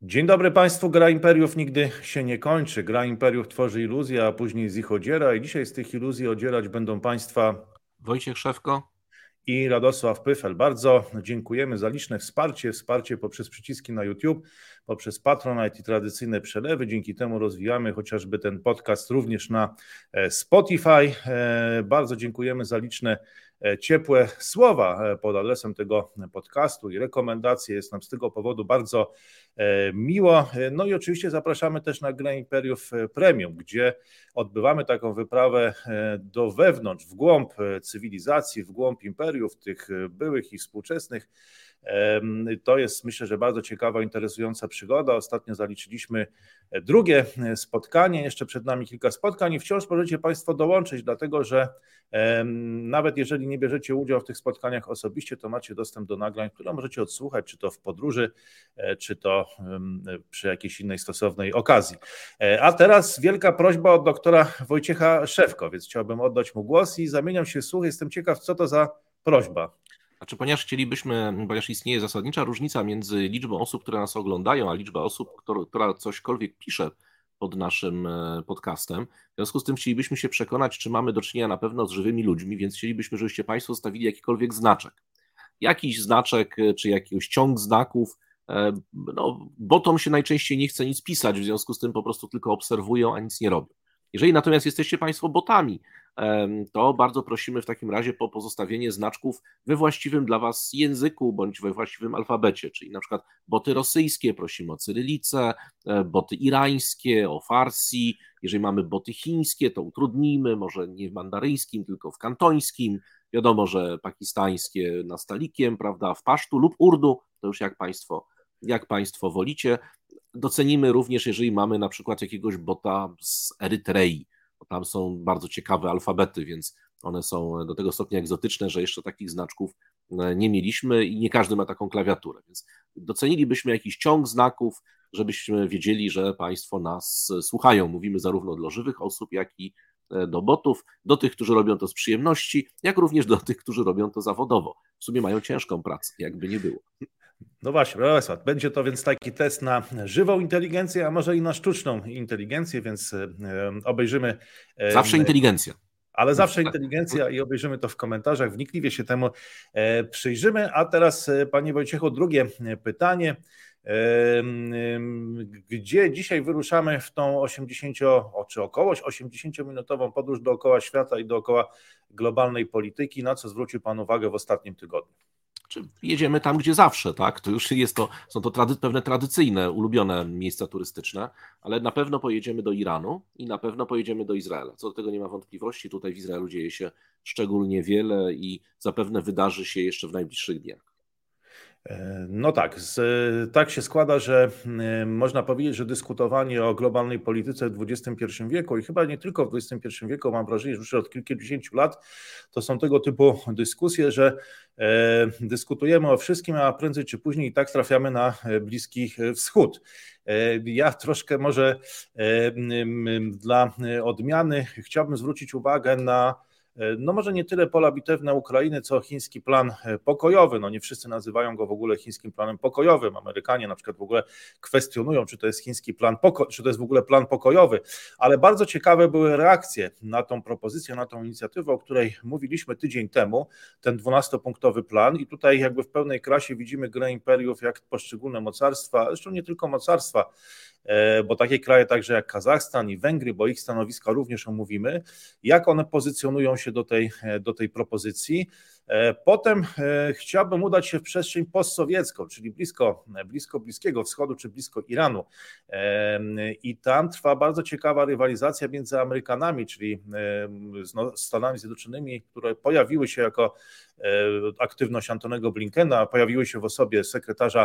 Dzień dobry Państwu. Gra Imperiów nigdy się nie kończy. Gra Imperiów tworzy iluzje, a później z ich odziera i dzisiaj z tych iluzji odzierać będą Państwa Wojciech Szewko i Radosław Pyfel. Bardzo dziękujemy za liczne wsparcie poprzez przyciski na YouTube, poprzez Patronite i tradycyjne przelewy. Dzięki temu rozwijamy chociażby ten podcast również na Spotify. Bardzo dziękujemy za liczne ciepłe słowa pod adresem tego podcastu i rekomendacje. Jest nam z tego powodu bardzo miło. No i oczywiście zapraszamy też na Grę Imperiów Premium, gdzie odbywamy taką wyprawę do wewnątrz, w głąb cywilizacji, w głąb imperiów, tych byłych i współczesnych. To jest, myślę, że bardzo ciekawa, interesująca przygoda. Ostatnio zaliczyliśmy drugie spotkanie, jeszcze przed nami kilka spotkań i wciąż możecie Państwo dołączyć, dlatego że nawet jeżeli nie bierzecie udziału w tych spotkaniach osobiście, to macie dostęp do nagrań, które możecie odsłuchać, czy to w podróży, czy to przy jakiejś innej stosownej okazji. A teraz wielka prośba od doktora Wojciecha Szewko, więc chciałbym oddać mu głos i zamieniam się w słuch. Jestem ciekaw, co to za prośba. Znaczy, ponieważ istnieje zasadnicza różnica między liczbą osób, które nas oglądają, a liczbą osób, która cośkolwiek pisze pod naszym podcastem. W związku z tym chcielibyśmy się przekonać, czy mamy do czynienia na pewno z żywymi ludźmi, więc chcielibyśmy, żebyście Państwo zostawili jakikolwiek znaczek. Jakiś znaczek, czy jakiś ciąg znaków. Botom się najczęściej nie chce nic pisać, w związku z tym po prostu tylko obserwują, a nic nie robią. Jeżeli natomiast jesteście Państwo botami, to bardzo prosimy w takim razie po pozostawienie znaczków we właściwym dla Was języku bądź we właściwym alfabecie, czyli na przykład boty rosyjskie, prosimy o cyrylicę, boty irańskie, o farsi, jeżeli mamy boty chińskie, to utrudnijmy, może nie w mandaryńskim, tylko w kantońskim, wiadomo, że pakistańskie nastalikiem, prawda, w pasztu lub urdu, to już jak państwo wolicie. Docenimy również, jeżeli mamy na przykład jakiegoś bota z Erytrei, bo tam są bardzo ciekawe alfabety, więc one są do tego stopnia egzotyczne, że jeszcze takich znaczków nie mieliśmy i nie każdy ma taką klawiaturę, więc docenilibyśmy jakiś ciąg znaków, żebyśmy wiedzieli, że Państwo nas słuchają. Mówimy zarówno do żywych osób, jak i do botów, do tych, którzy robią to z przyjemności, jak również do tych, którzy robią to zawodowo. W sumie mają ciężką pracę, jakby nie było. No właśnie, Radosław, będzie to więc taki test na żywą inteligencję, a może i na sztuczną inteligencję, więc obejrzymy. Zawsze inteligencja. Ale zawsze inteligencja i obejrzymy to w komentarzach, wnikliwie się temu przyjrzymy. A teraz, panie Wojciechu, drugie pytanie. Gdzie dzisiaj wyruszamy w tą 80 czy około 80-minutową podróż dookoła świata i dookoła globalnej polityki, na co zwrócił pan uwagę w ostatnim tygodniu? Czy jedziemy tam, gdzie zawsze, tak? To już są to pewne tradycyjne, ulubione miejsca turystyczne, ale na pewno pojedziemy do Iranu i na pewno pojedziemy do Izraela. Co do tego nie ma wątpliwości. Tutaj w Izraelu dzieje się szczególnie wiele i zapewne wydarzy się jeszcze w najbliższych dniach. No tak, tak się składa, że można powiedzieć, że dyskutowanie o globalnej polityce w XXI wieku i chyba nie tylko w XXI wieku, mam wrażenie, że już od kilkudziesięciu lat to są tego typu dyskusje, że dyskutujemy o wszystkim, a prędzej czy później i tak trafiamy na Bliski Wschód. Ja troszkę może dla odmiany chciałbym zwrócić uwagę na no może nie tyle pola bitewne Ukrainy, co chiński plan pokojowy. No nie wszyscy nazywają go w ogóle chińskim planem pokojowym. Amerykanie na przykład w ogóle kwestionują, czy to jest chiński plan czy to jest w ogóle plan pokojowy, ale bardzo ciekawe były reakcje na tą propozycję, na tą inicjatywę, o której mówiliśmy tydzień temu, ten 12-punktowy plan i tutaj jakby w pełnej krasie widzimy grę imperiów, jak poszczególne mocarstwa, zresztą nie tylko mocarstwa, bo takie kraje także jak Kazachstan i Węgry, bo ich stanowiska również omówimy, jak one pozycjonują się do tej propozycji. Potem chciałbym udać się w przestrzeń postsowiecką, czyli blisko Bliskiego Wschodu, czy blisko Iranu. I tam trwa bardzo ciekawa rywalizacja między Amerykanami, czyli Stanami Zjednoczonymi, które pojawiły się jako aktywność Antonego Blinkena, pojawiły się w osobie sekretarza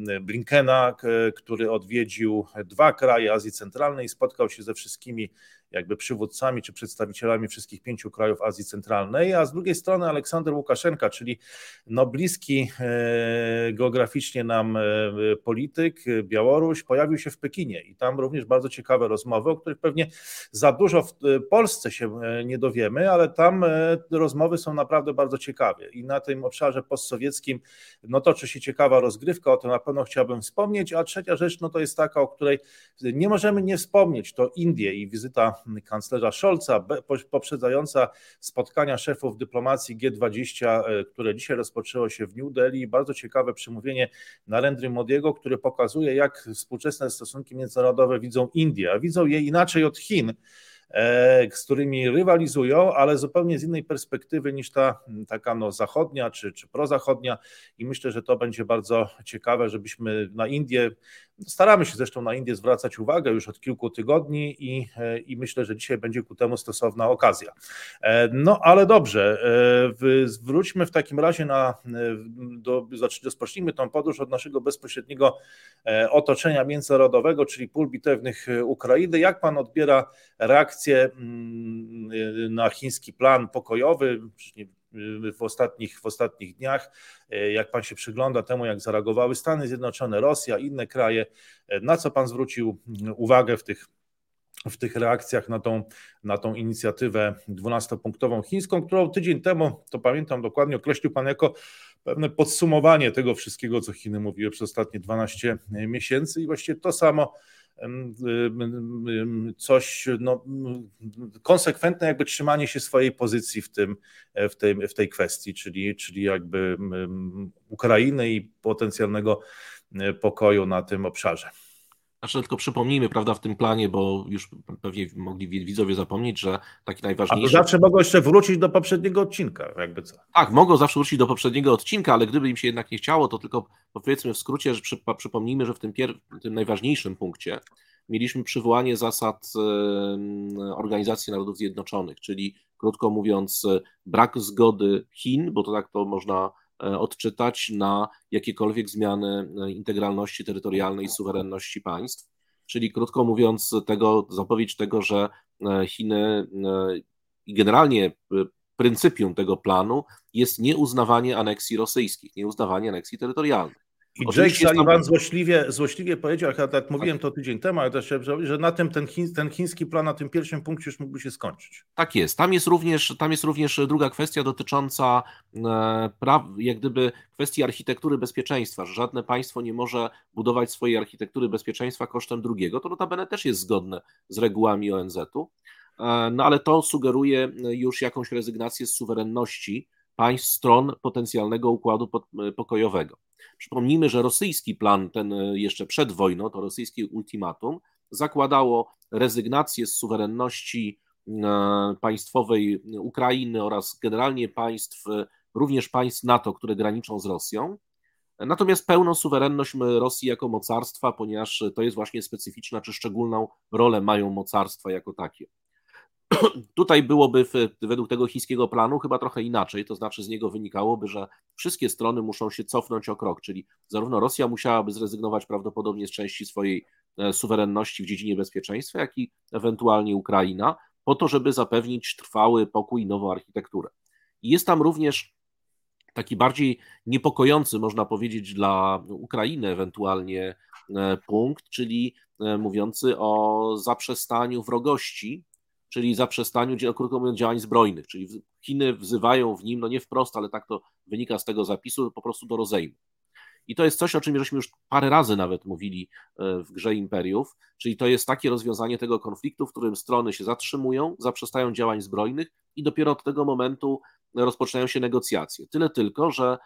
Blinkena, który odwiedził 2 kraje Azji Centralnej, spotkał się ze wszystkimi jakby przywódcami czy przedstawicielami wszystkich 5 krajów Azji Centralnej, a z drugiej strony Aleksander Łukaszenka, czyli bliski geograficznie nam polityk, Białoruś, pojawił się w Pekinie i tam również bardzo ciekawe rozmowy, o których pewnie za dużo w Polsce się nie dowiemy, ale tam rozmowy są naprawdę bardzo ciekawe i na tym obszarze postsowieckim toczy się ciekawa rozgrywka, o tym na pewno chciałbym wspomnieć, a trzecia rzecz to jest taka, o której nie możemy nie wspomnieć, to Indie i wizyta kanclerza Scholza poprzedzająca spotkania szefów dyplomacji G20, które dzisiaj rozpoczęło się w New Delhi. Bardzo ciekawe przemówienie Narendry Modiego, które pokazuje, jak współczesne stosunki międzynarodowe widzą Indie, a widzą je inaczej od Chin, z którymi rywalizują, ale zupełnie z innej perspektywy niż ta taka zachodnia czy prozachodnia i myślę, że to będzie bardzo ciekawe, żebyśmy na Indię, staramy się zresztą na Indię zwracać uwagę już od kilku tygodni i myślę, że dzisiaj będzie ku temu stosowna okazja. Ale dobrze, wróćmy w takim razie rozpocznijmy tą podróż od naszego bezpośredniego otoczenia międzynarodowego, czyli pól bitewnych Ukrainy. Jak pan odbiera reakcję na chiński plan pokojowy w ostatnich dniach, jak pan się przygląda temu, jak zareagowały Stany Zjednoczone, Rosja, inne kraje, na co pan zwrócił uwagę w tych reakcjach na tą inicjatywę 12-punktową chińską, którą tydzień temu, to pamiętam dokładnie, określił pan jako pewne podsumowanie tego wszystkiego, co Chiny mówiły przez ostatnie 12 miesięcy i właściwie to samo coś konsekwentne jakby trzymanie się swojej pozycji w tej kwestii, czyli jakby Ukrainy i potencjalnego pokoju na tym obszarze. Znaczy, tylko przypomnijmy, prawda, w tym planie, bo już pewnie mogli widzowie zapomnieć, że taki najważniejszy... A to zawsze mogą jeszcze wrócić do poprzedniego odcinka, jakby co. Tak, mogą zawsze wrócić do poprzedniego odcinka, ale gdyby im się jednak nie chciało, to tylko powiedzmy w skrócie, że przypomnijmy, że w tym najważniejszym punkcie mieliśmy przywołanie zasad Organizacji Narodów Zjednoczonych, czyli krótko mówiąc brak zgody Chin, bo to tak to można odczytać, na jakiekolwiek zmiany integralności terytorialnej i suwerenności państw, czyli krótko mówiąc zapowiedź tego, że Chiny i generalnie pryncypium tego planu jest nieuznawanie aneksji rosyjskich, nieuznawanie aneksji terytorialnych. I Jake Sullivan złośliwie powiedział, jak ja tak mówiłem to tydzień temu, ale też że na tym ten chiński plan na tym pierwszym punkcie już mógłby się skończyć. Tak jest. Tam jest również druga kwestia dotycząca jak gdyby kwestii architektury bezpieczeństwa, że żadne państwo nie może budować swojej architektury bezpieczeństwa kosztem drugiego. To notabene też jest zgodne z regułami ONZ-u, ale to sugeruje już jakąś rezygnację z suwerenności państw stron potencjalnego układu pokojowego. Przypomnijmy, że rosyjski plan, ten jeszcze przed wojną, to rosyjskie ultimatum, zakładało rezygnację z suwerenności państwowej Ukrainy oraz generalnie również państw NATO, które graniczą z Rosją. Natomiast pełną suwerenność Rosji jako mocarstwa, ponieważ to jest właśnie specyficzna czy szczególną rolę mają mocarstwa jako takie. Tutaj byłoby według tego chińskiego planu chyba trochę inaczej, to znaczy z niego wynikałoby, że wszystkie strony muszą się cofnąć o krok, czyli zarówno Rosja musiałaby zrezygnować prawdopodobnie z części swojej suwerenności w dziedzinie bezpieczeństwa, jak i ewentualnie Ukraina, po to, żeby zapewnić trwały pokój i nową architekturę. I jest tam również taki bardziej niepokojący, można powiedzieć, dla Ukrainy ewentualnie punkt, czyli mówiący o zaprzestaniu wrogości, czyli zaprzestaniu, krótko mówiąc, działań zbrojnych, czyli Chiny wzywają w nim, no nie wprost, ale tak to wynika z tego zapisu, po prostu do rozejmu. I to jest coś, o czym żeśmy już parę razy nawet mówili w grze imperiów, czyli to jest takie rozwiązanie tego konfliktu, w którym strony się zatrzymują, zaprzestają działań zbrojnych i dopiero od tego momentu rozpoczynają się negocjacje. Tyle tylko, że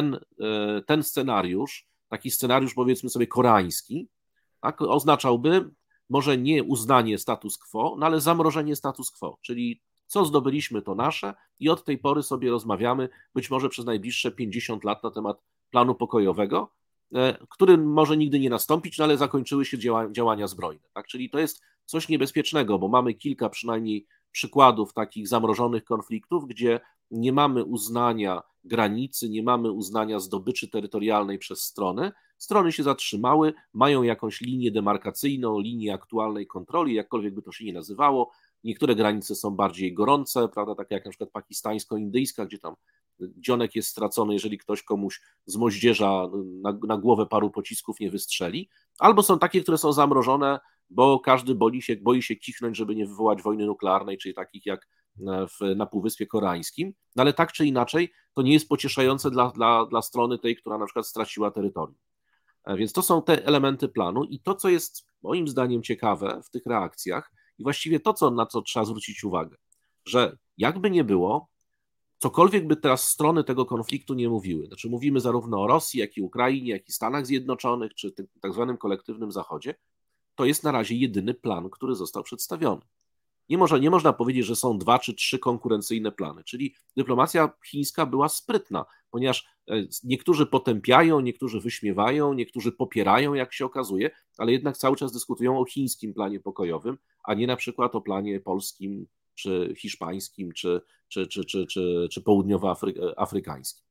ten scenariusz, taki scenariusz powiedzmy sobie koreański, tak, oznaczałby może nie uznanie status quo, no ale zamrożenie status quo, czyli co zdobyliśmy to nasze i od tej pory sobie rozmawiamy być może przez najbliższe 50 lat na temat planu pokojowego, który może nigdy nie nastąpić, no ale zakończyły się działania zbrojne. Tak? Czyli to jest coś niebezpiecznego, bo mamy kilka przynajmniej przykładów takich zamrożonych konfliktów, gdzie nie mamy uznania granicy, nie mamy uznania zdobyczy terytorialnej przez strony. Strony się zatrzymały, mają jakąś linię demarkacyjną, linię aktualnej kontroli, jakkolwiek by to się nie nazywało, Niektóre granice są bardziej gorące, prawda, takie jak na przykład pakistańsko-indyjska, gdzie tam dzionek jest stracony, jeżeli ktoś komuś z moździerza na głowę paru pocisków nie wystrzeli, albo są takie, które są zamrożone, bo każdy boi się kichnąć, żeby nie wywołać wojny nuklearnej, czyli takich jak na Półwyspie Koreańskim, no ale tak czy inaczej to nie jest pocieszające dla strony tej, która na przykład straciła terytorium. Więc to są te elementy planu i to, co jest moim zdaniem ciekawe w tych reakcjach i właściwie to, na co trzeba zwrócić uwagę, że jakby nie było, cokolwiek by teraz strony tego konfliktu nie mówiły, znaczy mówimy zarówno o Rosji, jak i Ukrainie, jak i Stanach Zjednoczonych, czy tym tak zwanym kolektywnym Zachodzie, to jest na razie jedyny plan, który został przedstawiony. Nie można powiedzieć, że są 2 czy 3 konkurencyjne plany, czyli dyplomacja chińska była sprytna, ponieważ niektórzy potępiają, niektórzy wyśmiewają, niektórzy popierają, jak się okazuje, ale jednak cały czas dyskutują o chińskim planie pokojowym, a nie na przykład o planie polskim, czy hiszpańskim, czy południowoafrykańskim.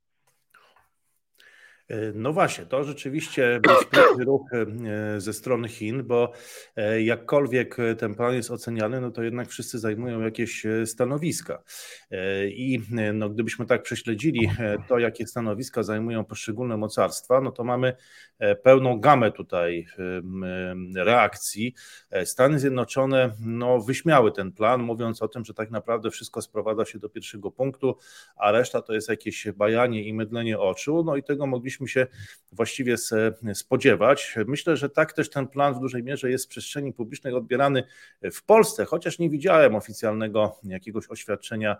No właśnie, to rzeczywiście był sprytny ruch ze strony Chin, bo jakkolwiek ten plan jest oceniany, no to jednak wszyscy zajmują jakieś stanowiska. I no, gdybyśmy tak prześledzili to, jakie stanowiska zajmują poszczególne mocarstwa, no to mamy pełną gamę tutaj reakcji. Stany Zjednoczone no, wyśmiały ten plan, mówiąc o tym, że tak naprawdę wszystko sprowadza się do pierwszego punktu, a reszta to jest jakieś bajanie i mydlenie oczu, no i tego mogliśmy się właściwie spodziewać. Myślę, że tak też ten plan w dużej mierze jest w przestrzeni publicznej odbierany w Polsce, chociaż nie widziałem oficjalnego jakiegoś oświadczenia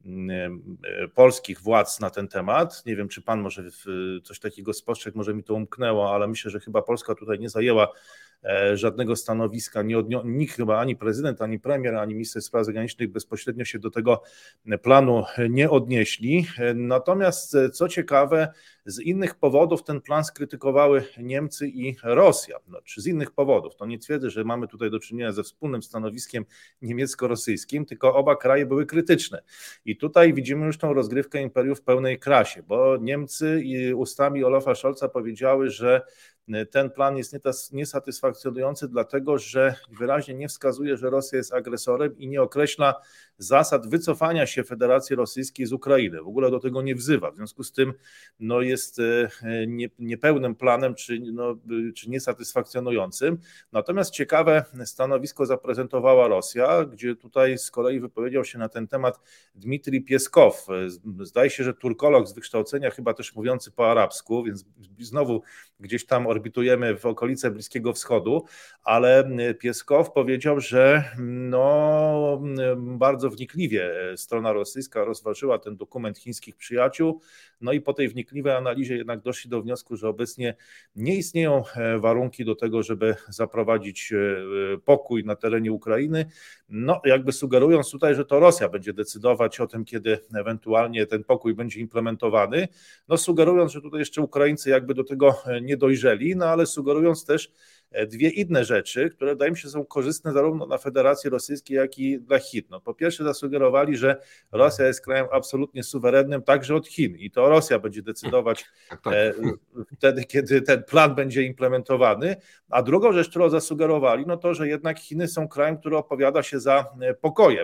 polskich władz na ten temat. Nie wiem, czy pan może coś takiego spostrzegł, może mi to umknęło, ale myślę, że chyba Polska tutaj nie zajęła żadnego stanowiska, nikt chyba, ani prezydent, ani premier, ani minister spraw zagranicznych bezpośrednio się do tego planu nie odnieśli. Natomiast co ciekawe, z innych powodów ten plan skrytykowały Niemcy i Rosja. Czy z innych powodów? To nie twierdzę, że mamy tutaj do czynienia ze wspólnym stanowiskiem niemiecko-rosyjskim, tylko oba kraje były krytyczne. I tutaj widzimy już tą rozgrywkę imperiów w pełnej krasie, bo Niemcy ustami Olafa Scholza powiedziały, że ten plan jest niesatysfakcjonujący, dlatego że wyraźnie nie wskazuje, że Rosja jest agresorem i nie określa zasad wycofania się Federacji Rosyjskiej z Ukrainy. W ogóle do tego nie wzywa. W związku z tym no, jest niepełnym planem czy niesatysfakcjonującym. Natomiast ciekawe stanowisko zaprezentowała Rosja, gdzie tutaj z kolei wypowiedział się na ten temat Dmitrij Pieskow. Zdaje się, że turkolog z wykształcenia, chyba też mówiący po arabsku, więc znowu gdzieś tam orbitujemy w okolice Bliskiego Wschodu, ale Pieskow powiedział, że no, bardzo wnikliwie strona rosyjska rozważyła ten dokument chińskich przyjaciół, no i po tej wnikliwej analizie jednak doszli do wniosku, że obecnie nie istnieją warunki do tego, żeby zaprowadzić pokój na terenie Ukrainy, no jakby sugerując tutaj, że to Rosja będzie decydować o tym, kiedy ewentualnie ten pokój będzie implementowany, no sugerując, że tutaj jeszcze Ukraińcy jakby do tego nie dojrzeli, no ale sugerując też dwie inne rzeczy, które wydaje mi się są korzystne zarówno dla Federacji Rosyjskiej, jak i dla Chin. No, po pierwsze zasugerowali, że Rosja jest krajem absolutnie suwerennym także od Chin i to Rosja będzie decydować wtedy, kiedy ten plan będzie implementowany, a drugą rzecz, którą zasugerowali, no to, że jednak Chiny są krajem, który opowiada się za pokojem.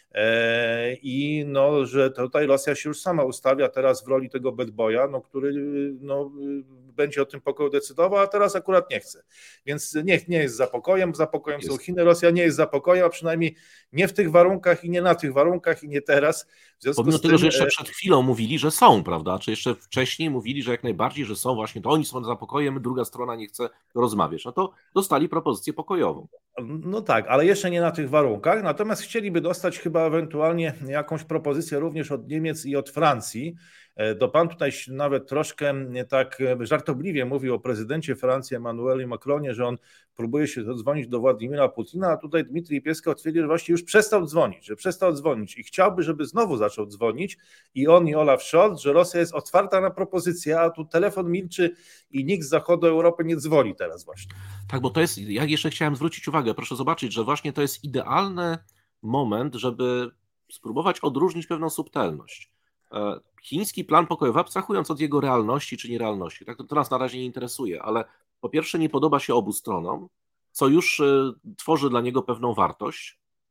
I no, że tutaj Rosja się już sama ustawia teraz w roli tego bad boya, no, który no, będzie o tym pokoju decydował, a teraz akurat nie chce. Więc nie jest za pokojem są Chiny, Rosja nie jest za pokojem, a przynajmniej nie w tych warunkach i nie na tych warunkach i nie teraz. Pomimo tego, że jeszcze przed chwilą mówili, że są, prawda? Czy jeszcze wcześniej mówili, że jak najbardziej, że są właśnie, to oni są za pokojem, druga strona nie chce rozmawiać. No to dostali propozycję pokojową. No tak, ale jeszcze nie na tych warunkach, natomiast chcieliby dostać chyba ewentualnie jakąś propozycję również od Niemiec i od Francji. To pan tutaj nawet troszkę tak żartobliwie mówił o prezydencie Francji Emmanuelu Macronie, że on próbuje się dodzwonić do Władimira Putina, a tutaj Dmitrij Pieskow twierdzi, że właśnie już przestał dzwonić i chciałby, żeby znowu zaczął dzwonić i on i Olaf Scholz, że Rosja jest otwarta na propozycję, a tu telefon milczy i nikt z zachodu Europy nie dzwoni teraz właśnie. Tak, bo to jest, ja jeszcze chciałem zwrócić uwagę, proszę zobaczyć, że właśnie to jest idealny moment, żeby spróbować odróżnić pewną subtelność. Chiński plan pokojowy, abstrahując od jego realności czy nierealności, tak, to nas na razie nie interesuje, ale po pierwsze nie podoba się obu stronom, co już tworzy dla niego pewną wartość,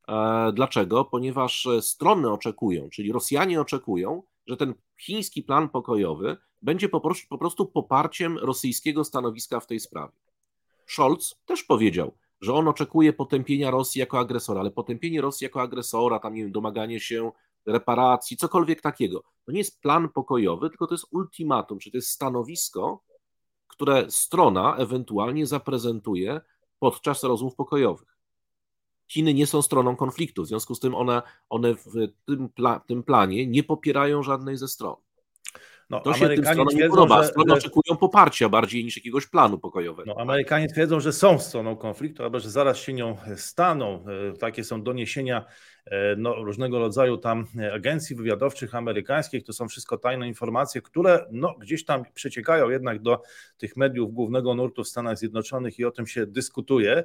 Dlaczego? Ponieważ strony oczekują, czyli Rosjanie oczekują, że ten chiński plan pokojowy będzie po prostu poparciem rosyjskiego stanowiska w tej sprawie. Scholz też powiedział, że on oczekuje potępienia Rosji jako agresora, ale potępienie Rosji jako agresora, tam nie wiem, domaganie się reparacji, cokolwiek takiego, to nie jest plan pokojowy, tylko to jest ultimatum, czyli to jest stanowisko, które strona ewentualnie zaprezentuje podczas rozmów pokojowych. Chiny nie są stroną konfliktu, w związku z tym one w tym planie nie popierają żadnej ze stron. No, To się tym Amerykanie stronom nie twierdzą, podoba. że Strony oczekują poparcia bardziej niż jakiegoś planu pokojowego. No, Amerykanie twierdzą, że są stroną konfliktu, albo że zaraz się nią staną. Takie są doniesienia różnego rodzaju tam agencji wywiadowczych amerykańskich. To są wszystko tajne informacje, które gdzieś tam przeciekają jednak do tych mediów głównego nurtu w Stanach Zjednoczonych i o tym się dyskutuje.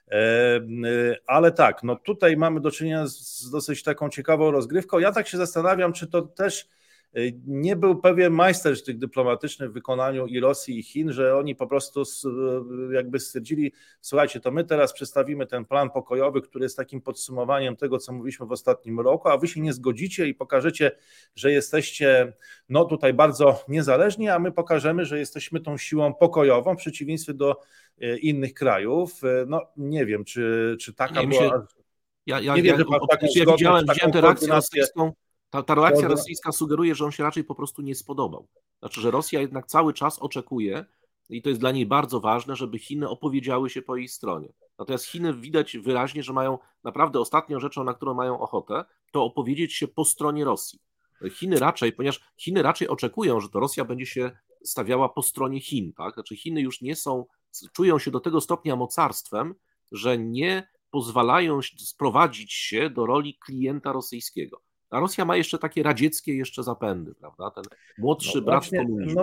Ale tak, tutaj mamy do czynienia z dosyć taką ciekawą rozgrywką. Ja tak się zastanawiam, czy to też nie był pewien majstersztyk dyplomatyczny w wykonaniu i Rosji, i Chin, że oni po prostu jakby stwierdzili, słuchajcie, to my teraz przedstawimy ten plan pokojowy, który jest takim podsumowaniem tego, co mówiliśmy w ostatnim roku, a wy się nie zgodzicie i pokażecie, że jesteście tutaj bardzo niezależni, a my pokażemy, że jesteśmy tą siłą pokojową w przeciwieństwie do innych krajów. Nie wiem, czy taka była... Nie wiem, że pan taką widziałem tę reakcję koordynację... rosyjską. Ta reakcja rosyjska sugeruje, że on się raczej po prostu nie spodobał. Znaczy, że Rosja jednak cały czas oczekuje, i to jest dla niej bardzo ważne, żeby Chiny opowiedziały się po jej stronie. Natomiast Chiny widać wyraźnie, że mają naprawdę ostatnią rzeczą, na którą mają ochotę, to opowiedzieć się po stronie Rosji. Ponieważ Chiny raczej oczekują, że to Rosja będzie się stawiała po stronie Chin. Tak? Znaczy Chiny już czują się do tego stopnia mocarstwem, że nie pozwalają sprowadzić się do roli klienta rosyjskiego. A Rosja ma jeszcze takie radzieckie zapędy, prawda? Ten młodszy brat w komunizmie.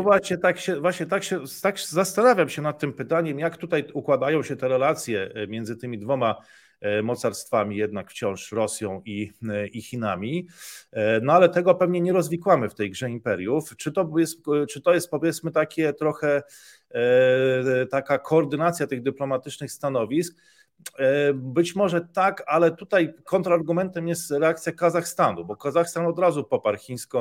Tak zastanawiam się nad tym pytaniem, jak tutaj układają się te relacje między tymi dwoma mocarstwami, jednak wciąż Rosją i Chinami. Ale tego pewnie nie rozwikłamy w tej grze imperiów. Czy to jest powiedzmy takie trochę taka koordynacja tych dyplomatycznych stanowisk? Być może tak, ale tutaj kontrargumentem jest reakcja Kazachstanu, bo Kazachstan od razu poparł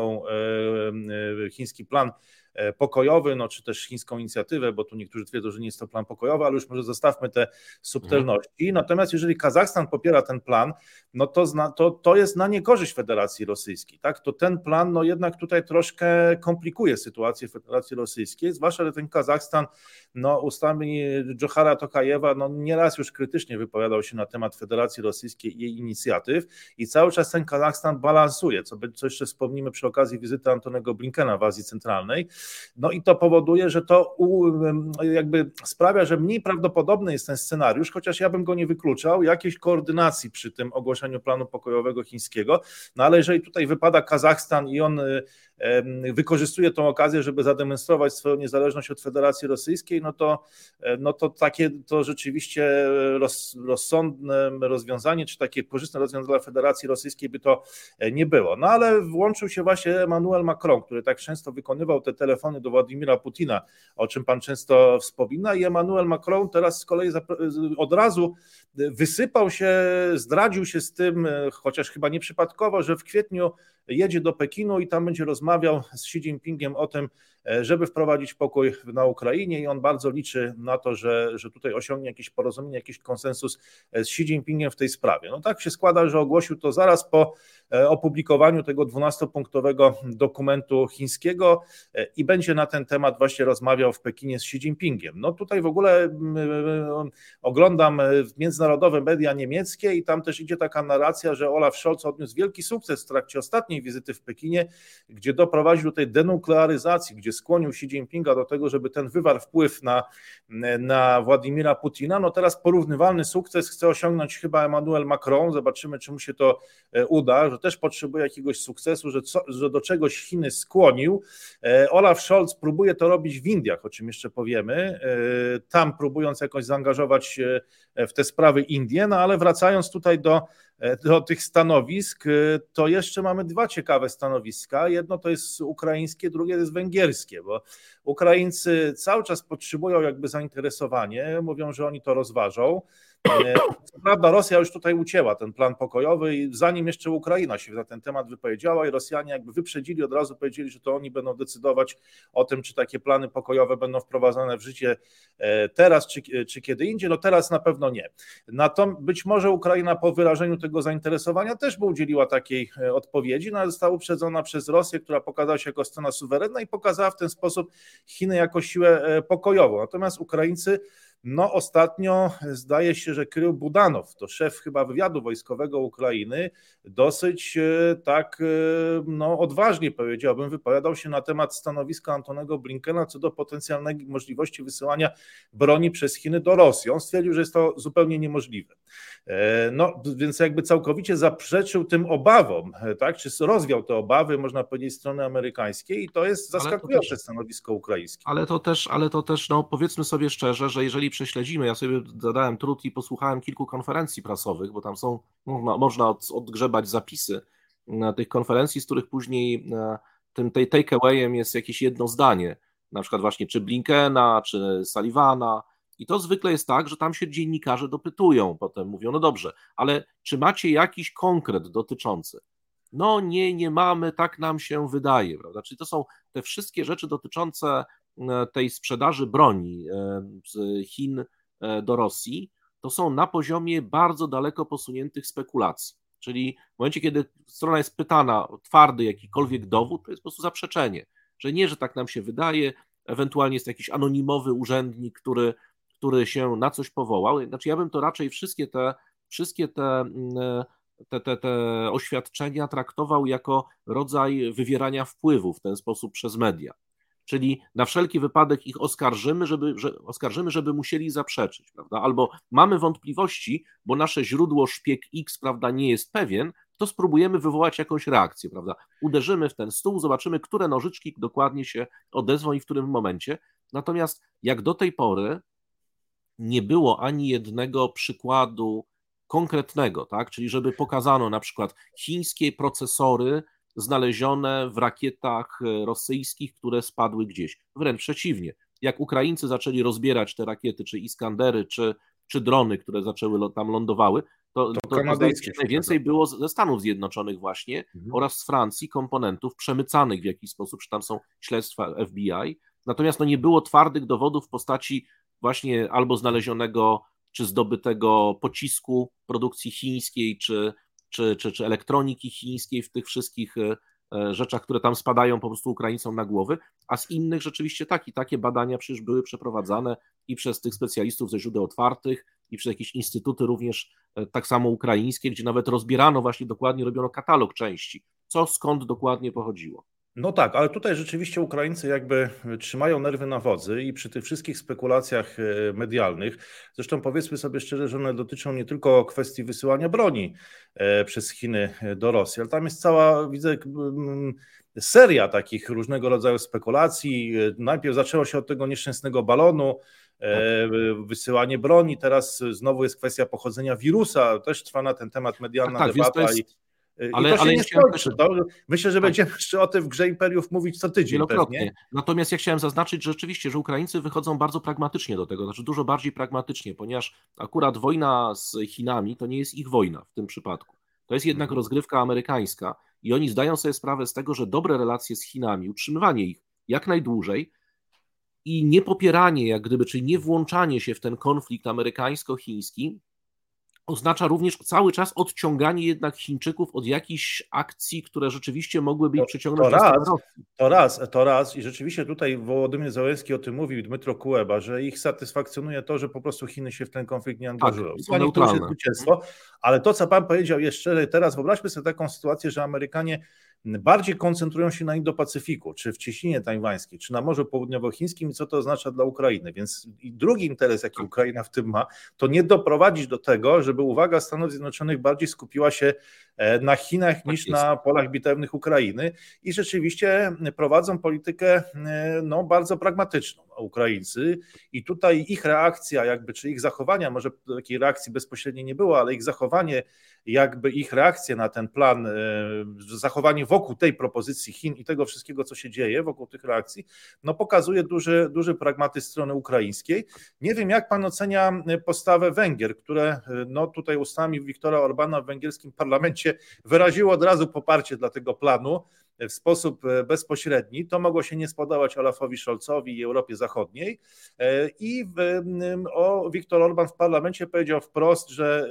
chiński plan pokojowy, czy też chińską inicjatywę, bo tu niektórzy twierdzą, że nie jest to plan pokojowy, ale już może zostawmy te subtelności. Natomiast jeżeli Kazachstan popiera ten plan, to jest na niekorzyść Federacji Rosyjskiej. Tak? To ten plan jednak tutaj troszkę komplikuje sytuację w Federacji Rosyjskiej, zwłaszcza, że ten Kazachstan ustami Dżochara Tokajewa nieraz już krytycznie wypowiadał się na temat Federacji Rosyjskiej i jej inicjatyw i cały czas ten Kazachstan balansuje, co jeszcze wspomnimy przy okazji wizyty Antonego Blinkena w Azji Centralnej. I to powoduje, że to jakby sprawia, że mniej prawdopodobny jest ten scenariusz, chociaż ja bym go nie wykluczał, jakiejś koordynacji przy tym ogłoszeniu planu pokojowego chińskiego, ale jeżeli tutaj wypada Kazachstan i on wykorzystuje tą okazję, żeby zademonstrować swoją niezależność od Federacji Rosyjskiej, to rzeczywiście rozsądne rozwiązanie, czy takie korzystne rozwiązanie dla Federacji Rosyjskiej by to nie było. Ale włączył się właśnie Emmanuel Macron, który tak często wykonywał te telefony do Władimira Putina, o czym pan często wspomina, i Emmanuel Macron teraz z kolei od razu wysypał się, zdradził się z tym, chociaż chyba nieprzypadkowo, że w kwietniu jedzie do Pekinu i tam będzie rozmawiał z Xi Jinpingiem o tym, żeby wprowadzić pokój na Ukrainie i on bardzo liczy na to, że tutaj osiągnie jakieś porozumienie, jakiś konsensus z Xi Jinpingiem w tej sprawie. Tak się składa, że ogłosił to zaraz po opublikowaniu tego 12-punktowego dokumentu chińskiego i będzie na ten temat właśnie rozmawiał w Pekinie z Xi Jinpingiem. Tutaj w ogóle oglądam międzynarodowe media niemieckie i tam też idzie taka narracja, że Olaf Scholz odniósł wielki sukces w trakcie ostatniej wizyty w Pekinie, gdzie doprowadził do tej denuklearyzacji, gdzie skłonił Xi Jinpinga do tego, żeby ten wywarł wpływ na Władimira Putina. Teraz porównywalny sukces chce osiągnąć chyba Emmanuel Macron. Zobaczymy, czy mu się to uda, że też potrzebuje jakiegoś sukcesu, że do czegoś Chiny skłonił. Olaf Scholz próbuje to robić w Indiach, o czym jeszcze powiemy, tam próbując jakoś zaangażować w te sprawy Indie, ale wracając tutaj do tych stanowisk, to jeszcze mamy dwa ciekawe stanowiska. Jedno to jest ukraińskie, drugie to jest węgierskie, bo Ukraińcy cały czas potrzebują jakby zainteresowanie, mówią, że oni to rozważą. Co prawda Rosja już tutaj ucięła ten plan pokojowy i zanim jeszcze Ukraina się na ten temat wypowiedziała i Rosjanie jakby wyprzedzili, od razu powiedzieli, że to oni będą decydować o tym, czy takie plany pokojowe będą wprowadzane w życie teraz, czy kiedy indziej. No teraz na pewno nie. Być może Ukraina po wyrażeniu tego zainteresowania też by udzieliła takiej odpowiedzi, no ale została uprzedzona przez Rosję, która pokazała się jako strona suwerenna i pokazała w ten sposób Chiny jako siłę pokojową. Natomiast Ukraińcy ostatnio zdaje się, że Krył Budanow, to szef chyba wywiadu wojskowego Ukrainy, dosyć tak odważnie powiedziałbym, wypowiadał się na temat stanowiska Antonego Blinkena co do potencjalnej możliwości wysyłania broni przez Chiny do Rosji. On stwierdził, że jest to zupełnie niemożliwe. Więc jakby całkowicie zaprzeczył tym obawom, tak? Czy rozwiał te obawy, można powiedzieć, strony amerykańskiej i to jest zaskakujące stanowisko ukraińskie. Ale to też powiedzmy sobie szczerze, że jeżeli prześledzimy, ja sobie zadałem trud i posłuchałem kilku konferencji prasowych, bo tam można odgrzebać zapisy tych konferencji, z których później tym takeawayem jest jakieś jedno zdanie, na przykład właśnie czy Blinkena, czy Sullivana. I to zwykle jest tak, że tam się dziennikarze dopytują, potem mówią, no dobrze, ale czy macie jakiś konkret dotyczący? No nie mamy, tak nam się wydaje, prawda? Czyli to są te wszystkie rzeczy dotyczące tej sprzedaży broni z Chin do Rosji, to są na poziomie bardzo daleko posuniętych spekulacji. Czyli w momencie, kiedy strona jest pytana o twardy jakikolwiek dowód, to jest po prostu zaprzeczenie, że nie, że tak nam się wydaje, ewentualnie jest jakiś anonimowy urzędnik, który się na coś powołał. Znaczy ja bym to raczej wszystkie te oświadczenia traktował jako rodzaj wywierania wpływu w ten sposób przez media. Czyli na wszelki wypadek ich oskarżymy, żeby musieli zaprzeczyć, prawda? Albo mamy wątpliwości, bo nasze źródło szpieg X, prawda, nie jest pewien, to spróbujemy wywołać jakąś reakcję, prawda? Uderzymy w ten stół, zobaczymy, które nożyczki dokładnie się odezwą i w którym momencie. Natomiast jak do tej pory nie było ani jednego przykładu konkretnego, tak? Czyli żeby pokazano na przykład chińskie procesory znalezione w rakietach rosyjskich, które spadły gdzieś. Wręcz przeciwnie. Jak Ukraińcy zaczęli rozbierać te rakiety, czy Iskandery, czy drony, które tam lądowały, to najwięcej było ze Stanów Zjednoczonych właśnie oraz z Francji komponentów przemycanych w jakiś sposób, czy tam są śledztwa FBI. Natomiast nie było twardych dowodów w postaci właśnie albo znalezionego czy zdobytego pocisku produkcji chińskiej, czy elektroniki chińskiej w tych wszystkich rzeczach, które tam spadają po prostu Ukraińcom na głowy, a z innych rzeczywiście takie badania przecież były przeprowadzane i przez tych specjalistów ze źródeł otwartych i przez jakieś instytuty również tak samo ukraińskie, gdzie nawet rozbierano właśnie dokładnie, robiono katalog części, co skąd dokładnie pochodziło. No tak, ale tutaj rzeczywiście Ukraińcy jakby trzymają nerwy na wodzy i przy tych wszystkich spekulacjach medialnych, zresztą powiedzmy sobie szczerze, że one dotyczą nie tylko kwestii wysyłania broni przez Chiny do Rosji, ale tam jest cała, widzę, seria takich różnego rodzaju spekulacji. Najpierw zaczęło się od tego nieszczęsnego balonu, wysyłanie broni, teraz znowu jest kwestia pochodzenia wirusa, też trwa na ten temat medialna debata. To się nie skończy. Myślę, że będziemy jeszcze o tym w Grze Imperiów mówić co tydzień. Wielokrotnie. Pewnie. Natomiast ja chciałem zaznaczyć że rzeczywiście, że Ukraińcy wychodzą bardzo pragmatycznie do tego, znaczy dużo bardziej pragmatycznie, ponieważ akurat wojna z Chinami to nie jest ich wojna w tym przypadku. To jest jednak rozgrywka amerykańska i oni zdają sobie sprawę z tego, że dobre relacje z Chinami, utrzymywanie ich jak najdłużej i nie popieranie, czyli nie włączanie się w ten konflikt amerykańsko-chiński oznacza również cały czas odciąganie jednak Chińczyków od jakichś akcji, które rzeczywiście mogłyby ich przyciągnąć do Rosji. To raz i rzeczywiście tutaj Wołodymyr Zełenski o tym mówił, Dmytro Kuleba, że ich satysfakcjonuje to, że po prostu Chiny się w ten konflikt nie angażują. Tak, to jest zwycięstwo, ale to, co pan powiedział jeszcze teraz, wyobraźmy sobie taką sytuację, że Amerykanie bardziej koncentrują się na Indo-Pacyfiku, czy w cieśninie tajwańskiej, czy na Morzu Południowochińskim i co to oznacza dla Ukrainy. Więc drugi interes, jaki Ukraina w tym ma, to nie doprowadzić do tego, żeby uwaga Stanów Zjednoczonych bardziej skupiła się na Chinach niż na polach bitewnych Ukrainy i rzeczywiście prowadzą politykę bardzo pragmatyczną. Ukraińcy i tutaj ich reakcja jakby, czy ich zachowania, może takiej reakcji bezpośredniej nie było, ale ich zachowanie, jakby ich reakcja na ten plan, zachowanie wokół tej propozycji Chin i tego wszystkiego, co się dzieje wokół tych reakcji, no pokazuje duży pragmatyzm strony ukraińskiej. Nie wiem, jak pan ocenia postawę Węgier, które no tutaj ustami Viktora Orbána w węgierskim parlamencie wyraziło od razu poparcie dla tego planu w sposób bezpośredni. To mogło się nie spodobać Olafowi Scholzowi i Europie Zachodniej. I Viktor Orbán w parlamencie powiedział wprost, że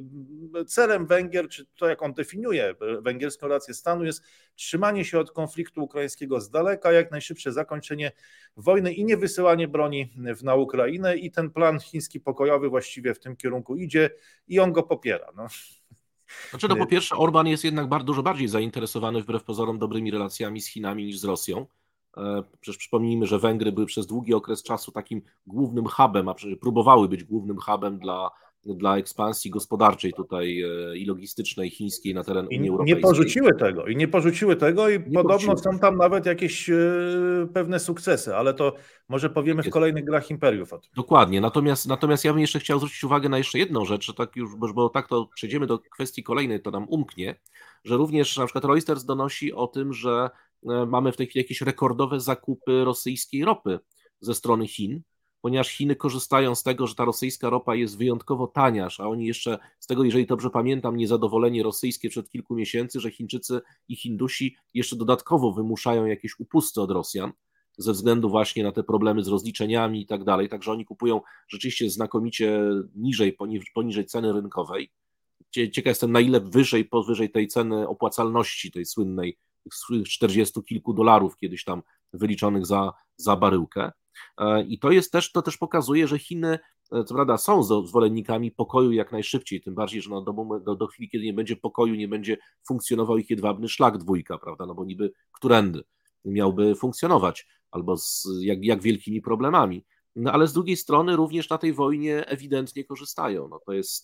celem Węgier, czy to jak on definiuje węgierską rację stanu, jest trzymanie się od konfliktu ukraińskiego z daleka, jak najszybsze zakończenie wojny i nie wysyłanie broni na Ukrainę. I ten plan chiński pokojowy właściwie w tym kierunku idzie i on go popiera. No. Znaczy, no po pierwsze, Orbán jest jednak dużo bardziej zainteresowany wbrew pozorom dobrymi relacjami z Chinami niż z Rosją. Przecież przypomnijmy, że Węgry były przez długi okres czasu takim głównym hubem, a przecież próbowały być głównym hubem dla ekspansji gospodarczej tutaj i logistycznej chińskiej na teren Unii Europejskiej. Nie porzuciły tego i podobno są tam nawet jakieś pewne sukcesy, ale to może powiemy w kolejnych grach imperiów o tym. Dokładnie, natomiast ja bym jeszcze chciał zwrócić uwagę na jeszcze jedną rzecz, że tak już, bo tak to przejdziemy do kwestii kolejnej, to nam umknie, że również na przykład Reuters donosi o tym, że mamy w tej chwili jakieś rekordowe zakupy rosyjskiej ropy ze strony Chin, ponieważ Chiny korzystają z tego, że ta rosyjska ropa jest wyjątkowo tania, a oni jeszcze z tego, jeżeli dobrze pamiętam, niezadowolenie rosyjskie przed kilku miesięcy, że Chińczycy i Hindusi jeszcze dodatkowo wymuszają jakieś upusty od Rosjan ze względu właśnie na te problemy z rozliczeniami i tak dalej, także oni kupują rzeczywiście znakomicie niżej, poniżej ceny rynkowej. Ciekaw jestem, na ile powyżej tej ceny opłacalności, tej słynnej, tych 40 kilku dolarów kiedyś tam wyliczonych za baryłkę. I to też pokazuje, że Chiny, co prawda, są zwolennikami pokoju jak najszybciej, tym bardziej, że do chwili, kiedy nie będzie pokoju, nie będzie funkcjonował ich jedwabny szlak dwójka, prawda, no bo niby którędy miałby funkcjonować, albo z jak wielkimi problemami. No ale z drugiej strony również na tej wojnie ewidentnie korzystają. No to jest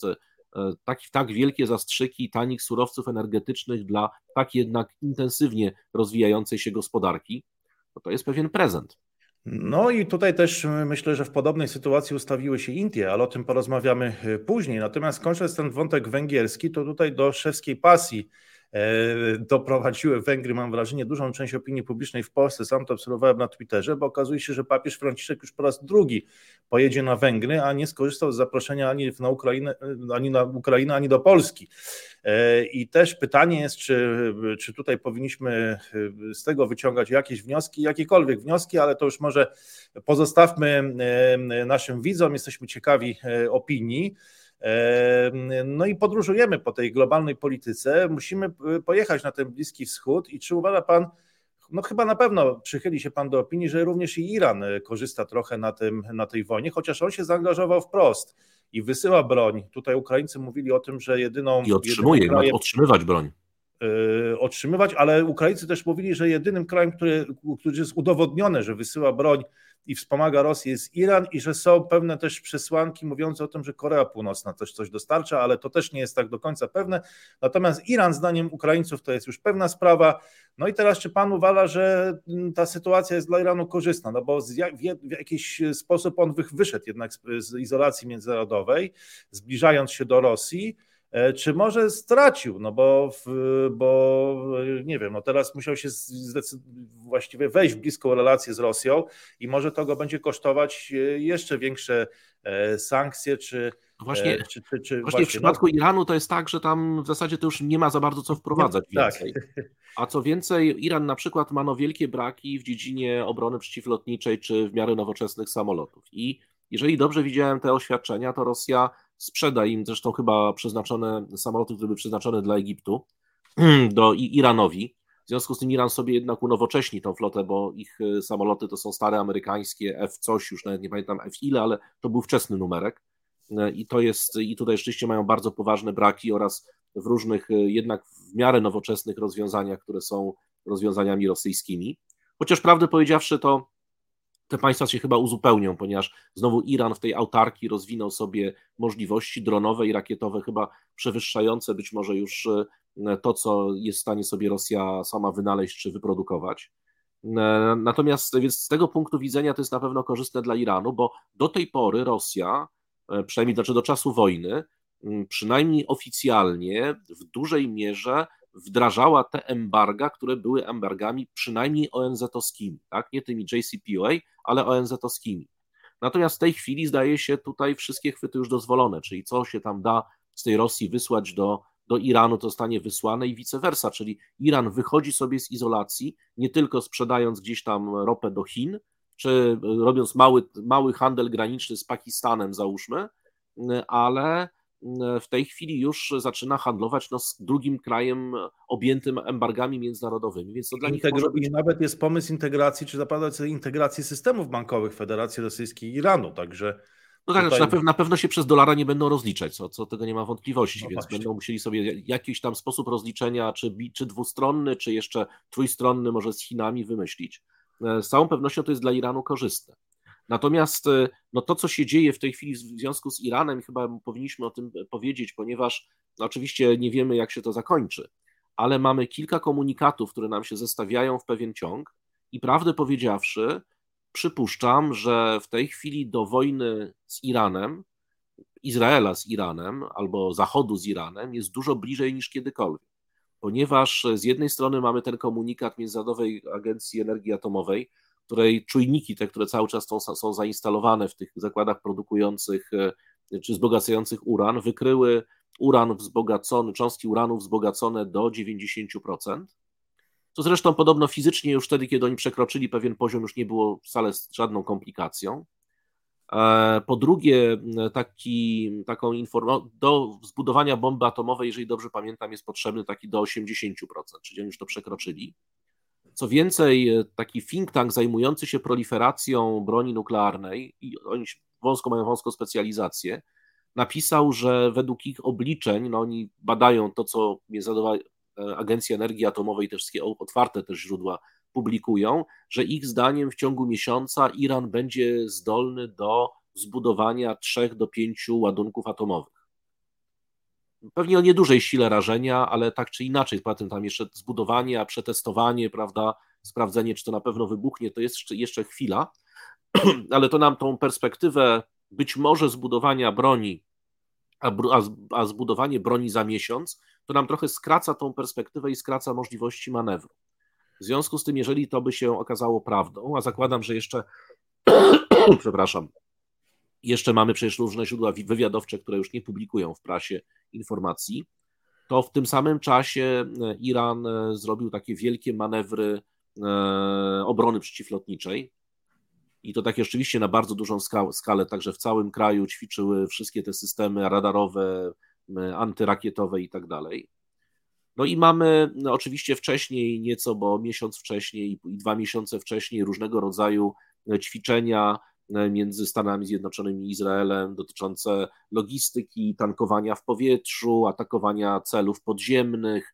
tak wielkie zastrzyki tanich surowców energetycznych dla tak jednak intensywnie rozwijającej się gospodarki, no to jest pewien prezent. No i tutaj też myślę, że w podobnej sytuacji ustawiły się Indie, ale o tym porozmawiamy później. Natomiast kończąc ten wątek węgierski, to tutaj do szewskiej pasji doprowadziły Węgry, mam wrażenie, dużą część opinii publicznej w Polsce. Sam to obserwowałem na Twitterze, bo okazuje się, że papież Franciszek już po raz drugi pojedzie na Węgry, a nie skorzystał z zaproszenia ani na Ukrainę, ani do Polski. I też pytanie jest, czy tutaj powinniśmy z tego wyciągać jakieś wnioski, jakiekolwiek wnioski, ale to już może pozostawmy naszym widzom, jesteśmy ciekawi opinii. No i podróżujemy po tej globalnej polityce, musimy pojechać na ten Bliski Wschód i czy uważa pan, no chyba na pewno przychyli się pan do opinii, że również i Iran korzysta trochę na tej wojnie, chociaż on się zaangażował wprost i wysyła broń. Tutaj Ukraińcy mówili o tym, że I otrzymywać broń. Otrzymywać, ale Ukraińcy też mówili, że jedynym krajem, który jest udowodnione, że wysyła broń i wspomaga Rosję, jest Iran i że są pewne też przesłanki mówiące o tym, że Korea Północna też coś dostarcza, ale to też nie jest tak do końca pewne. Natomiast Iran, zdaniem Ukraińców, to jest już pewna sprawa. No i teraz, czy pan uważa, że ta sytuacja jest dla Iranu korzystna? No bo w jakiś sposób on wyszedł jednak z izolacji międzynarodowej, zbliżając się do Rosji. Czy może stracił, no bo nie wiem, no teraz musiał się właściwie wejść w bliską relację z Rosją i może to go będzie kosztować jeszcze większe sankcje, Właśnie w przypadku Iranu to jest tak, że tam w zasadzie to już nie ma za bardzo co wprowadzać więcej. Tak. A co więcej, Iran na przykład ma wielkie braki w dziedzinie obrony przeciwlotniczej czy w miarę nowoczesnych samolotów. I jeżeli dobrze widziałem te oświadczenia, to Rosja sprzeda im zresztą chyba przeznaczone samoloty, które były przeznaczone dla Egiptu, Iranowi. W związku z tym Iran sobie jednak unowocześni tą flotę, bo ich samoloty to są stare amerykańskie F coś, już nawet nie pamiętam F ile, ale to był wczesny numerek. I tutaj rzeczywiście mają bardzo poważne braki oraz w różnych jednak w miarę nowoczesnych rozwiązaniach, które są rozwiązaniami rosyjskimi. Chociaż prawdę powiedziawszy, to te państwa się chyba uzupełnią, ponieważ znowu Iran w tej autarkii rozwinął sobie możliwości dronowe i rakietowe, chyba przewyższające być może już to, co jest w stanie sobie Rosja sama wynaleźć czy wyprodukować. Natomiast więc z tego punktu widzenia to jest na pewno korzystne dla Iranu, bo do tej pory Rosja, przynajmniej znaczy do czasu wojny, przynajmniej oficjalnie w dużej mierze wdrażała te embarga, które były embargami przynajmniej ONZ-owskimi, tak? Nie tymi JCPOA, ale ONZ-owskimi. Natomiast w tej chwili zdaje się tutaj wszystkie chwyty już dozwolone, czyli co się tam da z tej Rosji wysłać do Iranu, to zostanie wysłane i vice versa, czyli Iran wychodzi sobie z izolacji, nie tylko sprzedając gdzieś tam ropę do Chin, czy robiąc mały handel graniczny z Pakistanem, załóżmy, ale w tej chwili już zaczyna handlować z drugim krajem objętym embargami międzynarodowymi, więc to dla nich może być... I nawet jest pomysł integracji, czy zapadać integracji systemów bankowych Federacji Rosyjskiej i Iranu, także... No tak, tutaj... na pewno się przez dolara nie będą rozliczać, co tego nie ma wątpliwości, no więc właśnie. Będą musieli sobie jakiś tam sposób rozliczenia, czy dwustronny, czy jeszcze trójstronny może z Chinami wymyślić. Z całą pewnością to jest dla Iranu korzystne. Natomiast no to, co się dzieje w tej chwili w związku z Iranem, chyba powinniśmy o tym powiedzieć, ponieważ no oczywiście nie wiemy, jak się to zakończy, ale mamy kilka komunikatów, które nam się zestawiają w pewien ciąg i prawdę powiedziawszy, przypuszczam, że w tej chwili do wojny z Iranem, Izraela z Iranem albo Zachodu z Iranem jest dużo bliżej niż kiedykolwiek, ponieważ z jednej strony mamy ten komunikat Międzynarodowej Agencji Energii Atomowej, której czujniki, te, które cały czas są zainstalowane w tych zakładach produkujących czy wzbogacających uran, wykryły uran wzbogacony, cząstki uranu wzbogacone do 90%. To zresztą podobno fizycznie już wtedy, kiedy oni przekroczyli pewien poziom, już nie było wcale z żadną komplikacją. Po drugie, taką informację, do zbudowania bomby atomowej, jeżeli dobrze pamiętam, jest potrzebny taki do 80%, czyli oni już to przekroczyli. Co więcej, taki think tank zajmujący się proliferacją broni nuklearnej, i oni mają wąską specjalizację, napisał, że według ich obliczeń, no oni badają to, co Międzynarodowa Agencja Energii Atomowej, te wszystkie otwarte też źródła publikują, że ich zdaniem w ciągu miesiąca Iran będzie zdolny do zbudowania 3 do 5 ładunków atomowych. Pewnie o niedużej sile rażenia, ale tak czy inaczej, poza tym tam jeszcze zbudowanie, przetestowanie, prawda, sprawdzenie, czy to na pewno wybuchnie, to jest jeszcze chwila, ale to nam tą perspektywę być może zbudowania broni, a zbudowanie broni za miesiąc, to nam trochę skraca tą perspektywę i skraca możliwości manewru. W związku z tym, jeżeli to by się okazało prawdą, a zakładam, że jeszcze, przepraszam, jeszcze mamy przecież różne źródła wywiadowcze, które już nie publikują w prasie informacji, to w tym samym czasie Iran zrobił takie wielkie manewry obrony przeciwlotniczej i to takie rzeczywiście na bardzo dużą skalę, także w całym kraju ćwiczyły wszystkie te systemy radarowe, antyrakietowe i tak dalej. No i mamy oczywiście wcześniej nieco, bo miesiąc wcześniej i 2 miesiące wcześniej różnego rodzaju ćwiczenia między Stanami Zjednoczonymi i Izraelem dotyczące logistyki, tankowania w powietrzu, atakowania celów podziemnych,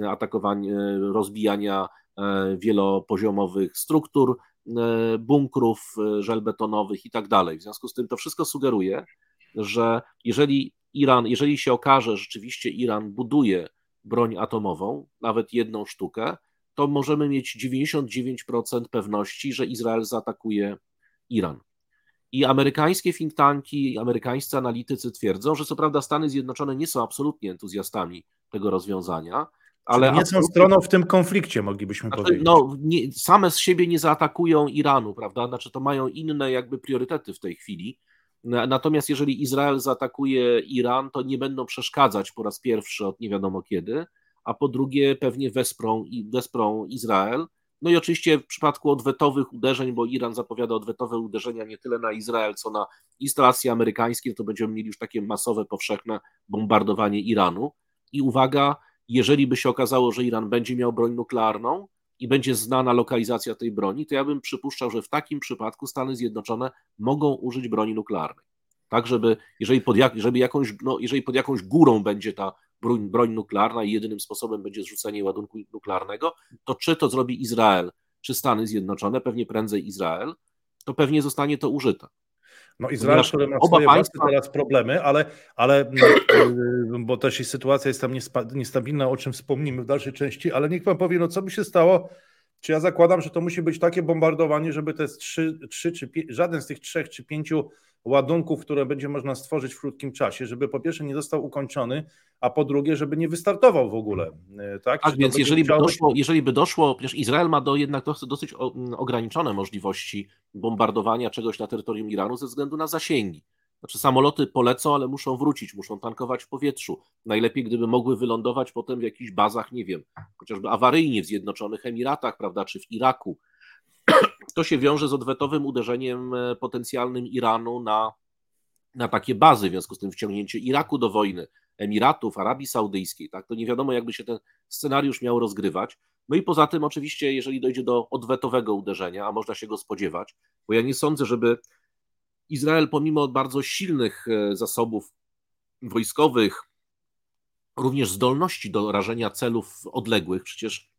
rozbijania wielopoziomowych struktur, bunkrów żelbetonowych i tak dalej. W związku z tym to wszystko sugeruje, że jeżeli się okaże, że rzeczywiście Iran buduje broń atomową, nawet jedną sztukę, to możemy mieć 99% pewności, że Izrael zaatakuje Iran. I amerykańskie think tanki, i amerykańscy analitycy twierdzą, że co prawda Stany Zjednoczone nie są absolutnie entuzjastami tego rozwiązania, ale nie są stroną w tym konflikcie, moglibyśmy powiedzieć. No, same z siebie nie zaatakują Iranu, prawda? Znaczy to mają inne jakby priorytety w tej chwili. Natomiast jeżeli Izrael zaatakuje Iran, to nie będą przeszkadzać po raz pierwszy od nie wiadomo kiedy, a po drugie pewnie wesprą Izrael. No i oczywiście w przypadku odwetowych uderzeń, bo Iran zapowiada odwetowe uderzenia nie tyle na Izrael, co na instalacje amerykańskie, to będziemy mieli już takie masowe, powszechne bombardowanie Iranu. I uwaga, jeżeli by się okazało, że Iran będzie miał broń nuklearną i będzie znana lokalizacja tej broni, to ja bym przypuszczał, że w takim przypadku Stany Zjednoczone mogą użyć broni nuklearnej. Tak, jeżeli pod jakąś górą będzie ta broń nuklearna i jedynym sposobem będzie zrzucenie ładunku nuklearnego, to czy to zrobi Izrael, czy Stany Zjednoczone, pewnie prędzej Izrael, to pewnie zostanie to użyte. No Izrael, który ma swoje własne teraz problemy, ale bo też i sytuacja jest tam niestabilna, o czym wspomnimy w dalszej części, ale niech pan powie, no co by się stało, Czy ja zakładam, że to musi być takie bombardowanie, żeby te trzy czy żaden z tych 3 czy 5 ładunków, które będzie można stworzyć w krótkim czasie, żeby po pierwsze nie został ukończony, a po drugie, żeby nie wystartował w ogóle. Tak? Tak, Czy to więc będzie musiało być. jeżeli by doszło, przecież Izrael ma jednak dosyć ograniczone możliwości bombardowania czegoś na terytorium Iranu ze względu na zasięgi. Znaczy samoloty polecą, ale muszą wrócić, muszą tankować w powietrzu. Najlepiej, gdyby mogły wylądować potem w jakichś bazach, nie wiem, chociażby awaryjnie w Zjednoczonych Emiratach, prawda, czy w Iraku. To się wiąże z odwetowym uderzeniem potencjalnym Iranu na takie bazy, w związku z tym wciągnięcie Iraku do wojny, Emiratów, Arabii Saudyjskiej, tak, to nie wiadomo, jakby się ten scenariusz miał rozgrywać. No i poza tym oczywiście, jeżeli dojdzie do odwetowego uderzenia, a można się go spodziewać, bo ja nie sądzę, żeby Izrael pomimo bardzo silnych zasobów wojskowych, również zdolności do rażenia celów odległych, przecież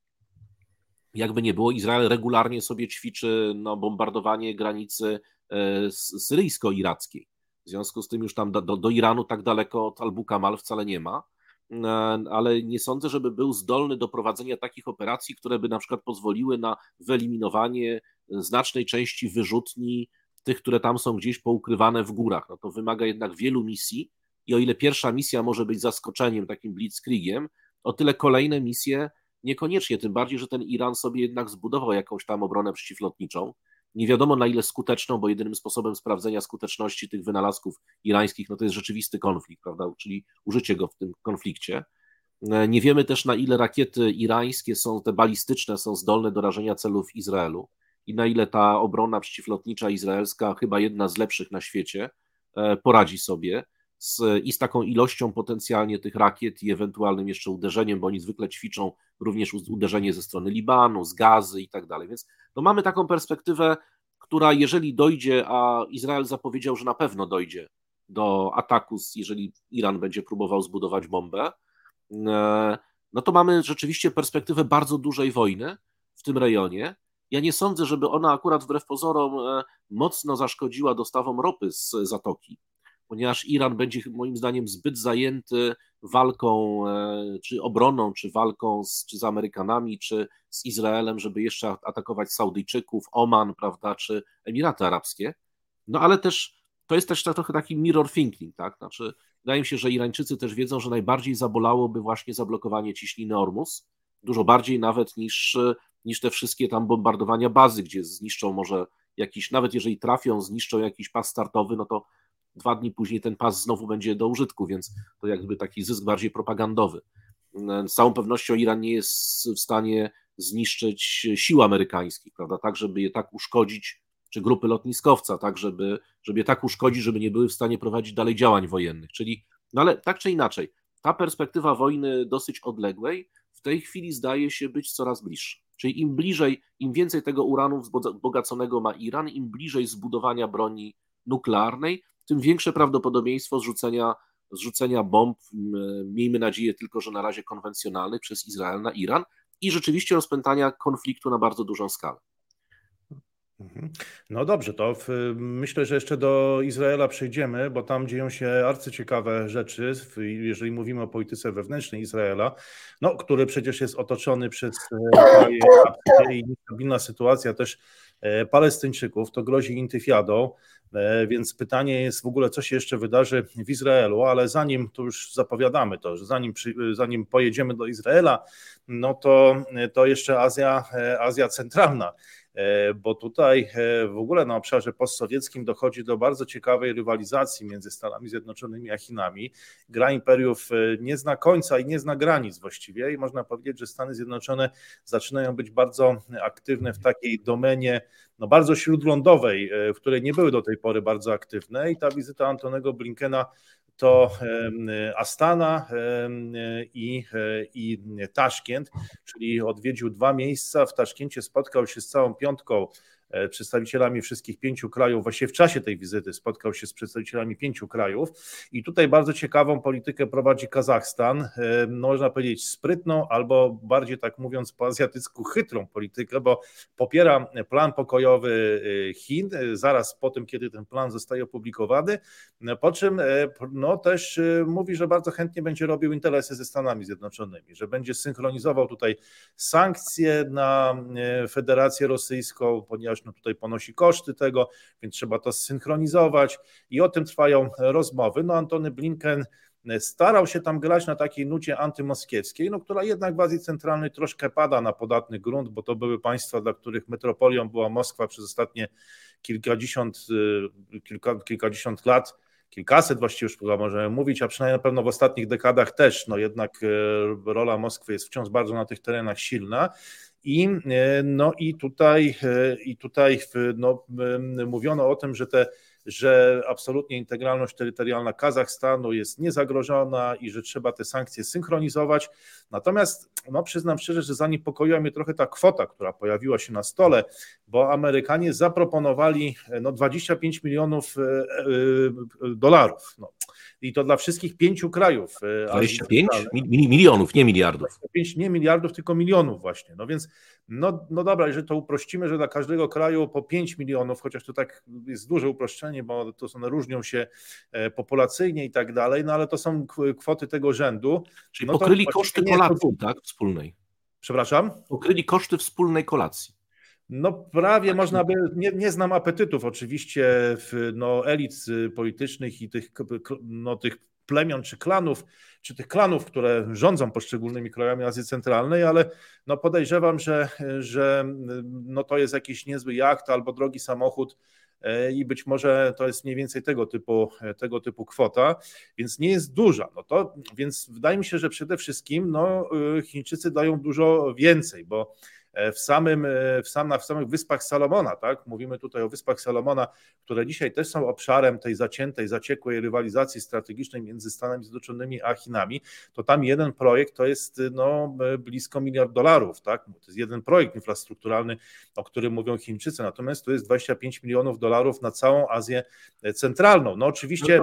jakby nie było, Izrael regularnie sobie ćwiczy bombardowanie granicy syryjsko-irackiej. W związku z tym już tam do Iranu tak daleko od Al-Bukamal wcale nie ma, ale nie sądzę, żeby był zdolny do prowadzenia takich operacji, które by na przykład pozwoliły na wyeliminowanie znacznej części wyrzutni, tych, które tam są gdzieś poukrywane w górach. No to wymaga jednak wielu misji i o ile pierwsza misja może być zaskoczeniem, takim blitzkriegiem, o tyle kolejne misje niekoniecznie, tym bardziej, że ten Iran sobie jednak zbudował jakąś tam obronę przeciwlotniczą. Nie wiadomo na ile skuteczną, bo jedynym sposobem sprawdzenia skuteczności tych wynalazków irańskich to jest rzeczywisty konflikt, prawda? Czyli użycie go w tym konflikcie. Nie wiemy też na ile rakiety irańskie te balistyczne są zdolne do rażenia celów Izraelu i na ile ta obrona przeciwlotnicza izraelska, chyba jedna z lepszych na świecie, poradzi sobie i z taką ilością potencjalnie tych rakiet i ewentualnym jeszcze uderzeniem, bo oni zwykle ćwiczą również uderzenie ze strony Libanu, z Gazy i tak dalej. Więc mamy taką perspektywę, która jeżeli dojdzie, a Izrael zapowiedział, że na pewno dojdzie do ataku, jeżeli Iran będzie próbował zbudować bombę, no to mamy rzeczywiście perspektywę bardzo dużej wojny w tym rejonie. Ja nie sądzę, żeby ona akurat wbrew pozorom mocno zaszkodziła dostawom ropy z Zatoki, ponieważ Iran będzie moim zdaniem zbyt zajęty walką, czy obroną, czy walką czy z Amerykanami, czy z Izraelem, żeby jeszcze atakować Saudyjczyków, Oman, prawda, czy Emiraty Arabskie. No ale też to jest też trochę taki mirror thinking, tak? Znaczy, wydaje mi się, że Irańczycy też wiedzą, że najbardziej zabolałoby właśnie zablokowanie ciśniny Ormus, dużo bardziej nawet niż te wszystkie tam bombardowania bazy, gdzie zniszczą może jakiś, nawet jeżeli trafią, zniszczą jakiś pas startowy, no to 2 dni później ten pas znowu będzie do użytku, więc to jakby taki zysk bardziej propagandowy. Z całą pewnością Iran nie jest w stanie zniszczyć sił amerykańskich, prawda, tak żeby je tak uszkodzić, czy grupy lotniskowca, tak żeby je tak uszkodzić, żeby nie były w stanie prowadzić dalej działań wojennych. Czyli, no ale tak czy inaczej, ta perspektywa wojny dosyć odległej w tej chwili zdaje się być coraz bliższa. Czyli im bliżej, im więcej tego uranu wzbogaconego ma Iran, im bliżej zbudowania broni nuklearnej, tym większe prawdopodobieństwo zrzucenia bomb, miejmy nadzieję tylko, że na razie konwencjonalnych, przez Izrael na Iran i rzeczywiście rozpętania konfliktu na bardzo dużą skalę. No dobrze, to myślę, że jeszcze do Izraela przejdziemy, bo tam dzieją się arcyciekawe rzeczy, jeżeli mówimy o polityce wewnętrznej Izraela, no, który przecież jest otoczony przez kraje arabskie i niestabilna sytuacja też Palestyńczyków, to grozi intyfiadą, więc pytanie jest w ogóle, co się jeszcze wydarzy w Izraelu, ale zanim, to już zapowiadamy to, że zanim pojedziemy do Izraela, no to jeszcze Azja Centralna, bo tutaj w ogóle na obszarze postsowieckim dochodzi do bardzo ciekawej rywalizacji między Stanami Zjednoczonymi a Chinami. Gra imperiów nie zna końca i nie zna granic właściwie i można powiedzieć, że Stany Zjednoczone zaczynają być bardzo aktywne w takiej domenie bardzo śródlądowej, w której nie były do tej pory bardzo aktywne i ta wizyta Antonego Blinkena to Astana i Taszkent, czyli odwiedził 2 miejsca. W Taszkencie spotkał się z całą piątką przedstawicielami wszystkich 5 krajów, właściwie w czasie tej wizyty spotkał się z przedstawicielami 5 krajów i tutaj bardzo ciekawą politykę prowadzi Kazachstan, można powiedzieć sprytną albo bardziej tak mówiąc po azjatycku chytrą politykę, bo popiera plan pokojowy Chin zaraz po tym, kiedy ten plan zostaje opublikowany, po czym też mówi, że bardzo chętnie będzie robił interesy ze Stanami Zjednoczonymi, że będzie synchronizował tutaj sankcje na Federację Rosyjską, ponieważ tutaj ponosi koszty tego, więc trzeba to zsynchronizować i o tym trwają rozmowy. Antony Blinken starał się tam grać na takiej nucie antymoskiewskiej, która jednak w Azji Centralnej troszkę pada na podatny grunt, bo to były państwa, dla których metropolią była Moskwa przez ostatnie kilkadziesiąt lat, kilkaset właściwie już możemy mówić, a przynajmniej na pewno w ostatnich dekadach też, jednak rola Moskwy jest wciąż bardzo na tych terenach silna. I tutaj mówiono o tym, że absolutnie integralność terytorialna Kazachstanu jest niezagrożona i że trzeba te sankcje synchronizować. Natomiast przyznam szczerze, że zaniepokoiła mnie trochę ta kwota, która pojawiła się na stole, bo Amerykanie zaproponowali 25 milionów dolarów. I to dla wszystkich 5 krajów. 25 milionów, nie miliardów. 25 nie miliardów, tylko milionów właśnie. Więc dobra, jeżeli to uprościmy, że dla każdego kraju po 5 milionów, chociaż to tak jest duże uproszczenie, bo to one różnią się populacyjnie i tak dalej, ale to są kwoty tego rzędu. Czyli pokryli koszty kolacji, tak, wspólnej. Przepraszam? Pokryli koszty wspólnej kolacji. Prawie można by, nie znam apetytów oczywiście elit politycznych i tych plemion czy klanów, tych klanów, które rządzą poszczególnymi krajami Azji Centralnej, ale podejrzewam, że to jest jakiś niezły jacht albo drogi samochód i być może to jest mniej więcej tego typu kwota, więc nie jest duża. Więc wydaje mi się, że przede wszystkim Chińczycy dają dużo więcej, bo w samych Wyspach Salomona, tak? Mówimy tutaj o Wyspach Salomona, które dzisiaj też są obszarem tej zaciekłej rywalizacji strategicznej między Stanami Zjednoczonymi a Chinami, to tam jeden projekt to jest blisko $1 miliard, tak? To jest jeden projekt infrastrukturalny, o którym mówią Chińczycy, natomiast to jest $25 milionów na całą Azję Centralną. Oczywiście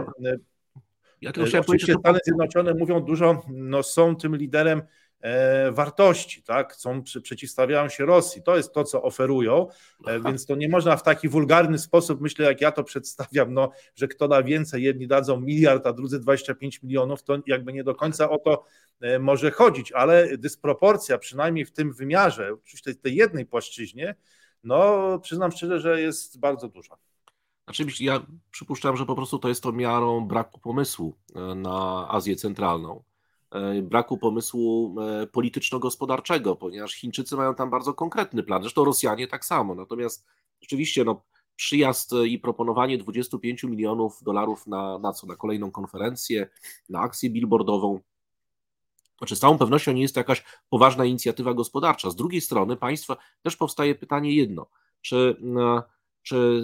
Stany Zjednoczone mówią dużo, są tym liderem wartości, tak? Przeciwstawiają się Rosji. To jest to, co oferują, więc to nie można w taki wulgarny sposób, myślę, jak ja to przedstawiam, że kto da więcej, jedni dadzą 1 miliard, a drudzy 25 milionów, to jakby nie do końca o to może chodzić, ale dysproporcja, przynajmniej w tym wymiarze, oczywiście tej jednej płaszczyźnie, przyznam szczerze, że jest bardzo duża. Oczywiście ja przypuszczam, że po prostu to jest to miarą braku pomysłu na Azję Centralną. Braku pomysłu polityczno-gospodarczego, ponieważ Chińczycy mają tam bardzo konkretny plan, zresztą Rosjanie tak samo. Natomiast rzeczywiście przyjazd i proponowanie $25 milionów na co? Na kolejną konferencję, na akcję billboardową. Z całą pewnością nie jest to jakaś poważna inicjatywa gospodarcza. Z drugiej strony państwa też powstaje pytanie jedno, czy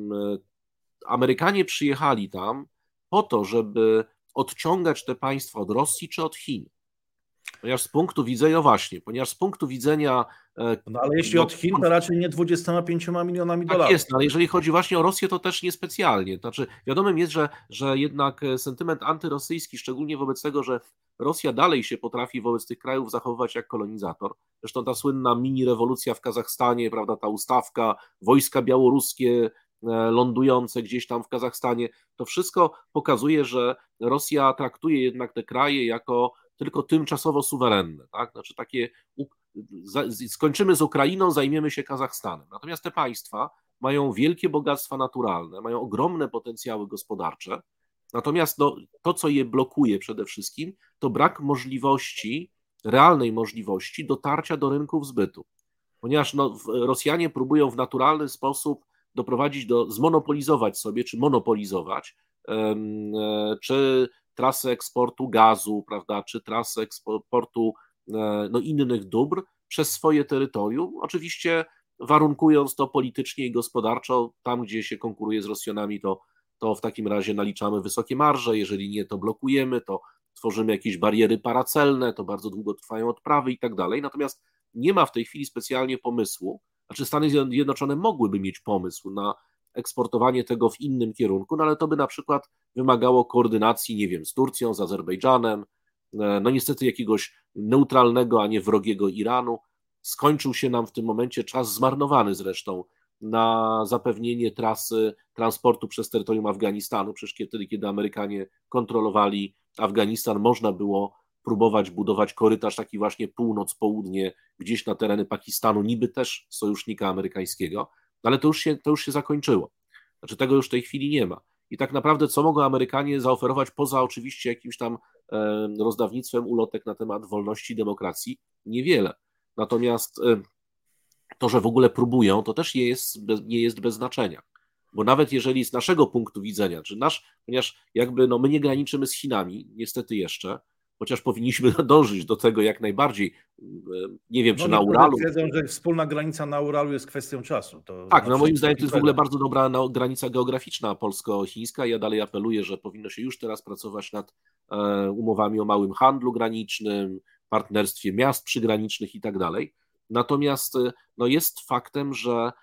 Amerykanie przyjechali tam po to, żeby odciągać te państwa od Rosji czy od Chin? Ponieważ z punktu widzenia... ale jeśli od Chin, to raczej nie 25 milionami dolarów. Tak jest, ale jeżeli chodzi właśnie o Rosję, to też niespecjalnie. Znaczy, wiadomym jest, że jednak sentyment antyrosyjski, szczególnie wobec tego, że Rosja dalej się potrafi wobec tych krajów zachowywać jak kolonizator. Zresztą ta słynna mini rewolucja w Kazachstanie, prawda, ta ustawka, wojska białoruskie lądujące gdzieś tam w Kazachstanie, to wszystko pokazuje, że Rosja traktuje jednak te kraje jako tylko tymczasowo suwerenne, tak? Znaczy takie skończymy z Ukrainą, zajmiemy się Kazachstanem. Natomiast te państwa mają wielkie bogactwa naturalne, mają ogromne potencjały gospodarcze, natomiast to, co je blokuje przede wszystkim, to brak realnej możliwości dotarcia do rynków zbytu. Ponieważ Rosjanie próbują w naturalny sposób zmonopolizować sobie, czy monopolizować, czy trasę eksportu gazu, prawda, czy trasę eksportu innych dóbr przez swoje terytorium, oczywiście warunkując to politycznie i gospodarczo, tam gdzie się konkuruje z Rosjanami, to w takim razie naliczamy wysokie marże, jeżeli nie, to blokujemy, to tworzymy jakieś bariery paracelne, to bardzo długo trwają odprawy i tak dalej, natomiast nie ma w tej chwili specjalnie pomysłu, Znaczy Stany Zjednoczone mogłyby mieć pomysł na eksportowanie tego w innym kierunku, no ale to by na przykład wymagało koordynacji, nie wiem, z Turcją, z Azerbejdżanem, no niestety jakiegoś neutralnego, a nie wrogiego Iranu. Skończył się nam w tym momencie czas, zmarnowany zresztą, na zapewnienie trasy transportu przez terytorium Afganistanu. Przecież wtedy, kiedy Amerykanie kontrolowali Afganistan, można było próbować budować korytarz taki właśnie północ-południe, gdzieś na tereny Pakistanu, niby też sojusznika amerykańskiego, ale to już się zakończyło. Znaczy tego już w tej chwili nie ma. I tak naprawdę co mogą Amerykanie zaoferować poza oczywiście jakimś tam rozdawnictwem ulotek na temat wolności i demokracji? Niewiele. Natomiast to, że w ogóle próbują, to też nie jest bez znaczenia. Bo nawet jeżeli z naszego punktu widzenia, ponieważ jakby my nie graniczymy z Chinami, niestety jeszcze, chociaż powinniśmy dążyć do tego jak najbardziej. Nie wiem, czy na Uralu. Twierdzą, że wspólna granica na Uralu jest kwestią czasu. To tak, no moim zdaniem to jest w ogóle bardzo dobra granica geograficzna polsko-chińska. Ja dalej apeluję, że powinno się już teraz pracować nad umowami o małym handlu granicznym, partnerstwie miast przygranicznych i tak dalej. Natomiast jest faktem,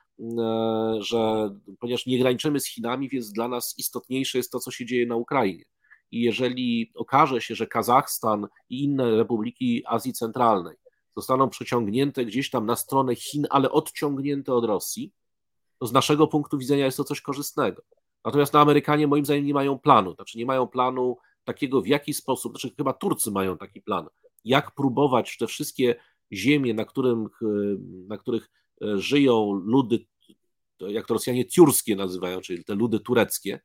że ponieważ nie graniczymy z Chinami, więc dla nas istotniejsze jest to, co się dzieje na Ukrainie. I jeżeli okaże się, że Kazachstan i inne republiki Azji Centralnej zostaną przeciągnięte gdzieś tam na stronę Chin, ale odciągnięte od Rosji, to z naszego punktu widzenia jest to coś korzystnego. Natomiast Amerykanie moim zdaniem nie mają planu, znaczy nie mają planu takiego, w jaki sposób, znaczy chyba Turcy mają taki plan, jak próbować te wszystkie ziemie, na których żyją ludy, jak to Rosjanie tiurskie nazywają, czyli te ludy tureckie,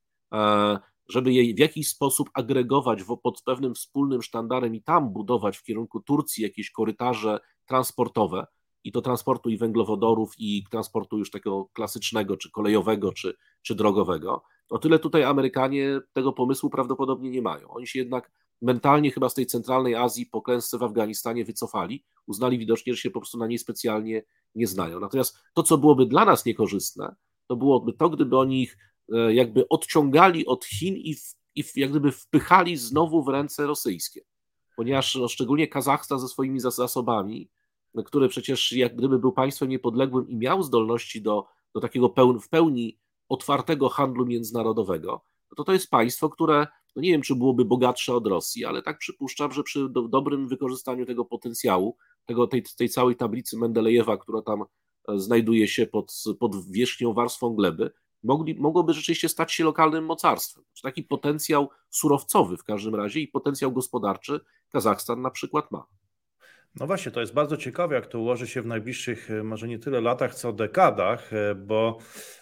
żeby je w jakiś sposób agregować pod pewnym wspólnym sztandarem i tam budować w kierunku Turcji jakieś korytarze transportowe, i to transportu i węglowodorów, i transportu już takiego klasycznego, czy kolejowego, czy drogowego. O tyle tutaj Amerykanie tego pomysłu prawdopodobnie nie mają. Oni się jednak mentalnie chyba z tej centralnej Azji po klęsce w Afganistanie wycofali, uznali widocznie, że się po prostu na niej specjalnie nie znają. Natomiast to, co byłoby dla nas niekorzystne, to byłoby to, gdyby oni ich jakby odciągali od Chin i jak gdyby wpychali znowu w ręce rosyjskie. Ponieważ szczególnie Kazachstan ze swoimi zasobami, który przecież jak gdyby był państwem niepodległym i miał zdolności do takiego w pełni otwartego handlu międzynarodowego, to jest państwo, które, no nie wiem, czy byłoby bogatsze od Rosji, ale tak przypuszczam, że przy dobrym wykorzystaniu tego potencjału, tej całej tablicy Mendelejewa, która tam znajduje się pod wierzchnią warstwą gleby, mogłoby rzeczywiście stać się lokalnym mocarstwem. Taki potencjał surowcowy w każdym razie i potencjał gospodarczy Kazachstan na przykład ma. No właśnie, to jest bardzo ciekawe, jak to ułoży się w najbliższych, może nie tyle latach, co dekadach, bo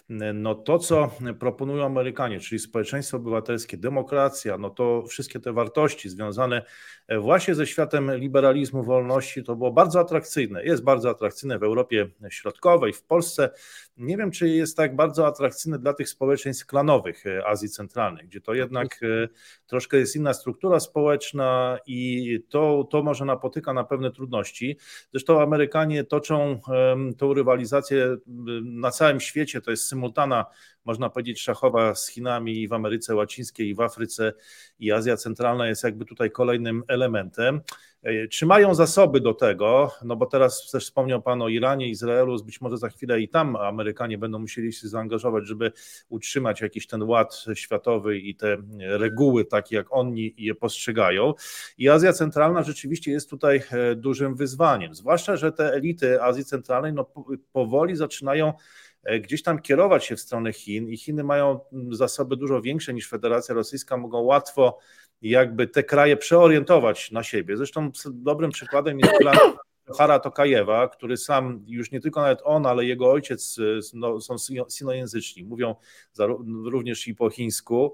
to, co proponują Amerykanie, czyli społeczeństwo obywatelskie, demokracja, to wszystkie te wartości związane właśnie ze światem liberalizmu, wolności, to było bardzo atrakcyjne. Jest bardzo atrakcyjne w Europie Środkowej, w Polsce. Nie wiem, czy jest tak bardzo atrakcyjne dla tych społeczeństw klanowych Azji Centralnej, gdzie to jednak troszkę jest inna struktura społeczna i to może napotyka na pewne trudności. Zresztą Amerykanie toczą tą rywalizację na całym świecie, to jest symultana, można powiedzieć, szachowa z Chinami i w Ameryce Łacińskiej, i w Afryce, i Azja Centralna jest jakby tutaj kolejnym elementem. Czy mają zasoby do tego, bo teraz też wspomniał Pan o Iranie, Izraelu, być może za chwilę i tam Amerykanie będą musieli się zaangażować, żeby utrzymać jakiś ten ład światowy i te reguły takie, jak oni je postrzegają. I Azja Centralna rzeczywiście jest tutaj dużym wyzwaniem, zwłaszcza, że te elity Azji Centralnej powoli zaczynają gdzieś tam kierować się w stronę Chin i Chiny mają zasoby dużo większe niż Federacja Rosyjska, mogą łatwo jakby te kraje przeorientować na siebie. Zresztą dobrym przykładem jest plan Zohara Tokajewa, który sam, już nie tylko nawet on, ale jego ojciec są sinojęzyczni, mówią również i po chińsku,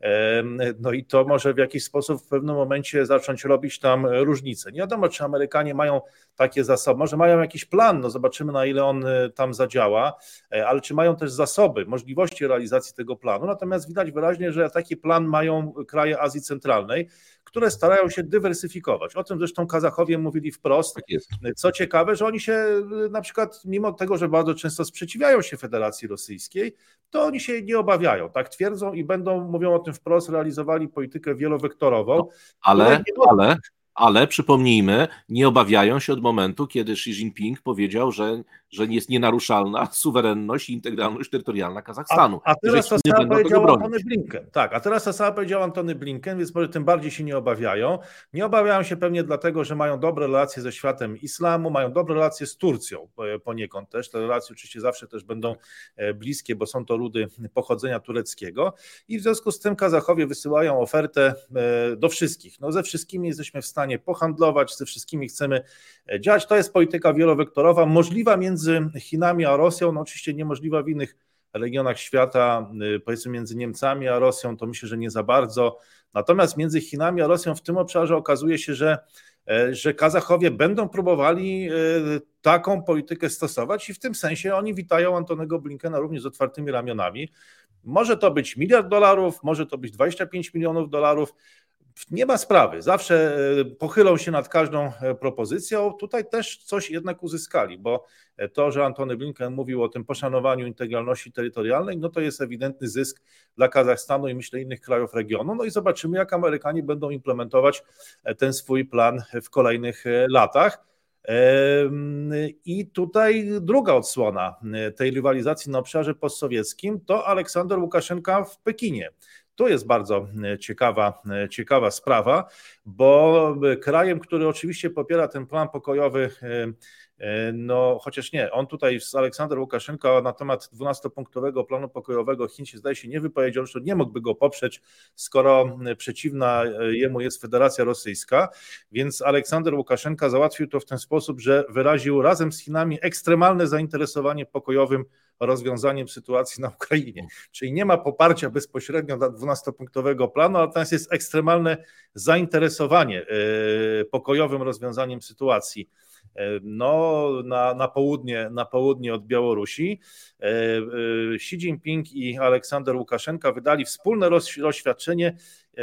i to może w jakiś sposób w pewnym momencie zacząć robić tam różnice. Nie wiadomo, czy Amerykanie mają takie zasoby, może mają jakiś plan, zobaczymy, na ile on tam zadziała, ale czy mają też zasoby, możliwości realizacji tego planu, natomiast widać wyraźnie, że taki plan mają kraje Azji Centralnej, które starają się dywersyfikować. O tym zresztą Kazachowie mówili wprost. Tak jest. Co ciekawe, że oni się na przykład, mimo tego, że bardzo często sprzeciwiają się Federacji Rosyjskiej, to oni się nie obawiają, tak twierdzą i mówią o tym wprost, realizowali politykę wielowektorową. Ale Ale przypomnijmy, nie obawiają się od momentu, kiedy Xi Jinping powiedział, że jest nienaruszalna suwerenność i integralność terytorialna Kazachstanu. A Jeżeli teraz to Chiny samo będą tego powiedział Antony bronić. Blinken. Tak, a teraz to samo powiedział Antony Blinken, więc może tym bardziej się nie obawiają. Nie obawiają się pewnie dlatego, że mają dobre relacje ze światem islamu, mają dobre relacje z Turcją poniekąd też. Te relacje oczywiście zawsze też będą bliskie, bo są to ludy pochodzenia tureckiego i w związku z tym Kazachowie wysyłają ofertę do wszystkich. No ze wszystkimi jesteśmy w stanie pohandlować, ze wszystkimi chcemy działać. To jest polityka wielowektorowa, możliwa między Chinami a Rosją, no oczywiście niemożliwa w innych regionach świata, powiedzmy między Niemcami a Rosją, to myślę, że nie za bardzo. Natomiast między Chinami a Rosją w tym obszarze okazuje się, że Kazachowie będą próbowali taką politykę stosować i w tym sensie oni witają Antonego Blinkena również z otwartymi ramionami. Może to być $1 miliard, może to być 25 milionów dolarów. Nie ma sprawy, zawsze pochylą się nad każdą propozycją. Tutaj też coś jednak uzyskali, bo to, że Antony Blinken mówił o tym poszanowaniu integralności terytorialnej, no to jest ewidentny zysk dla Kazachstanu i myślę innych krajów regionu. No i zobaczymy, jak Amerykanie będą implementować ten swój plan w kolejnych latach. I tutaj druga odsłona tej rywalizacji na obszarze postsowieckim to Aleksander Łukaszenka w Pekinie. To jest bardzo ciekawa sprawa, bo krajem, który oczywiście popiera ten plan pokojowy, no chociaż nie, on tutaj z Aleksander Łukaszenka na temat 12-punktowego planu pokojowego Chin się zdaje się nie wypowiedział, że nie mógłby go poprzeć, skoro przeciwna jemu jest Federacja Rosyjska, więc Aleksander Łukaszenka załatwił to w ten sposób, że wyraził razem z Chinami ekstremalne zainteresowanie pokojowym rozwiązaniem sytuacji na Ukrainie. Czyli nie ma poparcia bezpośrednio dla 12-punktowego planu, ale teraz jest ekstremalne zainteresowanie pokojowym rozwiązaniem sytuacji no, na południe od Białorusi. Xi Jinping i Aleksander Łukaszenka wydali wspólne oświadczenie.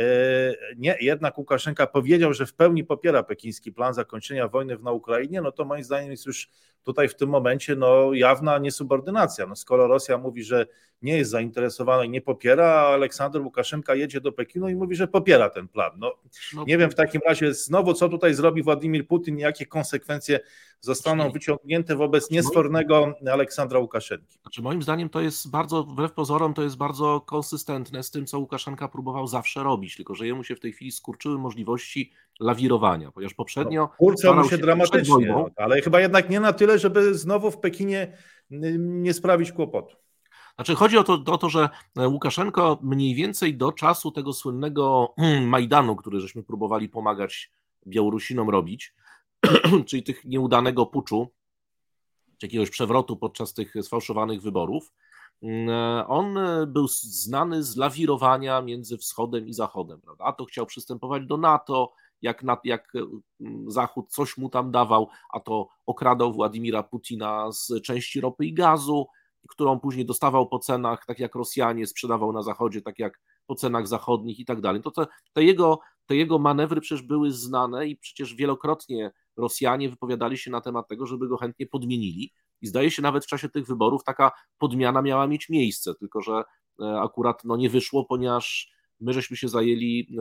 Nie, jednak Łukaszenka powiedział, że w pełni popiera pekiński plan zakończenia wojny na Ukrainie, no to moim zdaniem jest już tutaj w tym momencie no, jawna niesubordynacja. No, skoro Rosja mówi, że nie jest zainteresowana i nie popiera, a Aleksander Łukaszenka jedzie do Pekinu i mówi, że popiera ten plan. No, nie wiem w takim razie znowu, co tutaj zrobi Władimir Putin i jakie konsekwencje zostaną wyciągnięte wobec niesfornego Aleksandra Łukaszenki. Znaczy moim zdaniem to jest bardzo, wbrew pozorom, to jest bardzo konsystentne z tym, co Łukaszenka próbował zawsze robić, tylko że jemu się w tej chwili skurczyły możliwości lawirowania, ponieważ poprzednio kurczą mu się dramatycznie, no, ale chyba jednak nie na tyle, żeby znowu w Pekinie nie sprawić kłopotu. Znaczy chodzi o to, że Łukaszenko mniej więcej do czasu tego słynnego Majdanu, który żeśmy próbowali pomagać Białorusinom robić, czyli tych nieudanego puczu, czy jakiegoś przewrotu podczas tych sfałszowanych wyborów, on był znany z lawirowania między wschodem i zachodem, prawda? A to chciał przystępować do NATO, jak Zachód coś mu tam dawał, a to okradał Władimira Putina z części ropy i gazu, którą później dostawał po cenach, tak jak Rosjanie, sprzedawał na Zachodzie, tak jak po cenach zachodnich i tak dalej. Te jego manewry przecież były znane i przecież wielokrotnie Rosjanie wypowiadali się na temat tego, żeby go chętnie podmienili i zdaje się nawet w czasie tych wyborów taka podmiana miała mieć miejsce, tylko że akurat no, nie wyszło, ponieważ my żeśmy się zajęli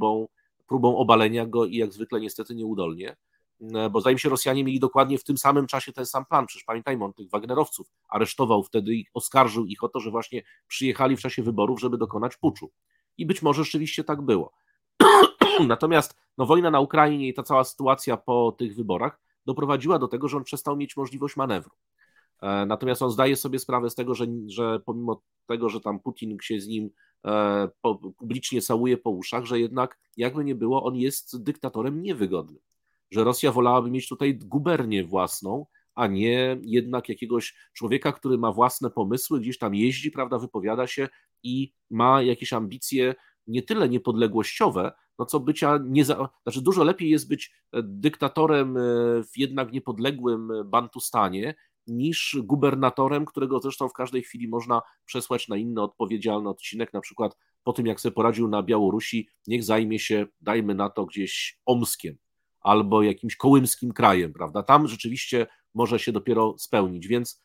próbą obalenia go i jak zwykle niestety nieudolnie, bo zdaje mi się Rosjanie mieli dokładnie w tym samym czasie ten sam plan, przecież pamiętajmy, on tych Wagnerowców aresztował wtedy i oskarżył ich o to, że właśnie przyjechali w czasie wyborów, żeby dokonać puczu. I być może rzeczywiście tak było. Natomiast no, wojna na Ukrainie i ta cała sytuacja po tych wyborach doprowadziła do tego, że on przestał mieć możliwość manewru. Natomiast on zdaje sobie sprawę z tego, że pomimo tego, że tam Putin się z nim publicznie całuje po uszach, że jednak jakby nie było, on jest dyktatorem niewygodnym. Że Rosja wolałaby mieć tutaj gubernię własną, a nie jednak jakiegoś człowieka, który ma własne pomysły, gdzieś tam jeździ, prawda, wypowiada się i ma jakieś ambicje nie tyle niepodległościowe, no co znaczy dużo lepiej jest być dyktatorem w jednak niepodległym Bantustanie, niż gubernatorem, którego zresztą w każdej chwili można przesłać na inny odpowiedzialny odcinek, na przykład po tym, jak sobie poradził na Białorusi, niech zajmie się, dajmy na to, gdzieś Omskiem albo jakimś kołymskim krajem, prawda? Tam rzeczywiście może się dopiero spełnić, więc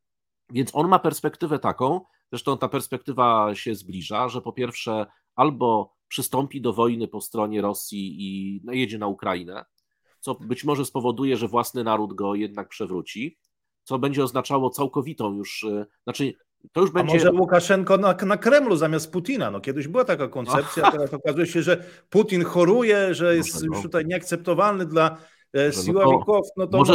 on ma perspektywę taką, zresztą ta perspektywa się zbliża, że po pierwsze albo przystąpi do wojny po stronie Rosji i najedzie na Ukrainę, co być może spowoduje, że własny naród go jednak przewróci, co będzie oznaczało całkowitą już, znaczy to już A będzie... może Łukaszenko na Kremlu zamiast Putina? No kiedyś była taka koncepcja, teraz okazuje się, że Putin choruje, że jest już tutaj nieakceptowalny dla siłowików, no to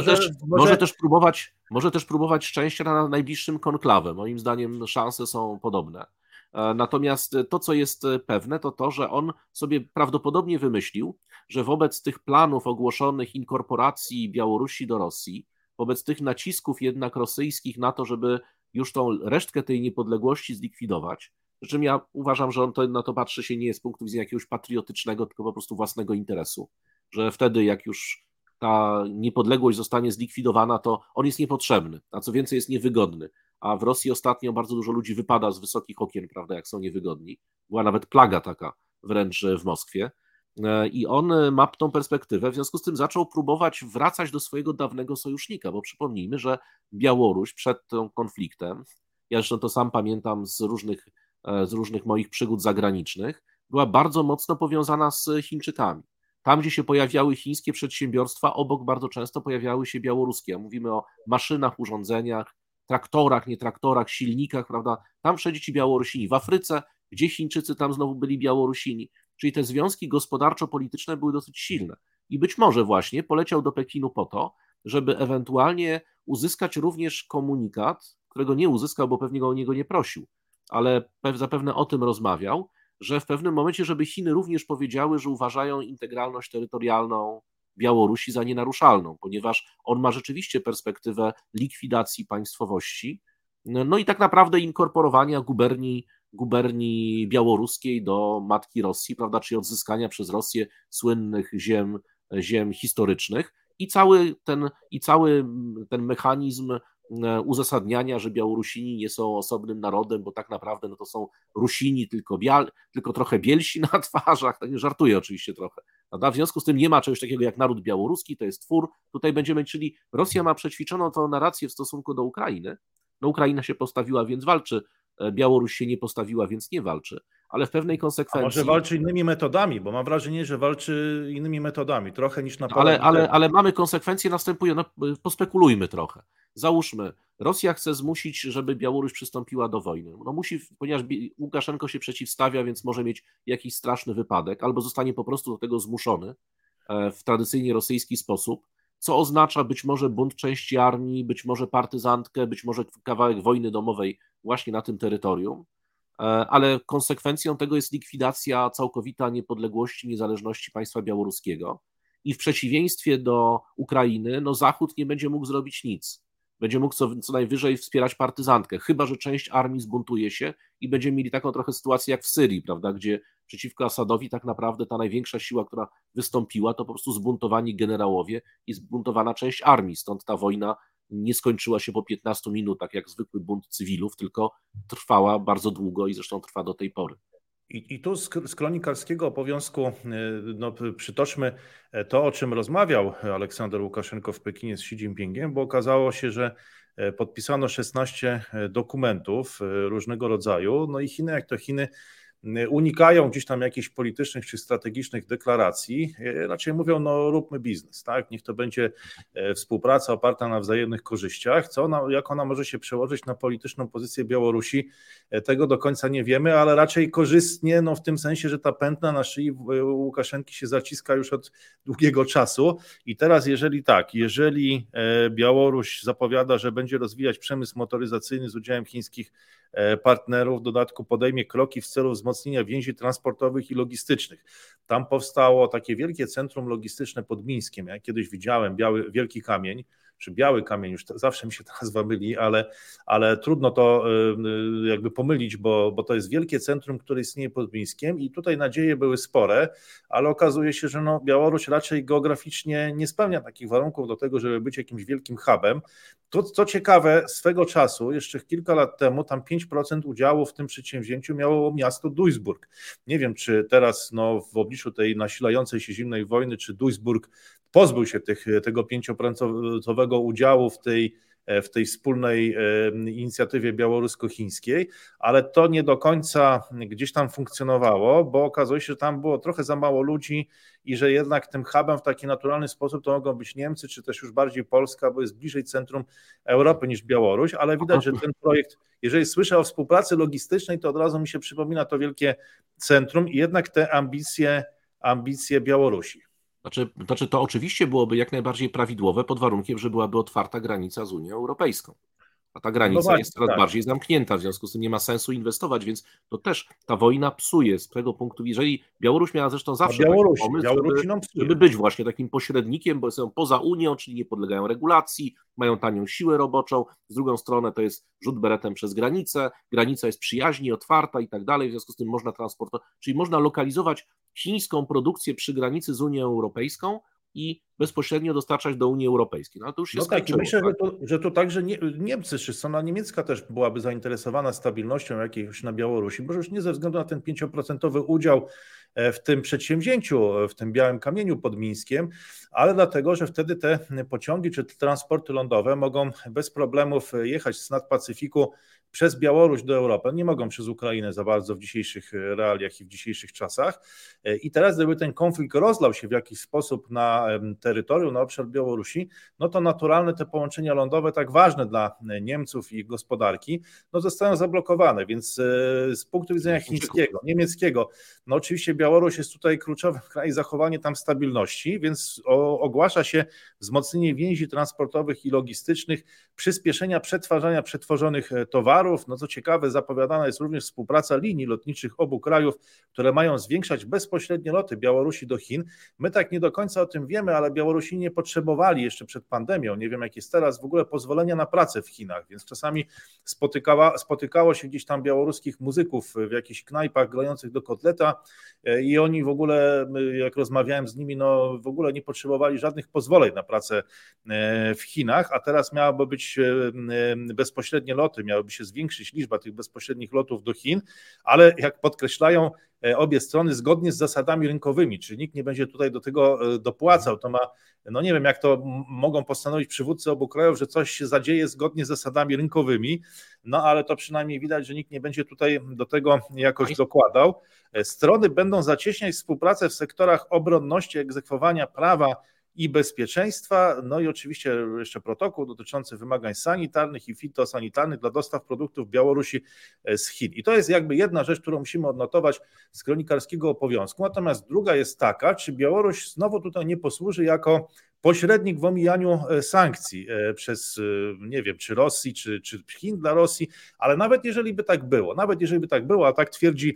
może też próbować szczęścia na najbliższym konklawę. Moim zdaniem szanse są podobne. Natomiast to, co jest pewne, to to, że on sobie prawdopodobnie wymyślił, że wobec tych planów ogłoszonych inkorporacji Białorusi do Rosji, wobec tych nacisków jednak rosyjskich na to, żeby już tą resztkę tej niepodległości zlikwidować, przy czym ja uważam, że on na to patrzy się nie z punktu widzenia jakiegoś patriotycznego, tylko po prostu własnego interesu, że wtedy jak już ta niepodległość zostanie zlikwidowana, to on jest niepotrzebny, a co więcej jest niewygodny. A w Rosji ostatnio bardzo dużo ludzi wypada z wysokich okien, prawda, jak są niewygodni. Była nawet plaga taka wręcz w Moskwie. I on ma tą perspektywę, w związku z tym zaczął próbować wracać do swojego dawnego sojusznika, bo przypomnijmy, że Białoruś przed tym konfliktem, ja zresztą to sam pamiętam z różnych moich przygód zagranicznych, była bardzo mocno powiązana z Chińczykami. Tam, gdzie się pojawiały chińskie przedsiębiorstwa, obok bardzo często pojawiały się białoruskie. Mówimy o maszynach, urządzeniach, traktorach, nie traktorach, silnikach, prawda? Tam wszędzie ci Białorusini. W Afryce, gdzie Chińczycy, tam znowu byli Białorusini. Czyli te związki gospodarczo-polityczne były dosyć silne. I być może właśnie poleciał do Pekinu po to, żeby ewentualnie uzyskać również komunikat, którego nie uzyskał, bo pewnie go o niego nie prosił, ale zapewne o tym rozmawiał, że w pewnym momencie, żeby Chiny również powiedziały, że uważają integralność terytorialną Białorusi za nienaruszalną, ponieważ on ma rzeczywiście perspektywę likwidacji państwowości, no i tak naprawdę inkorporowania guberni białoruskiej do matki Rosji, prawda, czyli odzyskania przez Rosję słynnych ziem historycznych i cały ten mechanizm uzasadniania, że Białorusini nie są osobnym narodem, bo tak naprawdę no to są Rusini, tylko trochę bielsi na twarzach, tak żartuję oczywiście trochę. Prawda? W związku z tym nie ma czegoś takiego jak naród białoruski, to jest twór, tutaj będziemy, czyli Rosja ma przećwiczoną tą narrację w stosunku do Ukrainy, no Ukraina się postawiła, więc walczy, Białoruś się nie postawiła, więc nie walczy, ale w pewnej konsekwencji... A może walczy innymi metodami, bo mam wrażenie, że walczy innymi metodami, trochę niż na polach bitewnych. Ale mamy konsekwencje następujące, no, pospekulujmy trochę. Załóżmy, Rosja chce zmusić, żeby Białoruś przystąpiła do wojny. No musi, ponieważ Łukaszenko się przeciwstawia, więc może mieć jakiś straszny wypadek, albo zostanie po prostu do tego zmuszony w tradycyjnie rosyjski sposób, co oznacza być może bunt części armii, być może partyzantkę, być może kawałek wojny domowej właśnie na tym terytorium, ale konsekwencją tego jest likwidacja całkowita niepodległości, niezależności państwa białoruskiego i w przeciwieństwie do Ukrainy, no Zachód nie będzie mógł zrobić nic. Będzie mógł co najwyżej wspierać partyzantkę, chyba że część armii zbuntuje się i będziemy mieli taką trochę sytuację jak w Syrii, prawda, gdzie przeciwko Asadowi tak naprawdę ta największa siła, która wystąpiła, to po prostu zbuntowani generałowie i zbuntowana część armii, stąd ta wojna nie skończyła się po 15 minutach jak zwykły bunt cywilów, tylko trwała bardzo długo i zresztą trwa do tej pory. I tu z kronikarskiego obowiązku no, przytoczmy to, o czym rozmawiał Aleksander Łukaszenko w Pekinie z Xi Jinpingiem, bo okazało się, że podpisano 16 dokumentów różnego rodzaju, no i Chiny, jak to Chiny, unikają gdzieś tam jakichś politycznych czy strategicznych deklaracji, raczej mówią, no róbmy biznes, tak? Niech to będzie współpraca oparta na wzajemnych korzyściach. Jak ona może się przełożyć na polityczną pozycję Białorusi, tego do końca nie wiemy, ale raczej korzystnie, no w tym sensie, że ta pętla na szyi Łukaszenki się zaciska już od długiego czasu i teraz jeżeli Białoruś zapowiada, że będzie rozwijać przemysł motoryzacyjny z udziałem chińskich partnerów, w dodatku podejmie kroki w celu wzmocnienia więzi transportowych i logistycznych. Tam powstało takie wielkie centrum logistyczne pod Mińskiem. Ja kiedyś widziałem Wielki Kamień, czy Biały Kamień, już zawsze mi się ta nazwa myli, ale trudno to jakby pomylić, bo to jest wielkie centrum, które istnieje pod Mińskiem i tutaj nadzieje były spore, ale okazuje się, że no Białoruś raczej geograficznie nie spełnia takich warunków do tego, żeby być jakimś wielkim hubem. To, co ciekawe, swego czasu, jeszcze kilka lat temu, tam 5% udziału w tym przedsięwzięciu miało miasto Duisburg. Nie wiem, czy teraz w obliczu tej nasilającej się zimnej wojny, czy Duisburg pozbył się tego 5% udziału w tej w tej wspólnej inicjatywie białorusko-chińskiej, ale to nie do końca gdzieś tam funkcjonowało, bo okazuje się, że tam było trochę za mało ludzi i że jednak tym hubem w taki naturalny sposób to mogą być Niemcy, czy też już bardziej Polska, bo jest bliżej centrum Europy niż Białoruś, ale widać, że ten projekt, jeżeli słyszę o współpracy logistycznej, to od razu mi się przypomina to wielkie centrum i jednak te ambicje Białorusi. Znaczy to oczywiście byłoby jak najbardziej prawidłowe pod warunkiem, że byłaby otwarta granica z Unią Europejską. A ta granica właśnie, jest coraz bardziej zamknięta, w związku z tym nie ma sensu inwestować, więc to też ta wojna psuje z tego punktu, jeżeli Białoruś miała zresztą zawsze taki pomysł, żeby być właśnie takim pośrednikiem, bo są poza Unią, czyli nie podlegają regulacji, mają tanią siłę roboczą, z drugą stronę to jest rzut beretem przez granicę, granica jest przyjaźni, otwarta i tak dalej, w związku z tym można transportować, czyli można lokalizować chińską produkcję przy granicy z Unią Europejską i bezpośrednio dostarczać do Unii Europejskiej. No to już się tak, i myślę, że to także Niemcy, czy strona niemiecka też byłaby zainteresowana stabilnością jakiejś na Białorusi, bo już nie ze względu na ten 5% udział w tym przedsięwzięciu, w tym białym kamieniu pod Mińskiem, ale dlatego, że wtedy te pociągi czy te transporty lądowe mogą bez problemów jechać z nad Pacyfiku przez Białoruś do Europy. Nie mogą przez Ukrainę za bardzo w dzisiejszych realiach i w dzisiejszych czasach. I teraz, gdyby ten konflikt rozlał się w jakiś sposób na terytorium, na obszar Białorusi, no to naturalne te połączenia lądowe, tak ważne dla Niemców i ich gospodarki, no zostają zablokowane, więc z punktu widzenia chińskiego, niemieckiego, no oczywiście Białoruś jest tutaj kluczowym krajem, zachowanie tam stabilności, więc ogłasza się wzmocnienie więzi transportowych i logistycznych, przyspieszenia przetwarzania przetworzonych towarów. No co ciekawe, zapowiadana jest również współpraca linii lotniczych obu krajów, które mają zwiększać bezpośrednie loty Białorusi do Chin. My tak nie do końca o tym wiemy, ale Białorusini potrzebowali jeszcze przed pandemią, nie wiem jak jest teraz, w ogóle pozwolenia na pracę w Chinach, więc czasami spotykało się gdzieś tam białoruskich muzyków w jakichś knajpach grających do kotleta i oni w ogóle, jak rozmawiałem z nimi, no w ogóle nie potrzebowali żadnych pozwoleń na pracę w Chinach, a teraz miałaby być bezpośrednie loty, miałaby się zwiększyć liczba tych bezpośrednich lotów do Chin, ale jak podkreślają obie strony zgodnie z zasadami rynkowymi, czyli nikt nie będzie tutaj do tego dopłacał, to ma, no nie wiem jak to mogą postanowić przywódcy obu krajów, że coś się zadzieje zgodnie z zasadami rynkowymi, no ale to przynajmniej widać, że nikt nie będzie tutaj do tego jakoś dokładał. Strony będą zacieśniać współpracę w sektorach obronności, egzekwowania prawa i bezpieczeństwa, no i oczywiście jeszcze protokół dotyczący wymagań sanitarnych i fitosanitarnych dla dostaw produktów Białorusi z Chin. I to jest jakby jedna rzecz, którą musimy odnotować z kronikarskiego obowiązku. Natomiast druga jest taka, czy Białoruś znowu tutaj nie posłuży jako pośrednik w omijaniu sankcji przez, nie wiem, czy Rosji, czy Chin dla Rosji, ale nawet jeżeli by tak było, a tak twierdzi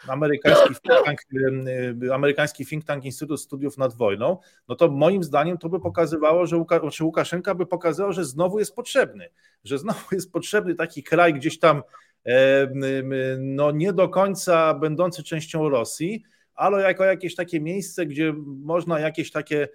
amerykański think tank Instytut Studiów nad Wojną, no to moim zdaniem to by pokazywało, że Łukaszenka by pokazał, że znowu jest potrzebny taki kraj gdzieś tam no nie do końca będący częścią Rosji, ale jako jakieś takie miejsce, gdzie można jakieś takie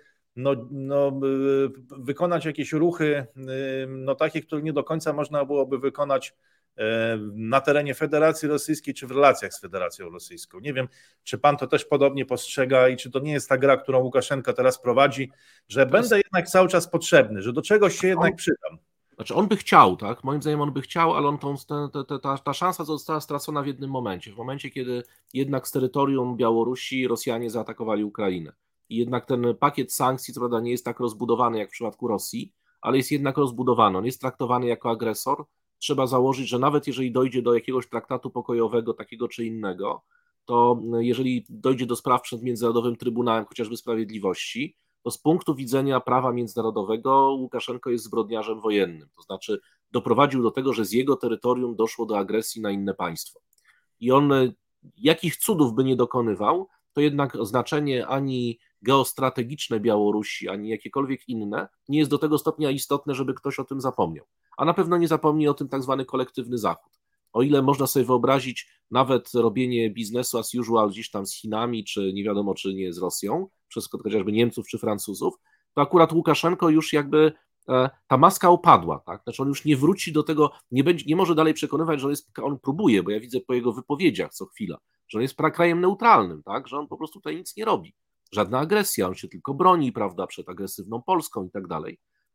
wykonać jakieś ruchy, no takie, które nie do końca można byłoby wykonać na terenie Federacji Rosyjskiej czy w relacjach z Federacją Rosyjską. Nie wiem, czy pan to też podobnie postrzega i czy to nie jest ta gra, którą Łukaszenka teraz prowadzi, że będę jednak cały czas potrzebny, że do czegoś się jednak przydam. Znaczy on by chciał, tak? Moim zdaniem on by chciał, ale ta szansa została stracona w jednym momencie. W momencie, kiedy jednak z terytorium Białorusi Rosjanie zaatakowali Ukrainę. I jednak ten pakiet sankcji, co prawda nie jest tak rozbudowany jak w przypadku Rosji, ale jest jednak rozbudowany. On jest traktowany jako agresor. Trzeba założyć, że nawet jeżeli dojdzie do jakiegoś traktatu pokojowego, takiego czy innego, to jeżeli dojdzie do spraw przed Międzynarodowym Trybunałem chociażby Sprawiedliwości, to z punktu widzenia prawa międzynarodowego Łukaszenko jest zbrodniarzem wojennym. To znaczy doprowadził do tego, że z jego terytorium doszło do agresji na inne państwo. I on jakich cudów by nie dokonywał, to jednak znaczenie ani geostrategiczne Białorusi, ani jakiekolwiek inne nie jest do tego stopnia istotne, żeby ktoś o tym zapomniał. A na pewno nie zapomni o tym tak zwany kolektywny Zachód. O ile można sobie wyobrazić nawet robienie biznesu as usual gdzieś tam z Chinami, czy nie wiadomo, czy nie z Rosją, przez chociażby Niemców czy Francuzów, to akurat Łukaszenko już jakby ta maska opadła, tak? Znaczy on już nie wróci do tego, nie może dalej przekonywać, że on próbuje, bo ja widzę po jego wypowiedziach co chwila, że on jest krajem neutralnym, tak? Że on po prostu tutaj nic nie robi. Żadna agresja, on się tylko broni, prawda, przed agresywną Polską i tak dalej.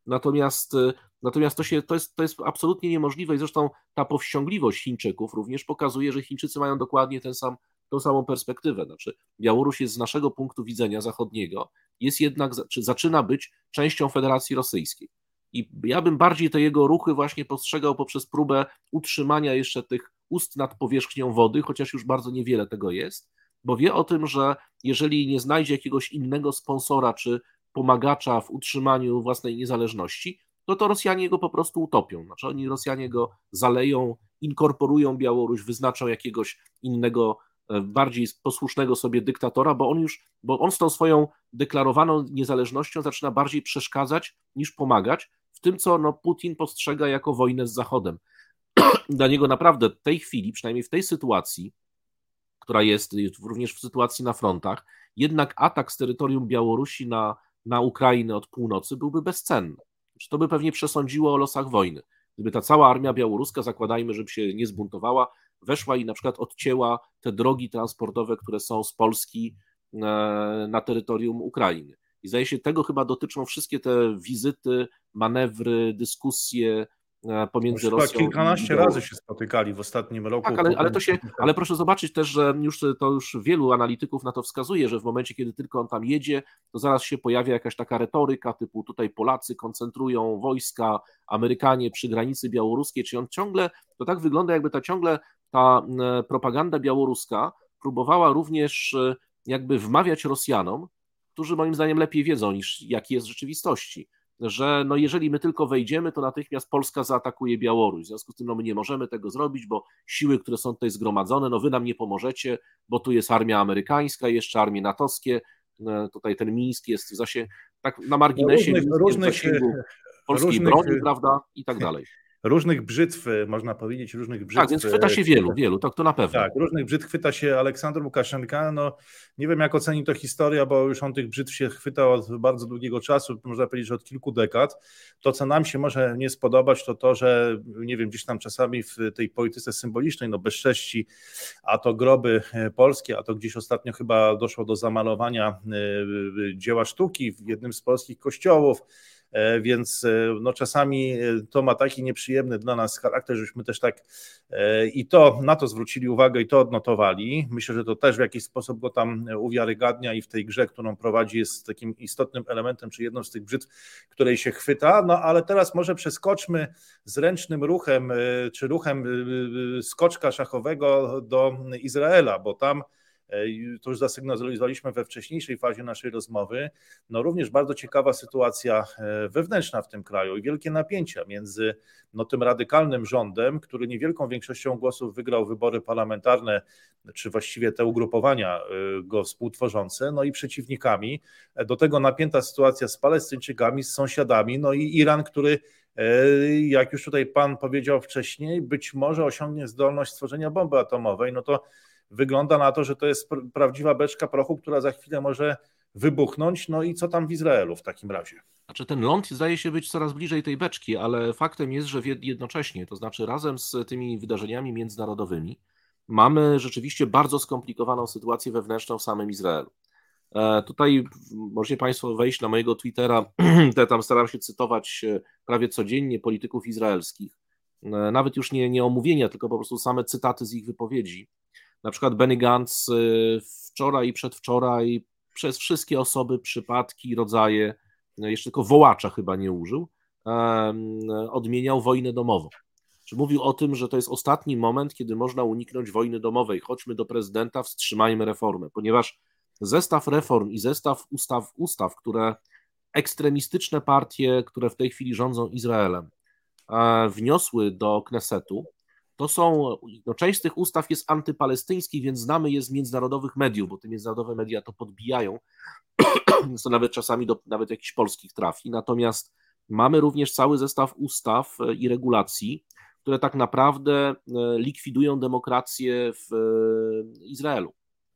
Natomiast to jest absolutnie niemożliwe i zresztą ta powściągliwość Chińczyków również pokazuje, że Chińczycy mają dokładnie tą samą perspektywę. Znaczy, Białoruś jest z naszego punktu widzenia zachodniego, jest jednak, czy zaczyna być częścią Federacji Rosyjskiej. I ja bym bardziej te jego ruchy właśnie postrzegał poprzez próbę utrzymania jeszcze tych ust nad powierzchnią wody, chociaż już bardzo niewiele tego jest, bo wie o tym, że jeżeli nie znajdzie jakiegoś innego sponsora czy pomagacza w utrzymaniu własnej niezależności, to Rosjanie go po prostu utopią. Znaczy Rosjanie go zaleją, inkorporują Białoruś, wyznaczą jakiegoś innego, bardziej posłusznego sobie dyktatora, bo on z tą swoją deklarowaną niezależnością zaczyna bardziej przeszkadzać niż pomagać w tym, co Putin postrzega jako wojnę z Zachodem. Dla niego naprawdę w tej chwili, przynajmniej w tej sytuacji, która jest również w sytuacji na frontach, jednak atak z terytorium Białorusi na Ukrainę od północy byłby bezcenny. To by pewnie przesądziło o losach wojny. Gdyby ta cała armia białoruska, zakładajmy, żeby się nie zbuntowała, weszła i na przykład odcięła te drogi transportowe, które są z Polski na terytorium Ukrainy. I zdaje się, tego chyba dotyczą wszystkie te wizyty, manewry, dyskusje pomiędzy Rosją kilkanaście razy się spotykali w ostatnim roku. Tak, ale proszę zobaczyć też, że już wielu analityków na to wskazuje, że w momencie, kiedy tylko on tam jedzie, to zaraz się pojawia jakaś taka retoryka typu tutaj Polacy koncentrują wojska, Amerykanie przy granicy białoruskiej, czyli on ciągle, to tak wygląda, jakby ta propaganda białoruska próbowała również jakby wmawiać Rosjanom, którzy moim zdaniem lepiej wiedzą niż jaki jest w rzeczywistości, że jeżeli my tylko wejdziemy, to natychmiast Polska zaatakuje Białoruś. W związku z tym my nie możemy tego zrobić, bo siły, które są tutaj zgromadzone, wy nam nie pomożecie, bo tu jest armia amerykańska, jeszcze armie natowskie, tutaj ten Mińsk jest w zasięgu, tak na marginesie różnych polskiej broni, prawda, i tak dalej. Różnych brzytw, można powiedzieć, różnych brzytw. Tak, więc chwyta się wielu, to na pewno. Tak, różnych brzytw chwyta się Aleksander Łukaszenka. Nie wiem, jak oceni to historia, bo już on tych brzytw się chwyta od bardzo długiego czasu, można powiedzieć, że od kilku dekad. To, co nam się może nie spodobać, to, że nie wiem, gdzieś tam czasami w tej polityce symbolicznej, bezcześci, a to groby polskie, a to gdzieś ostatnio chyba doszło do zamalowania dzieła sztuki w jednym z polskich kościołów. Więc czasami to ma taki nieprzyjemny dla nas charakter, żeśmy też tak i to na to zwrócili uwagę i to odnotowali. Myślę, że to też w jakiś sposób go tam uwiarygadnia i w tej grze, którą prowadzi, jest takim istotnym elementem, czy jedną z tych brzytw, której się chwyta. Ale teraz może przeskoczmy zręcznym ruchem, czy ruchem skoczka szachowego do Izraela, bo tam to już zasygnalizowaliśmy we wcześniejszej fazie naszej rozmowy, również bardzo ciekawa sytuacja wewnętrzna w tym kraju i wielkie napięcia między tym radykalnym rządem, który niewielką większością głosów wygrał wybory parlamentarne, czy właściwie te ugrupowania go współtworzące, i przeciwnikami. Do tego napięta sytuacja z Palestyńczykami, z sąsiadami, i Iran, który, jak już tutaj pan powiedział wcześniej, być może osiągnie zdolność stworzenia bomby atomowej, to wygląda na to, że to jest prawdziwa beczka prochu, która za chwilę może wybuchnąć. I co tam w Izraelu w takim razie? Znaczy ten ląd zdaje się być coraz bliżej tej beczki, ale faktem jest, że jednocześnie, to znaczy razem z tymi wydarzeniami międzynarodowymi, mamy rzeczywiście bardzo skomplikowaną sytuację wewnętrzną w samym Izraelu. Tutaj możecie Państwo wejść na mojego Twittera, tam staram się cytować prawie codziennie polityków izraelskich, nawet już nie omówienia, tylko po prostu same cytaty z ich wypowiedzi. Na przykład Benny Gantz wczoraj i przedwczoraj przez wszystkie osoby, przypadki, rodzaje, jeszcze tylko wołacza chyba nie użył, odmieniał wojnę domową. Czy mówił o tym, że to jest ostatni moment, kiedy można uniknąć wojny domowej. Chodźmy do prezydenta, wstrzymajmy reformę, ponieważ zestaw reform i zestaw ustaw, które ekstremistyczne partie, które w tej chwili rządzą Izraelem, wniosły do Knesetu, to są, część z tych ustaw jest antypalestyńskich, więc znamy je z międzynarodowych mediów, bo te międzynarodowe media to podbijają, to nawet czasami do nawet jakichś polskich trafi. Natomiast mamy również cały zestaw ustaw i regulacji, które tak naprawdę likwidują demokrację w Izraelu.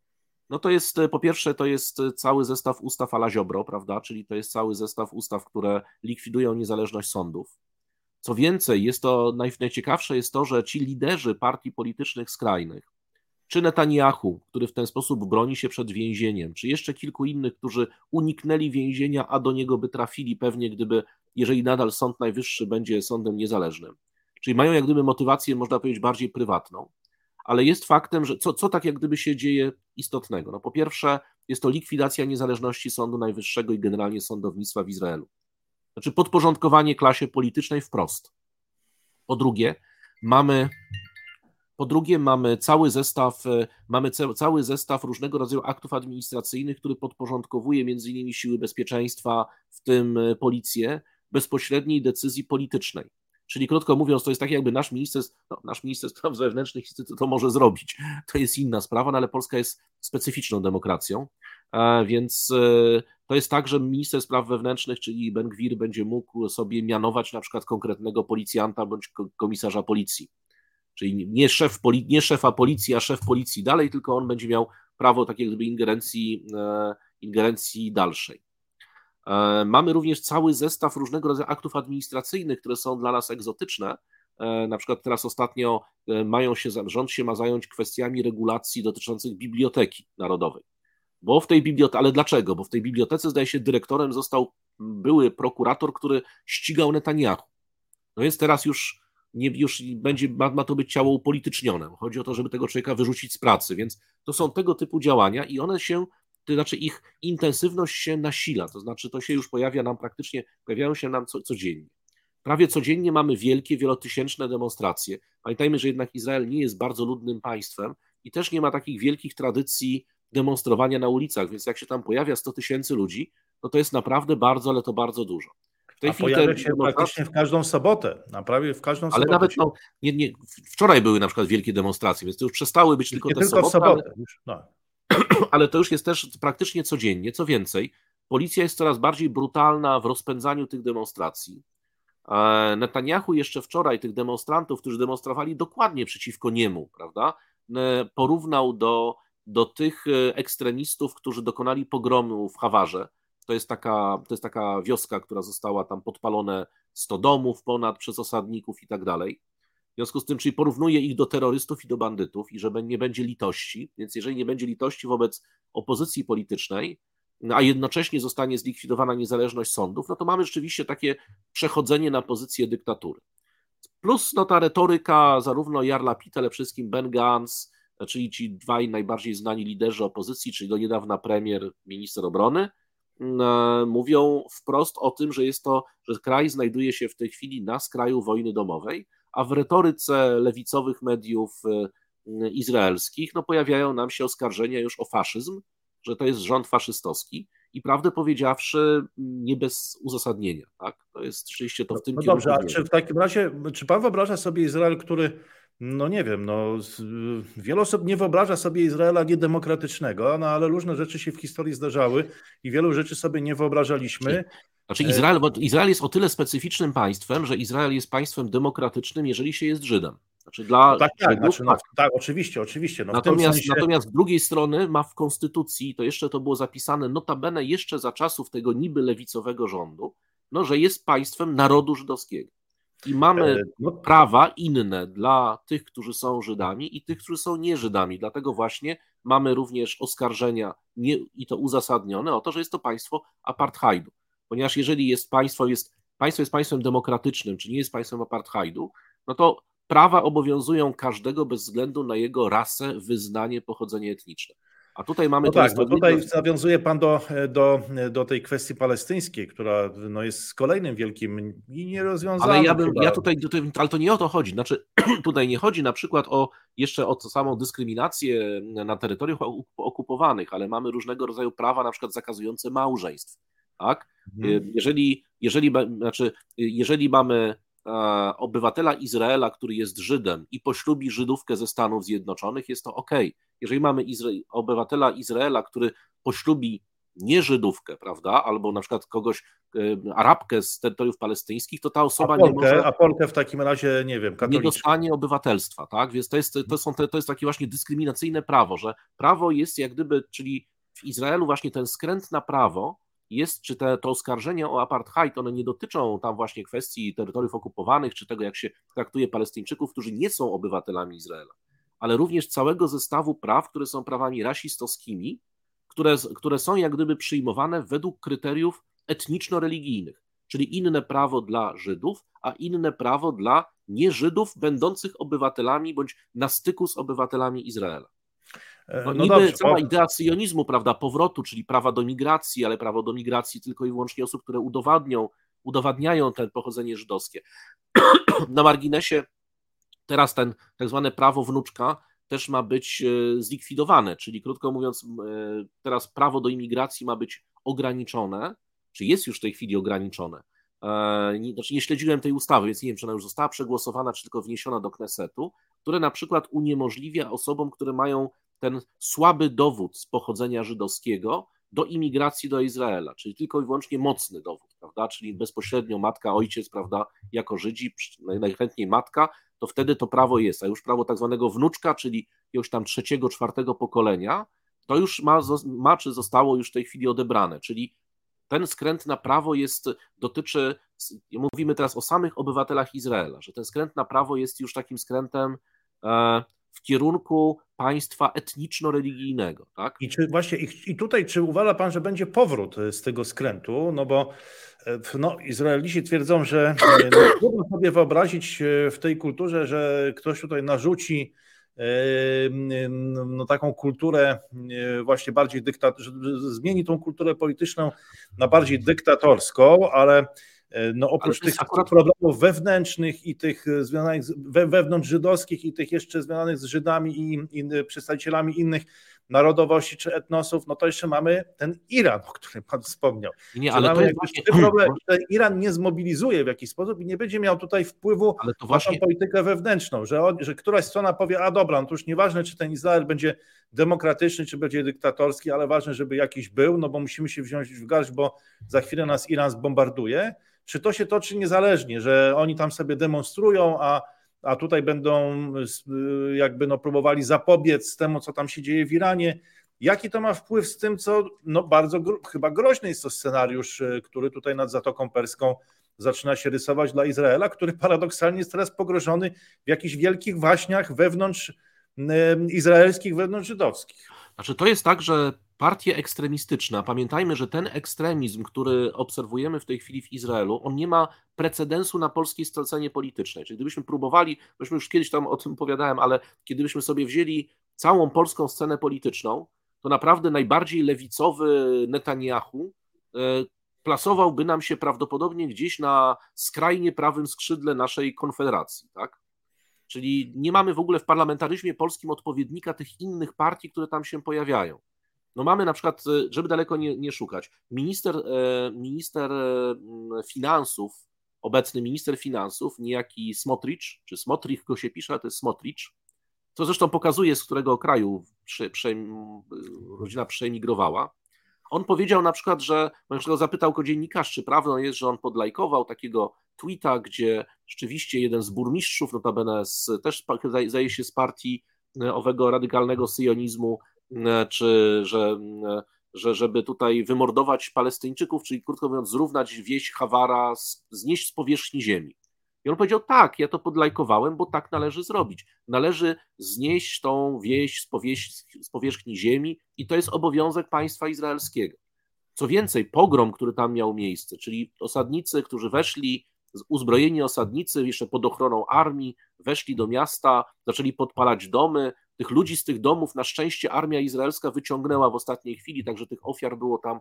To jest, po pierwsze, to jest cały zestaw ustaw à la Ziobro, prawda, czyli to jest cały zestaw ustaw, które likwidują niezależność sądów. Co więcej, najciekawsze jest to, że ci liderzy partii politycznych skrajnych, czy Netanyahu, który w ten sposób broni się przed więzieniem, czy jeszcze kilku innych, którzy uniknęli więzienia, a do niego by trafili pewnie, jeżeli nadal Sąd Najwyższy będzie sądem niezależnym. Czyli mają jak gdyby motywację, można powiedzieć, bardziej prywatną, ale jest faktem, że co tak jak gdyby się dzieje istotnego? No po pierwsze, jest to likwidacja niezależności Sądu Najwyższego i generalnie sądownictwa w Izraelu. Znaczy podporządkowanie klasie politycznej wprost. Po drugie, mamy cały zestaw różnego rodzaju aktów administracyjnych, który podporządkuje między innymi siły bezpieczeństwa, w tym policję, bezpośredniej decyzji politycznej. Czyli krótko mówiąc, to jest tak jakby nasz minister spraw wewnętrznych to może zrobić. To jest inna sprawa, no ale Polska jest specyficzną demokracją, więc to jest tak, że minister spraw wewnętrznych, czyli Ben-Gwir, będzie mógł sobie mianować na przykład konkretnego policjanta bądź komisarza policji. Czyli nie szefa policji, a szef policji dalej, tylko on będzie miał prawo takiej jakby ingerencji dalszej. Mamy również cały zestaw różnego rodzaju aktów administracyjnych, które są dla nas egzotyczne. Na przykład teraz ostatnio rząd się ma zająć kwestiami regulacji dotyczących Biblioteki Narodowej. Ale dlaczego? Bo w tej bibliotece, zdaje się, dyrektorem został były prokurator, który ścigał Netanyahu. No więc teraz już ma to być ciało upolitycznione. Chodzi o to, żeby tego człowieka wyrzucić z pracy, więc to są tego typu działania i ich intensywność się nasila, to znaczy to się już pojawiają się nam codziennie. Prawie codziennie mamy wielkie, wielotysięczne demonstracje. Pamiętajmy, że jednak Izrael nie jest bardzo ludnym państwem i też nie ma takich wielkich tradycji demonstrowania na ulicach, więc jak się tam pojawia 100 000 ludzi, no to jest naprawdę bardzo, ale to bardzo dużo. Pojawia się praktycznie w każdą sobotę, prawie w każdą sobotę. Ale nawet wczoraj były na przykład wielkie demonstracje, więc to już przestały być tylko te soboty. Ale to już jest też praktycznie codziennie. Co więcej, policja jest coraz bardziej brutalna w rozpędzaniu tych demonstracji. Netanyahu jeszcze wczoraj tych demonstrantów, którzy demonstrowali dokładnie przeciwko niemu, prawda, porównał do tych ekstremistów, którzy dokonali pogromu w Hawarze. To jest taka wioska, która została tam podpalone 100 domów ponad przez osadników i tak dalej. W związku z tym, czyli porównuje ich do terrorystów i do bandytów i że nie będzie litości, więc jeżeli nie będzie litości wobec opozycji politycznej, a jednocześnie zostanie zlikwidowana niezależność sądów, no to mamy rzeczywiście takie przechodzenie na pozycję dyktatury. Plus ta retoryka zarówno Yair Lapid, ale przede wszystkim Ben Gantz, czyli ci dwaj najbardziej znani liderzy opozycji, czyli do niedawna premier, minister obrony, mówią wprost o tym, że kraj znajduje się w tej chwili na skraju wojny domowej, a w retoryce lewicowych mediów izraelskich pojawiają nam się oskarżenia już o faszyzm, że to jest rząd faszystowski i prawdę powiedziawszy nie bez uzasadnienia. Tak? To jest rzeczywiście to w tym kierunku. Dobrze, a czy w takim razie, czy pan wyobraża sobie Izrael, który, nie wiem, wiele osób nie wyobraża sobie Izraela niedemokratycznego, ale różne rzeczy się w historii zdarzały i wielu rzeczy sobie nie wyobrażaliśmy. Znaczy Izrael jest o tyle specyficznym państwem, że Izrael jest państwem demokratycznym, jeżeli się jest Żydem. Znaczy tak, oczywiście. Natomiast z drugiej strony ma w konstytucji, to było zapisane notabene jeszcze za czasów tego niby lewicowego rządu, że jest państwem narodu żydowskiego. I mamy prawa inne dla tych, którzy są Żydami i tych, którzy są nie Żydami. Dlatego właśnie mamy również oskarżenia i to uzasadnione o to, że jest to państwo apartheidu. Ponieważ jeżeli państwo jest państwem demokratycznym, czy nie jest państwem apartheidu, no to prawa obowiązują każdego bez względu na jego rasę, wyznanie, pochodzenie etniczne. A tutaj mamy... Tutaj nawiązuje pan do tej kwestii palestyńskiej, która jest kolejnym wielkim i nierozwiązanym... Ale to nie o to chodzi. Znaczy, tutaj nie chodzi na przykład jeszcze o samą dyskryminację na terytoriach okupowanych, ale mamy różnego rodzaju prawa, na przykład zakazujące małżeństw. Tak? Jeżeli mamy obywatela Izraela, który jest Żydem i poślubi Żydówkę ze Stanów Zjednoczonych, jest to okej. Jeżeli mamy obywatela Izraela, który poślubi nie Żydówkę, prawda, albo na przykład Arabkę z terytoriów palestyńskich, to ta osoba nie może... A Polkę w takim razie, nie wiem, katolicką. Nie dostanie obywatelstwa, tak? Więc to jest takie właśnie dyskryminacyjne prawo, że prawo jest jak gdyby, czyli w Izraelu właśnie ten skręt na prawo jest, czy to oskarżenia o apartheid, one nie dotyczą tam właśnie kwestii terytoriów okupowanych, czy tego, jak się traktuje Palestyńczyków, którzy nie są obywatelami Izraela. ale również całego zestawu praw, które są prawami rasistowskimi, które są jak gdyby przyjmowane według kryteriów etniczno-religijnych, czyli inne prawo dla Żydów, a inne prawo dla nieżydów będących obywatelami bądź na styku z obywatelami Izraela. No niby dobrze, cała idea syjonizmu, prawda, powrotu, czyli prawa do migracji, ale prawo do migracji tylko i wyłącznie osób, które udowadniają to pochodzenie żydowskie. Na marginesie teraz ten tak zwane prawo wnuczka też ma być zlikwidowane, czyli krótko mówiąc, teraz prawo do imigracji ma być ograniczone, czy jest już w tej chwili ograniczone. Znaczy nie śledziłem tej ustawy, więc nie wiem, czy ona już została przegłosowana, czy tylko wniesiona do Knesetu, które na przykład uniemożliwia osobom, które mają ten słaby dowód z pochodzenia żydowskiego do imigracji do Izraela, czyli tylko i wyłącznie mocny dowód, prawda, czyli bezpośrednio matka, ojciec, prawda, jako Żydzi, najchętniej matka, to wtedy to prawo jest, a już prawo tak zwanego wnuczka, czyli jakiegoś tam trzeciego, czwartego pokolenia, to już ma czy zostało już w tej chwili odebrane, czyli ten skręt na prawo dotyczy, mówimy teraz o samych obywatelach Izraela, że ten skręt na prawo jest już takim skrętem w kierunku państwa etniczno-religijnego, tak? I czy właśnie i tutaj, czy uważa pan, że będzie powrót z tego skrętu? No bo Izraelici twierdzą, że trudno sobie wyobrazić w tej kulturze, że ktoś tutaj narzuci taką kulturę właśnie bardziej że zmieni tą kulturę polityczną na bardziej dyktatorską, ale oprócz tych problemów wewnętrznych i tych związanych wewnątrz żydowskich i tych jeszcze związanych z Żydami i przedstawicielami innych narodowości czy etnosów, to jeszcze mamy ten Iran, o którym pan wspomniał. Nie, ale to jest właśnie problem, że Iran nie zmobilizuje w jakiś sposób i nie będzie miał tutaj wpływu na tą politykę wewnętrzną, że któraś strona powie, a dobra, to już nieważne, czy ten Izrael będzie demokratyczny, czy będzie dyktatorski, ale ważne, żeby jakiś był, bo musimy się wziąć w garść, bo za chwilę nas Iran zbombarduje. Czy to się toczy niezależnie, że oni tam sobie demonstrują, a tutaj będą jakby próbowali zapobiec temu, co tam się dzieje w Iranie? Jaki to ma wpływ z tym, co bardzo chyba groźny jest to scenariusz, który tutaj nad Zatoką Perską zaczyna się rysować dla Izraela, który paradoksalnie jest teraz pogrożony w jakichś wielkich waśniach wewnątrz izraelskich, wewnątrz żydowskich. Znaczy to jest tak, że partie ekstremistyczne, pamiętajmy, że ten ekstremizm, który obserwujemy w tej chwili w Izraelu, on nie ma precedensu na polskiej scenie politycznej. Czyli gdybyśmy próbowali, myśmy już kiedyś tam o tym opowiadałem, ale kiedybyśmy sobie wzięli całą polską scenę polityczną, to naprawdę najbardziej lewicowy Netanyahu plasowałby nam się prawdopodobnie gdzieś na skrajnie prawym skrzydle naszej konfederacji, tak? Czyli nie mamy w ogóle w parlamentaryzmie polskim odpowiednika tych innych partii, które tam się pojawiają. Mamy na przykład, żeby daleko nie szukać, minister finansów, obecny minister finansów, niejaki Smotrich, czy Smotrich go się pisze, ale to jest Smotrich, co zresztą pokazuje, z którego kraju rodzina przeemigrowała. On powiedział na przykład, że zapytał go dziennikarz, czy prawdą jest, że on podlajkował takiego tweeta, gdzie rzeczywiście jeden z burmistrzów, notabene też zdaje się z partii owego radykalnego syjonizmu, czy żeby tutaj wymordować Palestyńczyków, czyli krótko mówiąc zrównać wieś Hawara, znieść z powierzchni ziemi. I on powiedział, tak, ja to podlajkowałem, bo tak należy zrobić. Należy znieść tą wieś z powierzchni ziemi i to jest obowiązek państwa izraelskiego. Co więcej, pogrom, który tam miał miejsce, czyli osadnicy, którzy weszli, uzbrojeni osadnicy, jeszcze pod ochroną armii, weszli do miasta, zaczęli podpalać domy. Tych ludzi z tych domów na szczęście armia izraelska wyciągnęła w ostatniej chwili, także tych ofiar było tam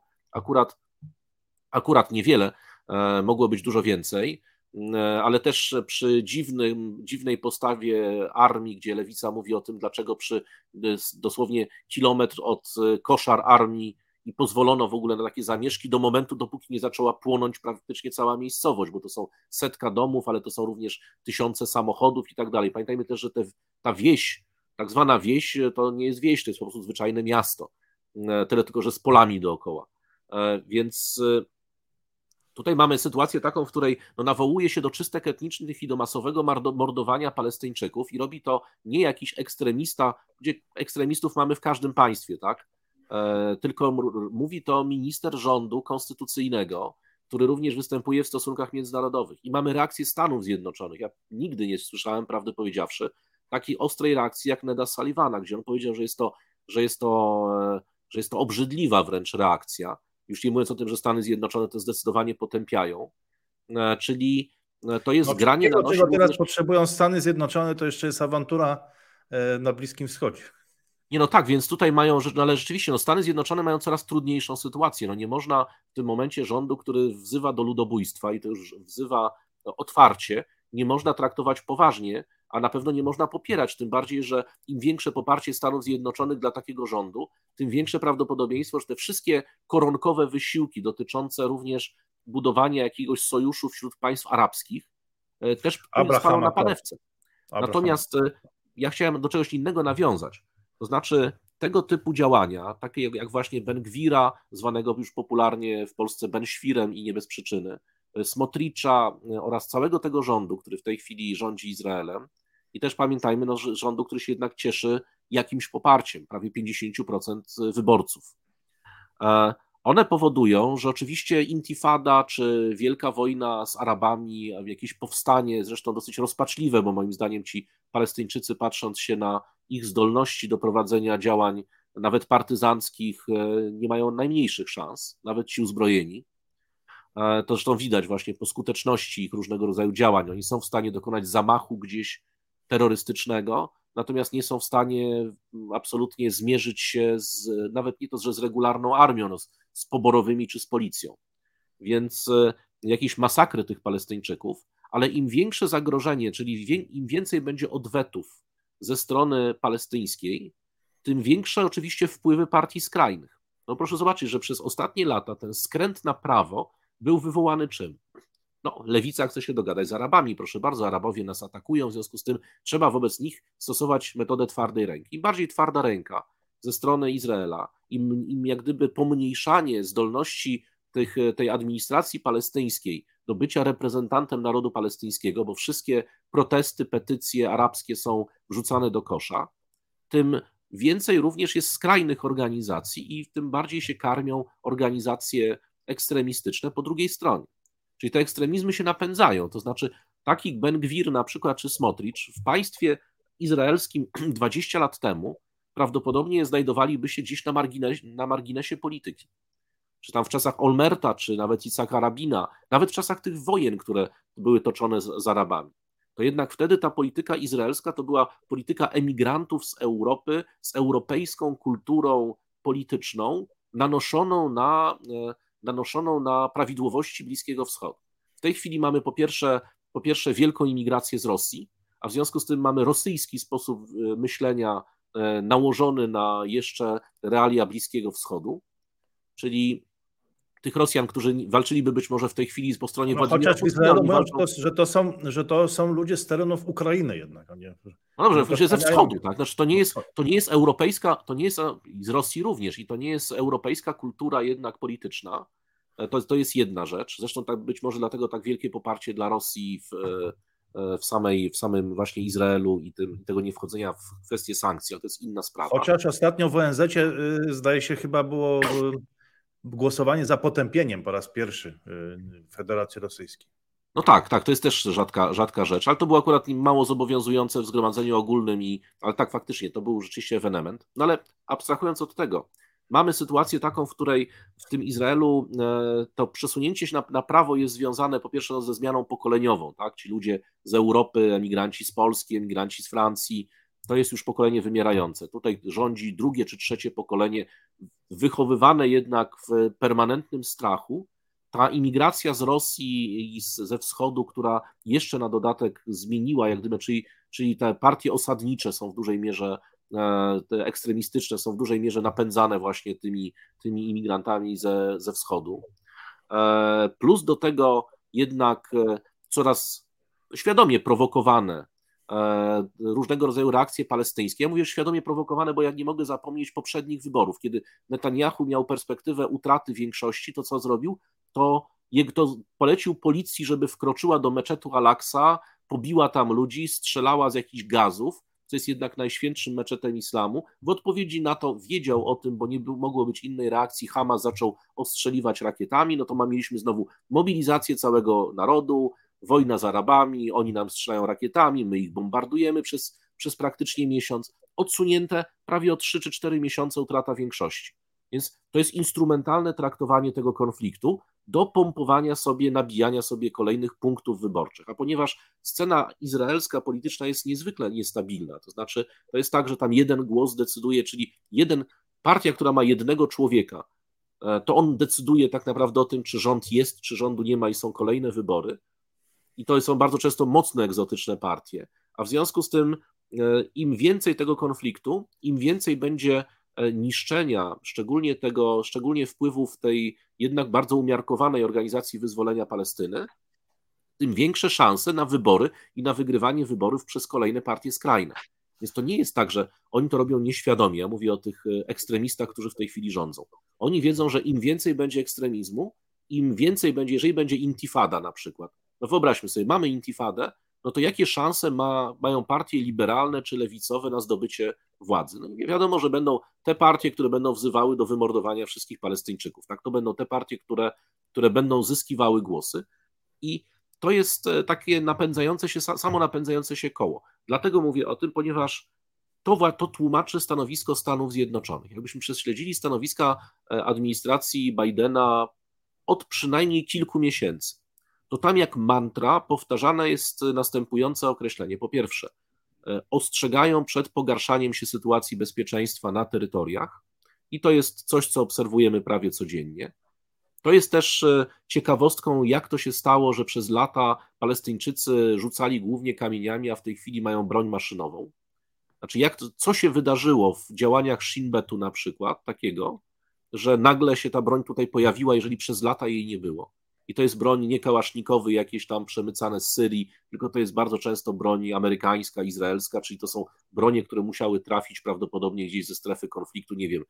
akurat niewiele, mogło być dużo więcej, ale też przy dziwnej postawie armii, gdzie lewica mówi o tym, dlaczego przy dosłownie kilometr od koszar armii i pozwolono w ogóle na takie zamieszki do momentu, dopóki nie zaczęła płonąć praktycznie cała miejscowość, bo to są setka domów, ale to są również tysiące samochodów i tak dalej. Pamiętajmy też, że ta wieś, tak zwana wieś, to nie jest wieś, to jest po prostu zwyczajne miasto. Tyle tylko, że z polami dookoła. Więc tutaj mamy sytuację taką, w której nawołuje się do czystek etnicznych i do masowego mordowania Palestyńczyków i robi to nie jakiś ekstremista, gdzie ekstremistów mamy w każdym państwie, tak? Tylko mówi to minister rządu konstytucyjnego, który również występuje w stosunkach międzynarodowych. I mamy reakcję Stanów Zjednoczonych. Ja nigdy nie słyszałem, prawdę powiedziawszy, takiej ostrej reakcji jak Neda Sullivana, gdzie on powiedział, że jest to, że jest to obrzydliwa wręcz reakcja, już nie mówiąc o tym, że Stany Zjednoczone to zdecydowanie potępiają, czyli to jest granie na nosie. Czego teraz potrzebują Stany Zjednoczone, to jeszcze jest awantura na Bliskim Wschodzie. Nie, no tak, więc tutaj mają, ale rzeczywiście, Stany Zjednoczone mają coraz trudniejszą sytuację. Nie można w tym momencie rządu, który wzywa do ludobójstwa i to już wzywa otwarcie, nie można traktować poważnie, a na pewno nie można popierać, tym bardziej, że im większe poparcie Stanów Zjednoczonych dla takiego rządu, tym większe prawdopodobieństwo, że te wszystkie koronkowe wysiłki dotyczące również budowania jakiegoś sojuszu wśród państw arabskich też spadną na panewce. Natomiast ja chciałem do czegoś innego nawiązać. To znaczy tego typu działania, takie jak właśnie Ben Gwira, zwanego już popularnie w Polsce Ben Świrem i nie bez przyczyny, Smotricza oraz całego tego rządu, który w tej chwili rządzi Izraelem, i też pamiętajmy, że rządu, który się jednak cieszy jakimś poparciem, prawie 50% wyborców. One powodują, że oczywiście intifada czy wielka wojna z Arabami, jakieś powstanie, zresztą dosyć rozpaczliwe, bo moim zdaniem ci Palestyńczycy, patrząc się na ich zdolności do prowadzenia działań nawet partyzanckich, nie mają najmniejszych szans, nawet ci uzbrojeni. To zresztą widać właśnie po skuteczności ich różnego rodzaju działań. Oni są w stanie dokonać zamachu gdzieś terrorystycznego, natomiast nie są w stanie absolutnie zmierzyć się nawet nie to, że z regularną armią, z poborowymi czy z policją. Więc jakieś masakry tych Palestyńczyków, ale im większe zagrożenie, czyli im więcej będzie odwetów ze strony palestyńskiej, tym większe oczywiście wpływy partii skrajnych. No proszę zobaczyć, że przez ostatnie lata ten skręt na prawo był wywołany czym? Lewica chce się dogadać z Arabami, proszę bardzo, Arabowie nas atakują, w związku z tym trzeba wobec nich stosować metodę twardej ręki. Im bardziej twarda ręka ze strony Izraela, im jak gdyby pomniejszanie zdolności tej administracji palestyńskiej do bycia reprezentantem narodu palestyńskiego, bo wszystkie protesty, petycje arabskie są wrzucane do kosza, tym więcej również jest skrajnych organizacji i tym bardziej się karmią organizacje ekstremistyczne po drugiej stronie. Czyli te ekstremizmy się napędzają, to znaczy taki Ben Gwir na przykład czy Smotricz w państwie izraelskim 20 lat temu prawdopodobnie znajdowaliby się gdzieś na marginesie polityki. Czy tam w czasach Olmerta, czy nawet Icaka Rabina, nawet w czasach tych wojen, które były toczone z Arabami. To jednak wtedy ta polityka izraelska to była polityka emigrantów z Europy, z europejską kulturą polityczną, nanoszoną na prawidłowości Bliskiego Wschodu. W tej chwili mamy po pierwsze wielką imigrację z Rosji, a w związku z tym mamy rosyjski sposób myślenia nałożony na jeszcze realia Bliskiego Wschodu, czyli tych Rosjan, którzy walczyliby być może w tej chwili po stronie Władimira Putina. Chociaż Izraelu mówią, że to są ludzie z terenów Ukrainy jednak. A nie, no dobrze, ze wschodu, tak? Znaczy to nie jest europejska, to nie jest z Rosji również i to nie jest europejska kultura jednak polityczna. To jest jedna rzecz. Zresztą tak być może dlatego tak wielkie poparcie dla Rosji w samym właśnie Izraelu i tego niewchodzenia w kwestię sankcji, ale to jest inna sprawa. Chociaż ostatnio w ONZ-cie zdaje się chyba było głosowanie za potępieniem po raz pierwszy Federacji Rosyjskiej. No tak, to jest też rzadka rzecz, ale to było akurat mało zobowiązujące w zgromadzeniu ogólnym, ale tak faktycznie to był rzeczywiście ewenement. No ale abstrahując od tego, mamy sytuację taką, w której w tym Izraelu to przesunięcie się na prawo jest związane po pierwsze ze zmianą pokoleniową, tak? Ci ludzie z Europy, emigranci z Polski, emigranci z Francji, to jest już pokolenie wymierające. Tutaj rządzi drugie czy trzecie pokolenie, wychowywane jednak w permanentnym strachu. Ta imigracja z Rosji i ze wschodu, która jeszcze na dodatek zmieniła, jak gdyby, czyli te partie osadnicze są w dużej mierze, te ekstremistyczne są w dużej mierze napędzane właśnie tymi imigrantami ze wschodu. Plus do tego jednak coraz świadomie prowokowane różnego rodzaju reakcje palestyńskie. Ja mówię świadomie prowokowane, bo ja nie mogę zapomnieć poprzednich wyborów, kiedy Netanyahu miał perspektywę utraty większości, to co zrobił, to polecił policji, żeby wkroczyła do meczetu Al-Aqsa, pobiła tam ludzi, strzelała z jakichś gazów, co jest jednak najświętszym meczetem islamu. W odpowiedzi na to wiedział o tym, bo nie mogło być innej reakcji, Hamas zaczął ostrzeliwać rakietami, no to mieliśmy znowu mobilizację całego narodu, wojna z Arabami, oni nam strzelają rakietami, my ich bombardujemy przez praktycznie miesiąc, odsunięte prawie o 3 czy 4 miesiące utrata większości. Więc to jest instrumentalne traktowanie tego konfliktu do pompowania sobie, nabijania sobie kolejnych punktów wyborczych. A ponieważ scena izraelska polityczna jest niezwykle niestabilna, to znaczy to jest tak, że tam jeden głos decyduje, czyli partia, która ma jednego człowieka, to on decyduje tak naprawdę o tym, czy rząd jest, czy rządu nie ma i są kolejne wybory. I to są bardzo często mocno egzotyczne partie. A w związku z tym im więcej tego konfliktu, im więcej będzie niszczenia, szczególnie wpływów tej jednak bardzo umiarkowanej organizacji wyzwolenia Palestyny, tym większe szanse na wybory i na wygrywanie wyborów przez kolejne partie skrajne. Więc to nie jest tak, że oni to robią nieświadomie. Ja mówię o tych ekstremistach, którzy w tej chwili rządzą. Oni wiedzą, że im więcej będzie ekstremizmu, im więcej będzie, jeżeli będzie intifada na przykład. No wyobraźmy sobie, mamy intifadę, no to jakie szanse mają partie liberalne czy lewicowe na zdobycie władzy? No nie wiadomo, że będą te partie, które będą wzywały do wymordowania wszystkich Palestyńczyków. Tak? To będą te partie, które będą zyskiwały głosy. I to jest takie samo napędzające się koło. Dlatego mówię o tym, ponieważ to tłumaczy stanowisko Stanów Zjednoczonych. Jakbyśmy prześledzili stanowiska administracji Bidena od przynajmniej kilku miesięcy, to tam jak mantra powtarzane jest następujące określenie. Po pierwsze, ostrzegają przed pogarszaniem się sytuacji bezpieczeństwa na terytoriach i to jest coś, co obserwujemy prawie codziennie. To jest też ciekawostką, jak to się stało, że przez lata Palestyńczycy rzucali głównie kamieniami, a w tej chwili mają broń maszynową. Znaczy, co się wydarzyło w działaniach Shin Betu na przykład, takiego, że nagle się ta broń tutaj pojawiła, jeżeli przez lata jej nie było. I to jest broń nie kałasznikowy, jakieś tam przemycane z Syrii, tylko to jest bardzo często broń amerykańska, izraelska, czyli to są bronie, które musiały trafić prawdopodobnie gdzieś ze strefy konfliktu, nie wiem,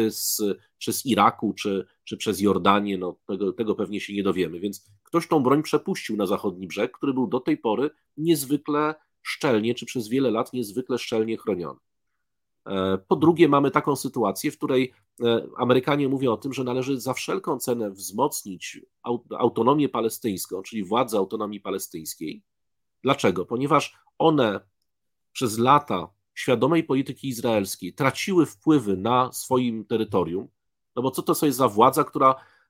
czy z Iraku, czy przez Jordanię, no tego pewnie się nie dowiemy. Więc ktoś tą broń przepuścił na zachodni brzeg, który był do tej pory niezwykle szczelnie, czy przez wiele lat niezwykle szczelnie chroniony. Po drugie, mamy taką sytuację, w której Amerykanie mówią o tym, że należy za wszelką cenę wzmocnić autonomię palestyńską, czyli władzę autonomii palestyńskiej. Dlaczego? Ponieważ one przez lata świadomej polityki izraelskiej traciły wpływy na swoim terytorium, no bo co to jest za władza, która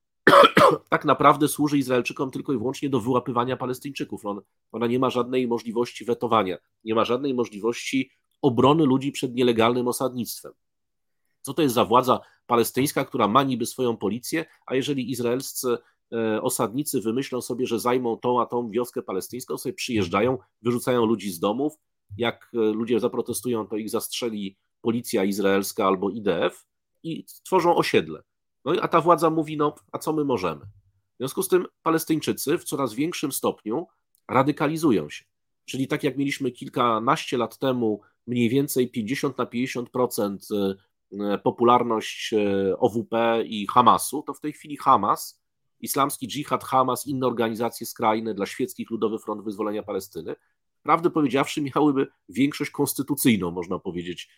tak naprawdę służy Izraelczykom tylko i wyłącznie do wyłapywania Palestyńczyków. Ona nie ma żadnej możliwości wetowania, nie ma żadnej możliwości obrony ludzi przed nielegalnym osadnictwem. Co to jest za władza palestyńska, która ma niby swoją policję, a jeżeli izraelscy osadnicy wymyślą sobie, że zajmą tą a tą wioskę palestyńską, sobie przyjeżdżają, wyrzucają ludzi z domów, jak ludzie zaprotestują, to ich zastrzeli policja izraelska albo IDF i tworzą osiedle. No a ta władza mówi, no a co my możemy? W związku z tym Palestyńczycy w coraz większym stopniu radykalizują się. Czyli tak jak mieliśmy kilkanaście lat temu mniej więcej 50% popularność OWP i Hamasu, to w tej chwili Hamas, Islamski Dżihad, Hamas, inne organizacje skrajne dla świeckich Ludowy Front Wyzwolenia Palestyny, prawdę powiedziawszy, miałyby większość konstytucyjną, można powiedzieć,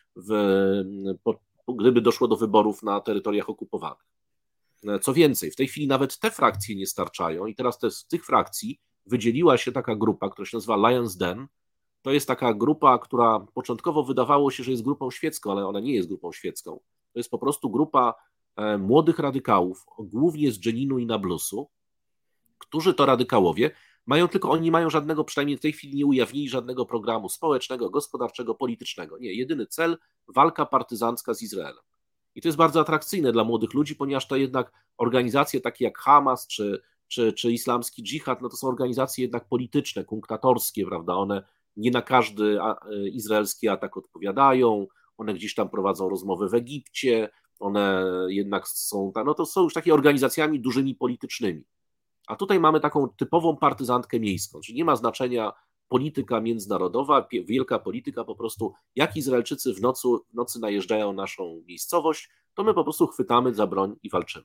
gdyby doszło do wyborów na terytoriach okupowanych. Co więcej, w tej chwili nawet te frakcje nie starczają i teraz z tych frakcji wydzieliła się taka grupa, która się nazywa Lions Den. To jest taka grupa, która początkowo wydawało się, że jest grupą świecką, ale ona nie jest grupą świecką. To jest po prostu grupa młodych radykałów, głównie z Dżeninu i Nablusu, którzy to radykałowie oni nie mają żadnego, przynajmniej w tej chwili nie ujawnili żadnego programu społecznego, gospodarczego, politycznego. Nie, jedyny cel, walka partyzancka z Izraelem. I to jest bardzo atrakcyjne dla młodych ludzi, ponieważ to jednak organizacje takie jak Hamas czy Islamski Dżihad, no to są organizacje jednak polityczne, kunktatorskie, prawda? One nie na każdy izraelski atak odpowiadają, one gdzieś tam prowadzą rozmowy w Egipcie, one jednak są, no to są już takie organizacjami dużymi politycznymi. A tutaj mamy taką typową partyzantkę miejską, czyli nie ma znaczenia polityka międzynarodowa, wielka polityka, po prostu jak Izraelczycy w nocy najeżdżają naszą miejscowość, to my po prostu chwytamy za broń i walczymy.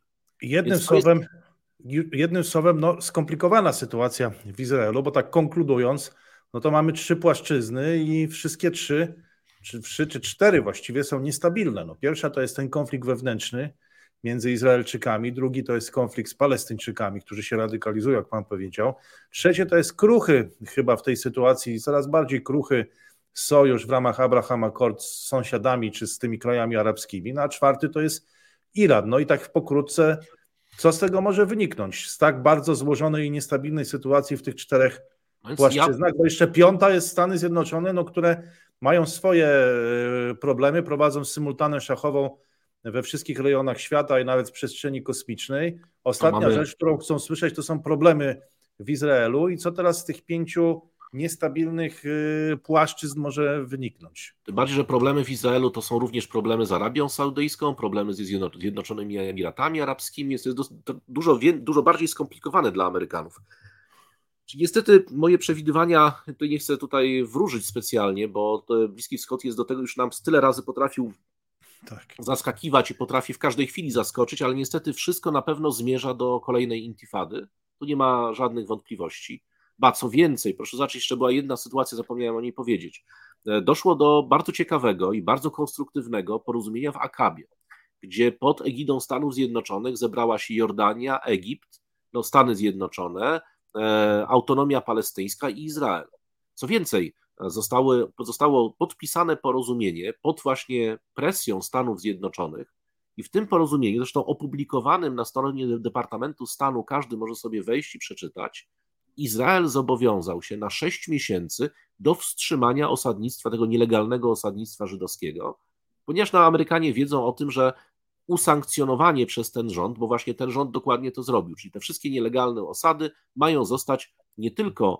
Jednym słowem, no, skomplikowana sytuacja w Izraelu, bo tak konkludując, no to mamy 3 płaszczyzny i wszystkie 3 czy 4 właściwie są niestabilne. No, pierwsza to jest ten konflikt wewnętrzny między Izraelczykami, drugi to jest konflikt z Palestyńczykami, którzy się radykalizują, jak pan powiedział. Trzecie to jest kruchy chyba w tej sytuacji, coraz bardziej kruchy sojusz w ramach Abraham Accord z sąsiadami czy z tymi krajami arabskimi, no a czwarty to jest Iran. No i tak pokrótce, co z tego może wyniknąć? Z tak bardzo złożonej i niestabilnej sytuacji w tych czterech płaszczyznach, bo jeszcze piąta jest Stany Zjednoczone, no, które mają swoje problemy, prowadzą symultanę szachową we wszystkich rejonach świata i nawet w przestrzeni kosmicznej. Ostatnia rzecz, którą chcą słyszeć, to są problemy w Izraelu i co teraz z tych 5 niestabilnych płaszczyzn może wyniknąć. Tym bardziej, że problemy w Izraelu to są również problemy z Arabią Saudyjską, problemy ze Zjednoczonymi Emiratami Arabskimi. Jest to dużo bardziej skomplikowane dla Amerykanów. Niestety moje przewidywania, nie chcę tutaj wróżyć specjalnie, bo Bliski Wschód jest do tego, już nam tyle razy potrafił zaskakiwać i potrafi w każdej chwili zaskoczyć, ale niestety wszystko na pewno zmierza do kolejnej intifady. Tu nie ma żadnych wątpliwości. Ba, co więcej, proszę zobaczyć, jeszcze była jedna sytuacja, zapomniałem o niej powiedzieć. Doszło do bardzo ciekawego i bardzo konstruktywnego porozumienia w Akabie, gdzie pod egidą Stanów Zjednoczonych zebrała się Jordania, Egipt, Stany Zjednoczone, autonomia palestyńska i Izrael. Co więcej, zostało podpisane porozumienie pod właśnie presją Stanów Zjednoczonych i w tym porozumieniu, zresztą opublikowanym na stronie Departamentu Stanu, każdy może sobie wejść i przeczytać, Izrael zobowiązał się na 6 miesięcy do wstrzymania osadnictwa, tego nielegalnego osadnictwa żydowskiego, ponieważ Amerykanie wiedzą o tym, że usankcjonowanie przez ten rząd, bo właśnie ten rząd dokładnie to zrobił, czyli te wszystkie nielegalne osady mają zostać nie tylko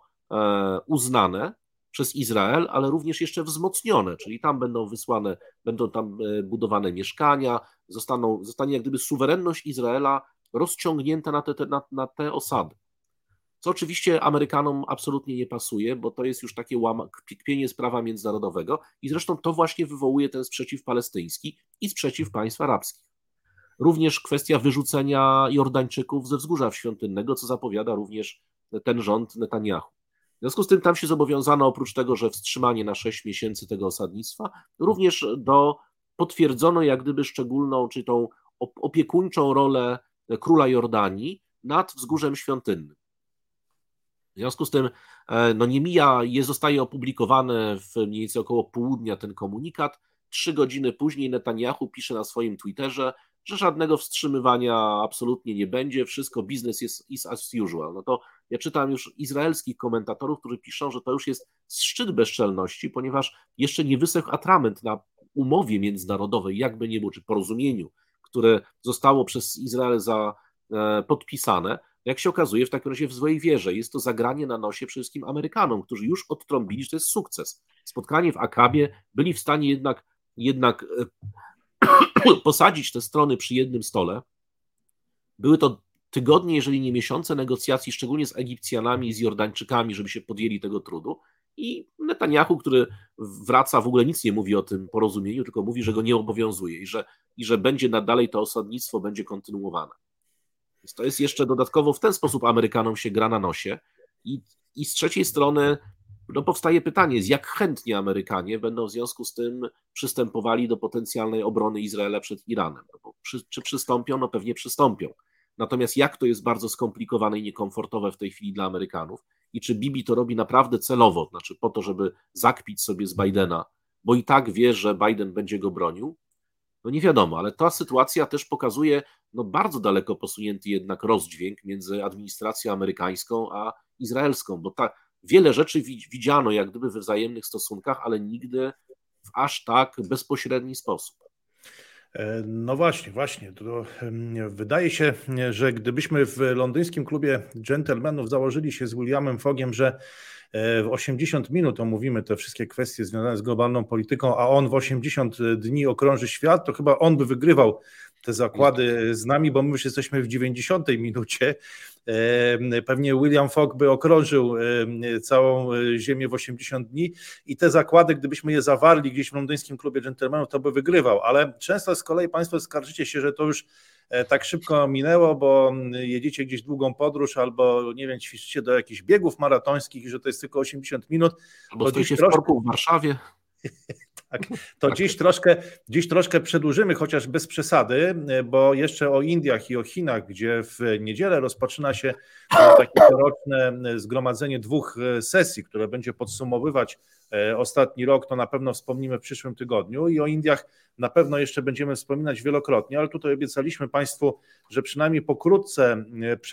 uznane przez Izrael, ale również jeszcze wzmocnione, czyli tam będą tam budowane mieszkania, zostanie jak gdyby suwerenność Izraela rozciągnięta na te osady. Co oczywiście Amerykanom absolutnie nie pasuje, bo to jest już takie kpienie z prawa międzynarodowego i zresztą to właśnie wywołuje ten sprzeciw palestyński i sprzeciw państw arabskich. Również kwestia wyrzucenia Jordańczyków ze Wzgórza Świątynnego, co zapowiada również ten rząd Netanyahu. W związku z tym tam się zobowiązano, oprócz tego, że wstrzymanie na 6 miesięcy tego osadnictwa, również potwierdzono jak gdyby szczególną, czy tą opiekuńczą rolę króla Jordanii nad Wzgórzem Świątynnym. W związku z tym zostaje opublikowany w mniej więcej około południa ten komunikat. 3 godziny później Netanyahu pisze na swoim Twitterze, że żadnego wstrzymywania absolutnie nie będzie, wszystko business is as usual. No to ja czytam już izraelskich komentatorów, którzy piszą, że to już jest szczyt bezczelności, ponieważ jeszcze nie wysechł atrament na umowie międzynarodowej, jakby nie było, czy porozumieniu, które zostało przez Izrael podpisane. Jak się okazuje, w takim razie w złej wierze. Jest to zagranie na nosie przede wszystkim Amerykanom, którzy już odtrąbili, że to jest sukces. Spotkanie w Akabie, byli w stanie jednak posadzić te strony przy jednym stole. Były to tygodnie, jeżeli nie miesiące negocjacji, szczególnie z Egipcjanami i z Jordańczykami, żeby się podjęli tego trudu. I Netanyahu, który wraca, w ogóle nic nie mówi o tym porozumieniu, tylko mówi, że go nie obowiązuje i że będzie dalej to osadnictwo będzie kontynuowane. Więc to jest jeszcze dodatkowo w ten sposób Amerykanom się gra na nosie. I z trzeciej strony powstaje pytanie, jak chętnie Amerykanie będą w związku z tym przystępowali do potencjalnej obrony Izraela przed Iranem. Czy przystąpią? No pewnie przystąpią. Natomiast jak to jest bardzo skomplikowane i niekomfortowe w tej chwili dla Amerykanów i czy Bibi to robi naprawdę celowo, znaczy po to, żeby zakpić sobie z Bidena, bo i tak wie, że Biden będzie go bronił, no nie wiadomo, ale ta sytuacja też pokazuje bardzo daleko posunięty jednak rozdźwięk między administracją amerykańską a izraelską, bo wiele rzeczy widziano jak gdyby we wzajemnych stosunkach, ale nigdy w aż tak bezpośredni sposób. No właśnie. To wydaje się, że gdybyśmy w londyńskim klubie dżentelmenów założyli się z Williamem Foggiem, że w 80 minut omówimy te wszystkie kwestie związane z globalną polityką, a on w 80 dni okrąży świat, to chyba on by wygrywał te zakłady z nami, bo my już jesteśmy w 90 minucie. Pewnie William Fogg by okrążył całą Ziemię w 80 dni i te zakłady, gdybyśmy je zawarli gdzieś w londyńskim klubie dżentelmenów, to by wygrywał, ale często z kolei Państwo skarżycie się, że to już tak szybko minęło, bo jedziecie gdzieś długą podróż albo, nie wiem, ćwiczycie do jakichś biegów maratońskich i że to jest tylko 80 minut. Albo stoicie w korku w Warszawie. Tak, to dziś troszkę przedłużymy, chociaż bez przesady, bo jeszcze o Indiach i o Chinach, gdzie w niedzielę rozpoczyna się takie coroczne zgromadzenie 2 sesji, które będzie podsumowywać ostatni rok, to na pewno wspomnimy w przyszłym tygodniu i o Indiach na pewno jeszcze będziemy wspominać wielokrotnie, ale tutaj obiecaliśmy Państwu, że przynajmniej pokrótce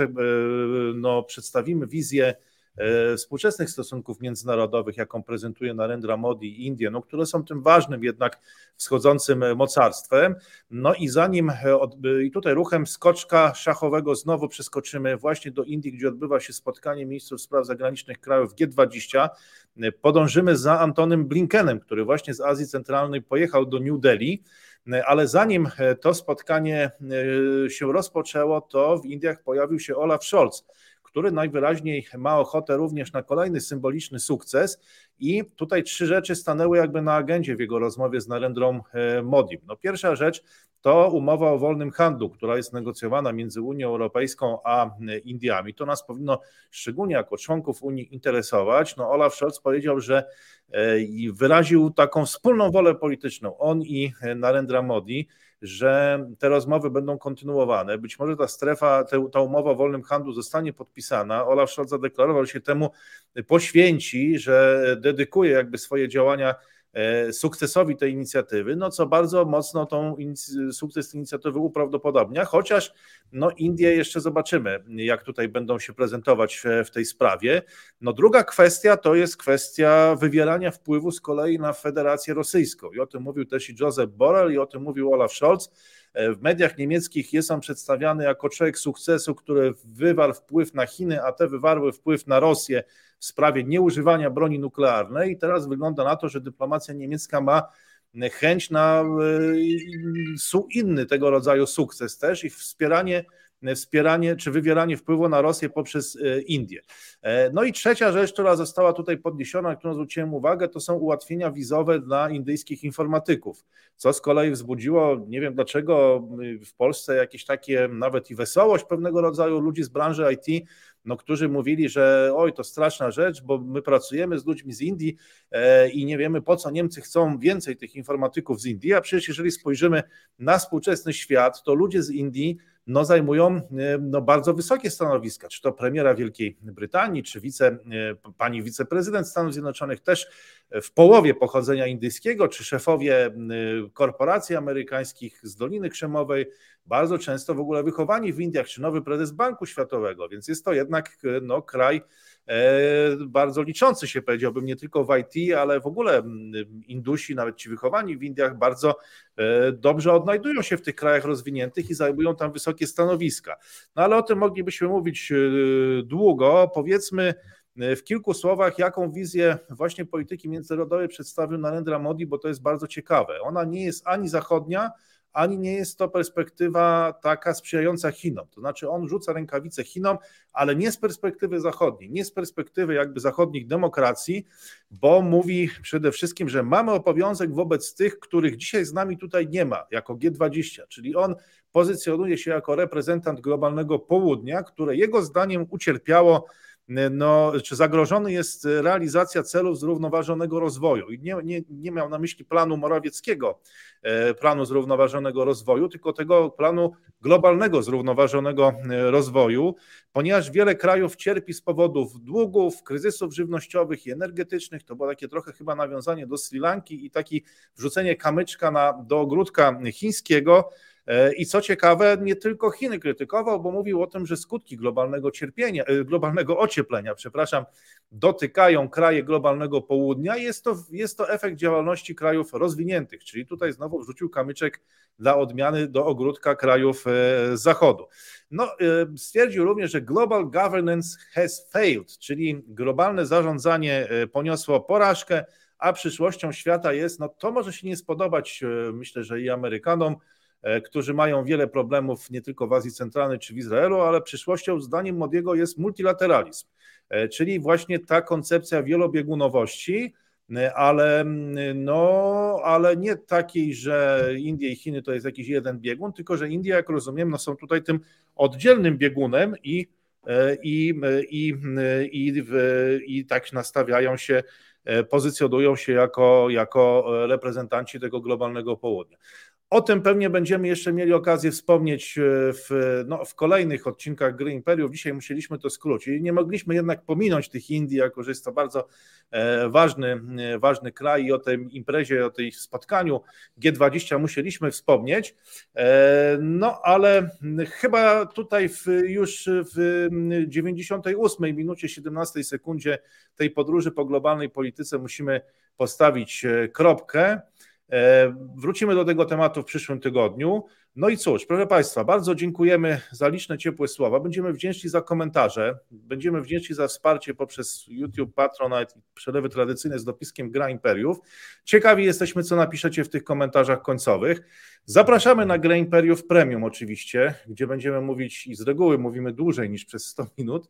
przedstawimy wizję współczesnych stosunków międzynarodowych, jaką prezentuje Narendra Modi i Indie, które są tym ważnym jednak wschodzącym mocarstwem. No i i tutaj ruchem skoczka szachowego znowu przeskoczymy właśnie do Indii, gdzie odbywa się spotkanie ministrów spraw zagranicznych krajów G20. Podążymy za Antonym Blinkenem, który właśnie z Azji Centralnej pojechał do New Delhi, ale zanim to spotkanie się rozpoczęło, to w Indiach pojawił się Olaf Scholz, który najwyraźniej ma ochotę również na kolejny symboliczny sukces i tutaj 3 rzeczy stanęły jakby na agendzie w jego rozmowie z Narendrą Modim. Pierwsza rzecz to umowa o wolnym handlu, która jest negocjowana między Unią Europejską a Indiami. To nas powinno szczególnie jako członków Unii interesować. Olaf Scholz powiedział, że wyraził taką wspólną wolę polityczną, on i Narendra Modi, że te rozmowy będą kontynuowane. Być może ta umowa o wolnym handlu zostanie podpisana. Olaf Scholz zadeklarował, że się temu poświęci, że dedykuje jakby swoje działania sukcesowi tej inicjatywy, co bardzo mocno sukces tej inicjatywy uprawdopodobnia, chociaż Indie jeszcze zobaczymy, jak tutaj będą się prezentować w tej sprawie. Druga kwestia to jest kwestia wywierania wpływu z kolei na Federację Rosyjską i o tym mówił też i Josep Borrell i o tym mówił Olaf Scholz. W mediach niemieckich jest on przedstawiany jako człowiek sukcesu, który wywarł wpływ na Chiny, a te wywarły wpływ na Rosję w sprawie nieużywania broni nuklearnej i teraz wygląda na to, że dyplomacja niemiecka ma chęć na inny tego rodzaju sukces też i wspieranie czy wywieranie wpływu na Rosję poprzez Indię. I trzecia rzecz, która została tutaj podniesiona, na którą zwróciłem uwagę, to są ułatwienia wizowe dla indyjskich informatyków, co z kolei wzbudziło, nie wiem dlaczego, w Polsce jakieś takie nawet i wesołość pewnego rodzaju ludzi z branży IT, którzy mówili, że to straszna rzecz, bo my pracujemy z ludźmi z Indii i nie wiemy, po co Niemcy chcą więcej tych informatyków z Indii, a przecież jeżeli spojrzymy na współczesny świat, to ludzie z Indii zajmują bardzo wysokie stanowiska, czy to premiera Wielkiej Brytanii, czy pani wiceprezydent Stanów Zjednoczonych też w połowie pochodzenia indyjskiego, czy szefowie korporacji amerykańskich z Doliny Krzemowej, bardzo często w ogóle wychowani w Indiach, czy nowy prezes Banku Światowego, więc jest to jednak kraj bardzo liczący się, powiedziałbym, nie tylko w IT, ale w ogóle Indusi, nawet ci wychowani w Indiach, bardzo dobrze odnajdują się w tych krajach rozwiniętych i zajmują tam wysokie stanowiska. Ale o tym moglibyśmy mówić długo. Powiedzmy w kilku słowach, jaką wizję właśnie polityki międzynarodowej przedstawił Narendra Modi, bo to jest bardzo ciekawe. Ona nie jest ani zachodnia, ani nie jest to perspektywa taka sprzyjająca Chinom. To znaczy on rzuca rękawicę Chinom, ale nie z perspektywy zachodniej, nie z perspektywy jakby zachodnich demokracji, bo mówi przede wszystkim, że mamy obowiązek wobec tych, których dzisiaj z nami tutaj nie ma, jako G20, czyli on pozycjonuje się jako reprezentant globalnego południa, które jego zdaniem ucierpiało, czy zagrożony jest realizacja celów zrównoważonego rozwoju. I nie miał na myśli planu Morawieckiego, planu zrównoważonego rozwoju, tylko tego planu globalnego zrównoważonego rozwoju, ponieważ wiele krajów cierpi z powodów długów, kryzysów żywnościowych i energetycznych. To było takie trochę chyba nawiązanie do Sri Lanki i takie wrzucenie kamyczka do ogródka chińskiego. I co ciekawe, nie tylko Chiny krytykował, bo mówił o tym, że skutki globalnego ocieplenia, dotykają kraje globalnego południa i jest to efekt działalności krajów rozwiniętych, czyli tutaj znowu wrzucił kamyczek dla odmiany do ogródka krajów zachodu. Stwierdził również, że global governance has failed, czyli globalne zarządzanie poniosło porażkę, a przyszłością świata jest, to może się nie spodobać, myślę, że i Amerykanom, którzy mają wiele problemów nie tylko w Azji Centralnej czy w Izraelu, ale przyszłością zdaniem Modiego jest multilateralizm, czyli właśnie ta koncepcja wielobiegunowości, ale nie takiej, że Indie i Chiny to jest jakiś jeden biegun, tylko że Indie, jak rozumiem, są tutaj tym oddzielnym biegunem i tak nastawiają się pozycjonują się jako reprezentanci tego globalnego południa. O tym pewnie będziemy jeszcze mieli okazję wspomnieć w kolejnych odcinkach Gry Imperiów. Dzisiaj musieliśmy to skrócić. Nie mogliśmy jednak pominąć tych Indii, jako że jest to bardzo ważny kraj i o tej imprezie, o tej spotkaniu G20 musieliśmy wspomnieć. Ale chyba tutaj już w 98 minucie 17 sekundzie tej podróży po globalnej polityce musimy postawić kropkę. Wrócimy do tego tematu w przyszłym tygodniu. No i cóż, proszę Państwa, bardzo dziękujemy za liczne, ciepłe słowa. Będziemy wdzięczni za komentarze, będziemy wdzięczni za wsparcie poprzez YouTube, Patronite i przelewy tradycyjne z dopiskiem Gra Imperiów. Ciekawi jesteśmy, co napiszecie w tych komentarzach końcowych. Zapraszamy na Grę Imperiów Premium oczywiście, gdzie będziemy mówić i z reguły mówimy dłużej niż przez 100 minut.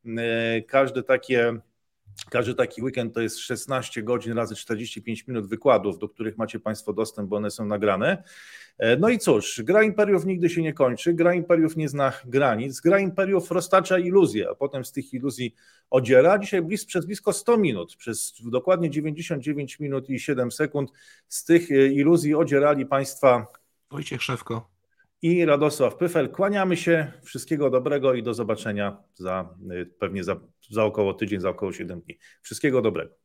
Każdy taki weekend to jest 16 godzin razy 45 minut wykładów, do których macie Państwo dostęp, bo one są nagrane. No i cóż, Gra Imperiów nigdy się nie kończy, Gra Imperiów nie zna granic, Gra Imperiów roztacza iluzje, a potem z tych iluzji odziera. Dzisiaj przez blisko 100 minut, przez dokładnie 99 minut i 7 sekund z tych iluzji odzierali Państwa Wojciech Szewko i Radosław Pyfel. Kłaniamy się, wszystkiego dobrego i do zobaczenia pewnie za około tydzień, za około 7 dni. Wszystkiego dobrego.